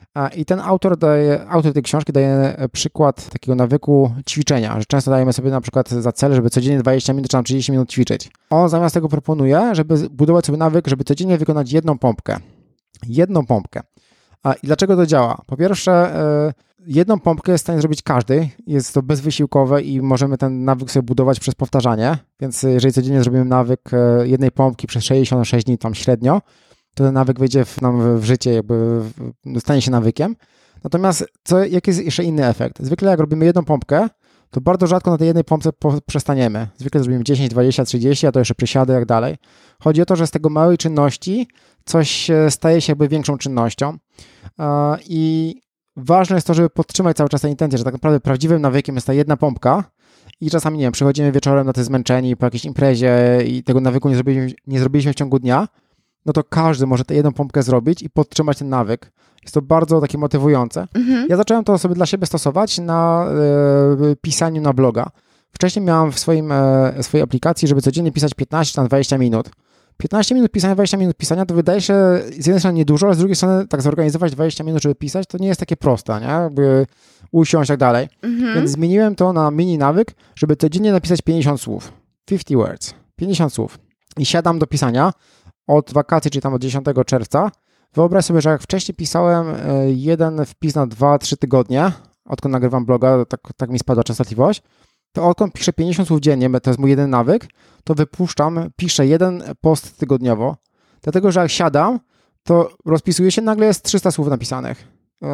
I ten autor daje, autor tej książki daje przykład takiego nawyku ćwiczenia, że często dajemy sobie na przykład za cel, żeby codziennie dwadzieścia minut czy tam trzydzieści minut ćwiczyć. On zamiast tego proponuje, żeby budować sobie nawyk, żeby codziennie wykonać jedną pompkę. Jedną pompkę. A i dlaczego to działa? Po pierwsze, jedną pompkę jest w stanie zrobić każdy, jest to bezwysiłkowe i możemy ten nawyk sobie budować przez powtarzanie, więc jeżeli codziennie zrobimy nawyk jednej pompki przez sześćdziesiąt sześć dni tam średnio, to ten nawyk wejdzie w, nam w życie, jakby stanie się nawykiem. Natomiast co, jaki jest jeszcze inny efekt? Zwykle jak robimy jedną pompkę, to bardzo rzadko na tej jednej pompce po, przestaniemy. Zwykle zrobimy dziesięć, dwadzieścia, trzydzieści, a to jeszcze przysiady i tak dalej. Chodzi o to, że z tego małej czynności coś staje się jakby większą czynnością i ważne jest to, żeby podtrzymać cały czas tę intencję, że tak naprawdę prawdziwym nawykiem jest ta jedna pompka i czasami, nie wiem, przychodzimy wieczorem na te zmęczeni po jakiejś imprezie i tego nawyku nie zrobiliśmy, nie zrobiliśmy w ciągu dnia, no to każdy może tę jedną pompkę zrobić i podtrzymać ten nawyk. Jest to bardzo takie motywujące. Mhm. Ja zacząłem to sobie dla siebie stosować na e, pisaniu na bloga. Wcześniej miałam w swoim, e, swojej aplikacji, żeby codziennie pisać piętnaście na dwadzieścia minut. piętnaście minut pisania, dwadzieścia minut pisania, to wydaje się z jednej strony niedużo, ale z drugiej strony tak zorganizować dwadzieścia minut, żeby pisać, to nie jest takie proste, nie? Jakby usiąść i tak dalej. Mhm. Więc zmieniłem to na mini nawyk, żeby codziennie napisać pięćdziesiąt słów. pięćdziesiąt words. pięćdziesiąt słów. I siadam do pisania od wakacji, czyli tam od dziesiątego czerwca. Wyobraź sobie, że jak wcześniej pisałem jeden wpis na dwa trzy tygodnie, odkąd nagrywam bloga, tak, tak mi spadła częstotliwość, to odkąd piszę pięćdziesiąt słów dziennie, to jest mój jeden nawyk, to wypuszczam, piszę jeden post tygodniowo. Dlatego, że jak siadam, to rozpisuje się, nagle jest trzysta słów napisanych.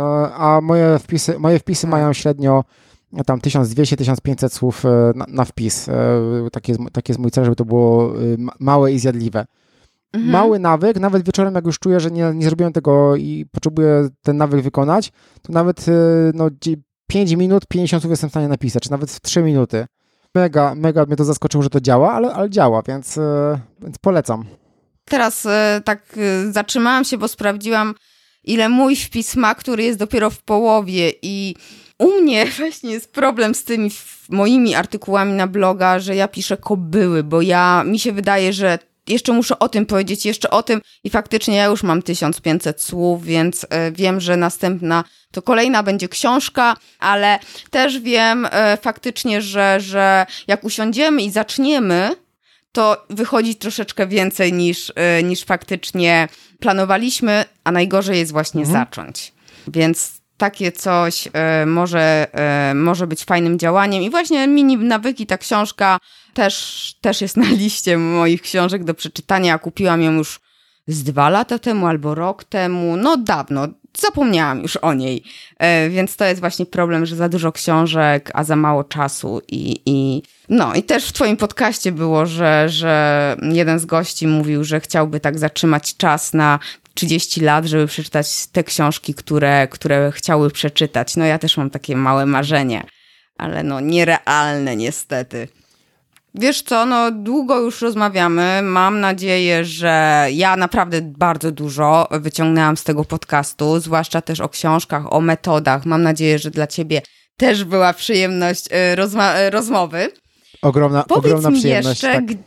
A moje wpisy, moje wpisy mają średnio tam tysiąc dwieście do tysiąc pięćset słów na, na wpis. Taki jest, taki jest mój cel, żeby to było małe i zjadliwe. Mhm. Mały nawyk, nawet wieczorem jak już czuję, że nie, nie zrobiłem tego i potrzebuję ten nawyk wykonać, to nawet no, pięć minut, pięćdziesiąt słów jestem w stanie napisać, czy nawet w trzy minuty. Mega, mega mnie to zaskoczyło, że to działa, ale, ale działa, więc, więc polecam. Teraz tak zatrzymałam się, bo sprawdziłam, ile mój wpis ma, który jest dopiero w połowie i u mnie właśnie jest problem z tymi moimi artykułami na bloga, że ja piszę kobyły, bo ja, mi się wydaje, że jeszcze muszę o tym powiedzieć, jeszcze o tym i faktycznie ja już mam tysiąc pięćset słów, więc wiem, że następna, to kolejna będzie książka, ale też wiem faktycznie, że, że jak usiądziemy i zaczniemy, to wychodzi troszeczkę więcej niż, niż faktycznie planowaliśmy, a najgorzej jest właśnie mhm. zacząć. Więc takie coś y, może, y, może być fajnym działaniem. I właśnie mini nawyki, ta książka też, też jest na liście moich książek do przeczytania. Kupiłam ją już z dwa lata temu albo rok temu. No dawno. zapomniałam już o niej. E, więc to jest właśnie problem, że za dużo książek, a za mało czasu. I, i no i też w twoim podcaście było, że, że jeden z gości mówił, że chciałby tak zatrzymać czas na trzydzieści lat, żeby przeczytać te książki, które, które chciały przeczytać. No ja też mam takie małe marzenie, ale no nierealne niestety. Wiesz co, no długo już rozmawiamy. Mam nadzieję, że ja naprawdę bardzo dużo wyciągnęłam z tego podcastu, zwłaszcza też o książkach, o metodach. Mam nadzieję, że dla ciebie też była przyjemność rozma- rozmowy. Ogromna, Powiedz ogromna mi przyjemność. jeszcze, Tak. G-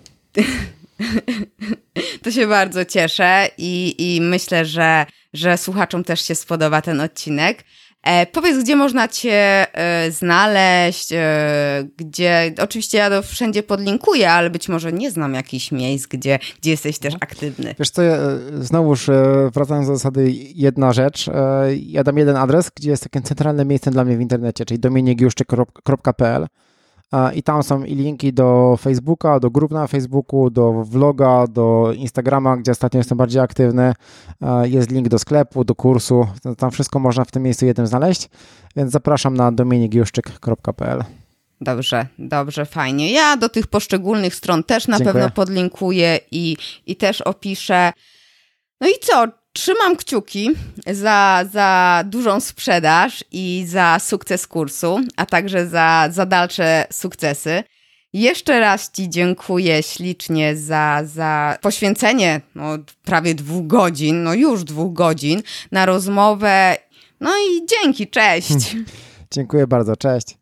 to się bardzo cieszę i, i myślę, że, że słuchaczom też się spodoba ten odcinek. E, powiedz, gdzie można cię e, znaleźć, e, gdzie, oczywiście ja to wszędzie podlinkuję, ale być może nie znam jakichś miejsc, gdzie, gdzie jesteś też aktywny. Wiesz co, ja, znowuż wracając do zasady, jedna rzecz. Ja dam jeden adres, gdzie jest takim centralnym miejscem dla mnie w internecie, czyli dominik juszczyk kropka p l. I tam są i linki do Facebooka, do grup na Facebooku, do vloga, do Instagrama, gdzie ostatnio jestem bardziej aktywny. Jest link do sklepu, do kursu. Tam wszystko można w tym miejscu jednym znaleźć, więc zapraszam na dominik juszczyk kropka p l. Dobrze, dobrze, fajnie. Ja do tych poszczególnych stron też na Dziękuję. pewno podlinkuję i, i też opiszę. No i co? Trzymam kciuki za, za dużą sprzedaż i za sukces kursu, a także za, za dalsze sukcesy. Jeszcze raz ci dziękuję ślicznie za, za poświęcenie no, prawie dwóch godzin, no już dwóch godzin na rozmowę. No i dzięki, cześć. Dziękuję bardzo, cześć.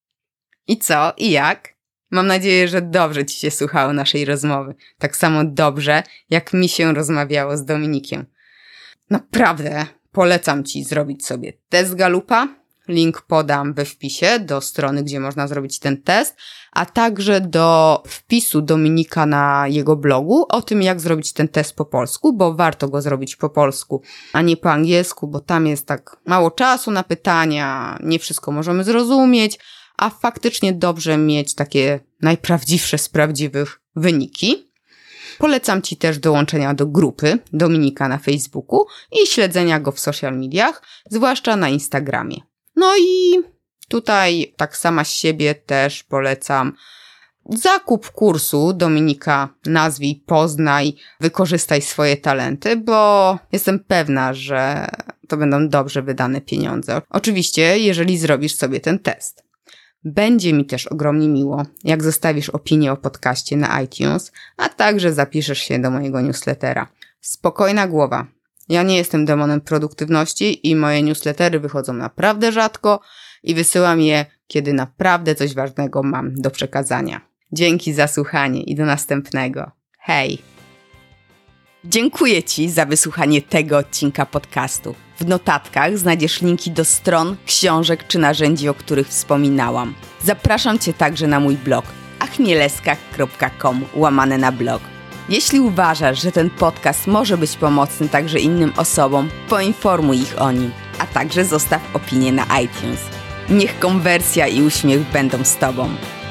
I co? I jak? Mam nadzieję, że dobrze ci się słuchało naszej rozmowy. Tak samo dobrze, jak mi się rozmawiało z Dominikiem. Naprawdę polecam ci zrobić sobie test Galupa. Link podam we wpisie do strony, gdzie można zrobić ten test, a także do wpisu Dominika na jego blogu o tym, jak zrobić ten test po polsku, bo warto go zrobić po polsku, a nie po angielsku, bo tam jest tak mało czasu na pytania, nie wszystko możemy zrozumieć, a faktycznie dobrze mieć takie najprawdziwsze z prawdziwych wyniki. Polecam ci też dołączenia do grupy Dominika na Facebooku i śledzenia go w social mediach, zwłaszcza na Instagramie. No i tutaj tak sama z siebie też polecam zakup kursu Dominika Nazwij, Poznaj, Wykorzystaj swoje talenty, bo jestem pewna, że to będą dobrze wydane pieniądze. Oczywiście, jeżeli zrobisz sobie ten test. Będzie mi też ogromnie miło, jak zostawisz opinię o podcaście na iTunes, a także zapiszesz się do mojego newslettera. Spokojna głowa. Ja nie jestem demonem produktywności i moje newslettery wychodzą naprawdę rzadko i wysyłam je, kiedy naprawdę coś ważnego mam do przekazania. Dzięki za słuchanie i do następnego. Hej! Dziękuję ci za wysłuchanie tego odcinka podcastu. W notatkach znajdziesz linki do stron, książek czy narzędzi, o których wspominałam. Zapraszam cię także na mój blog achmieleska kropka com łamane na blog. Jeśli uważasz, że ten podcast może być pomocny także innym osobom, poinformuj ich o nim, a także zostaw opinię na iTunes. Niech konwersja i uśmiech będą z tobą.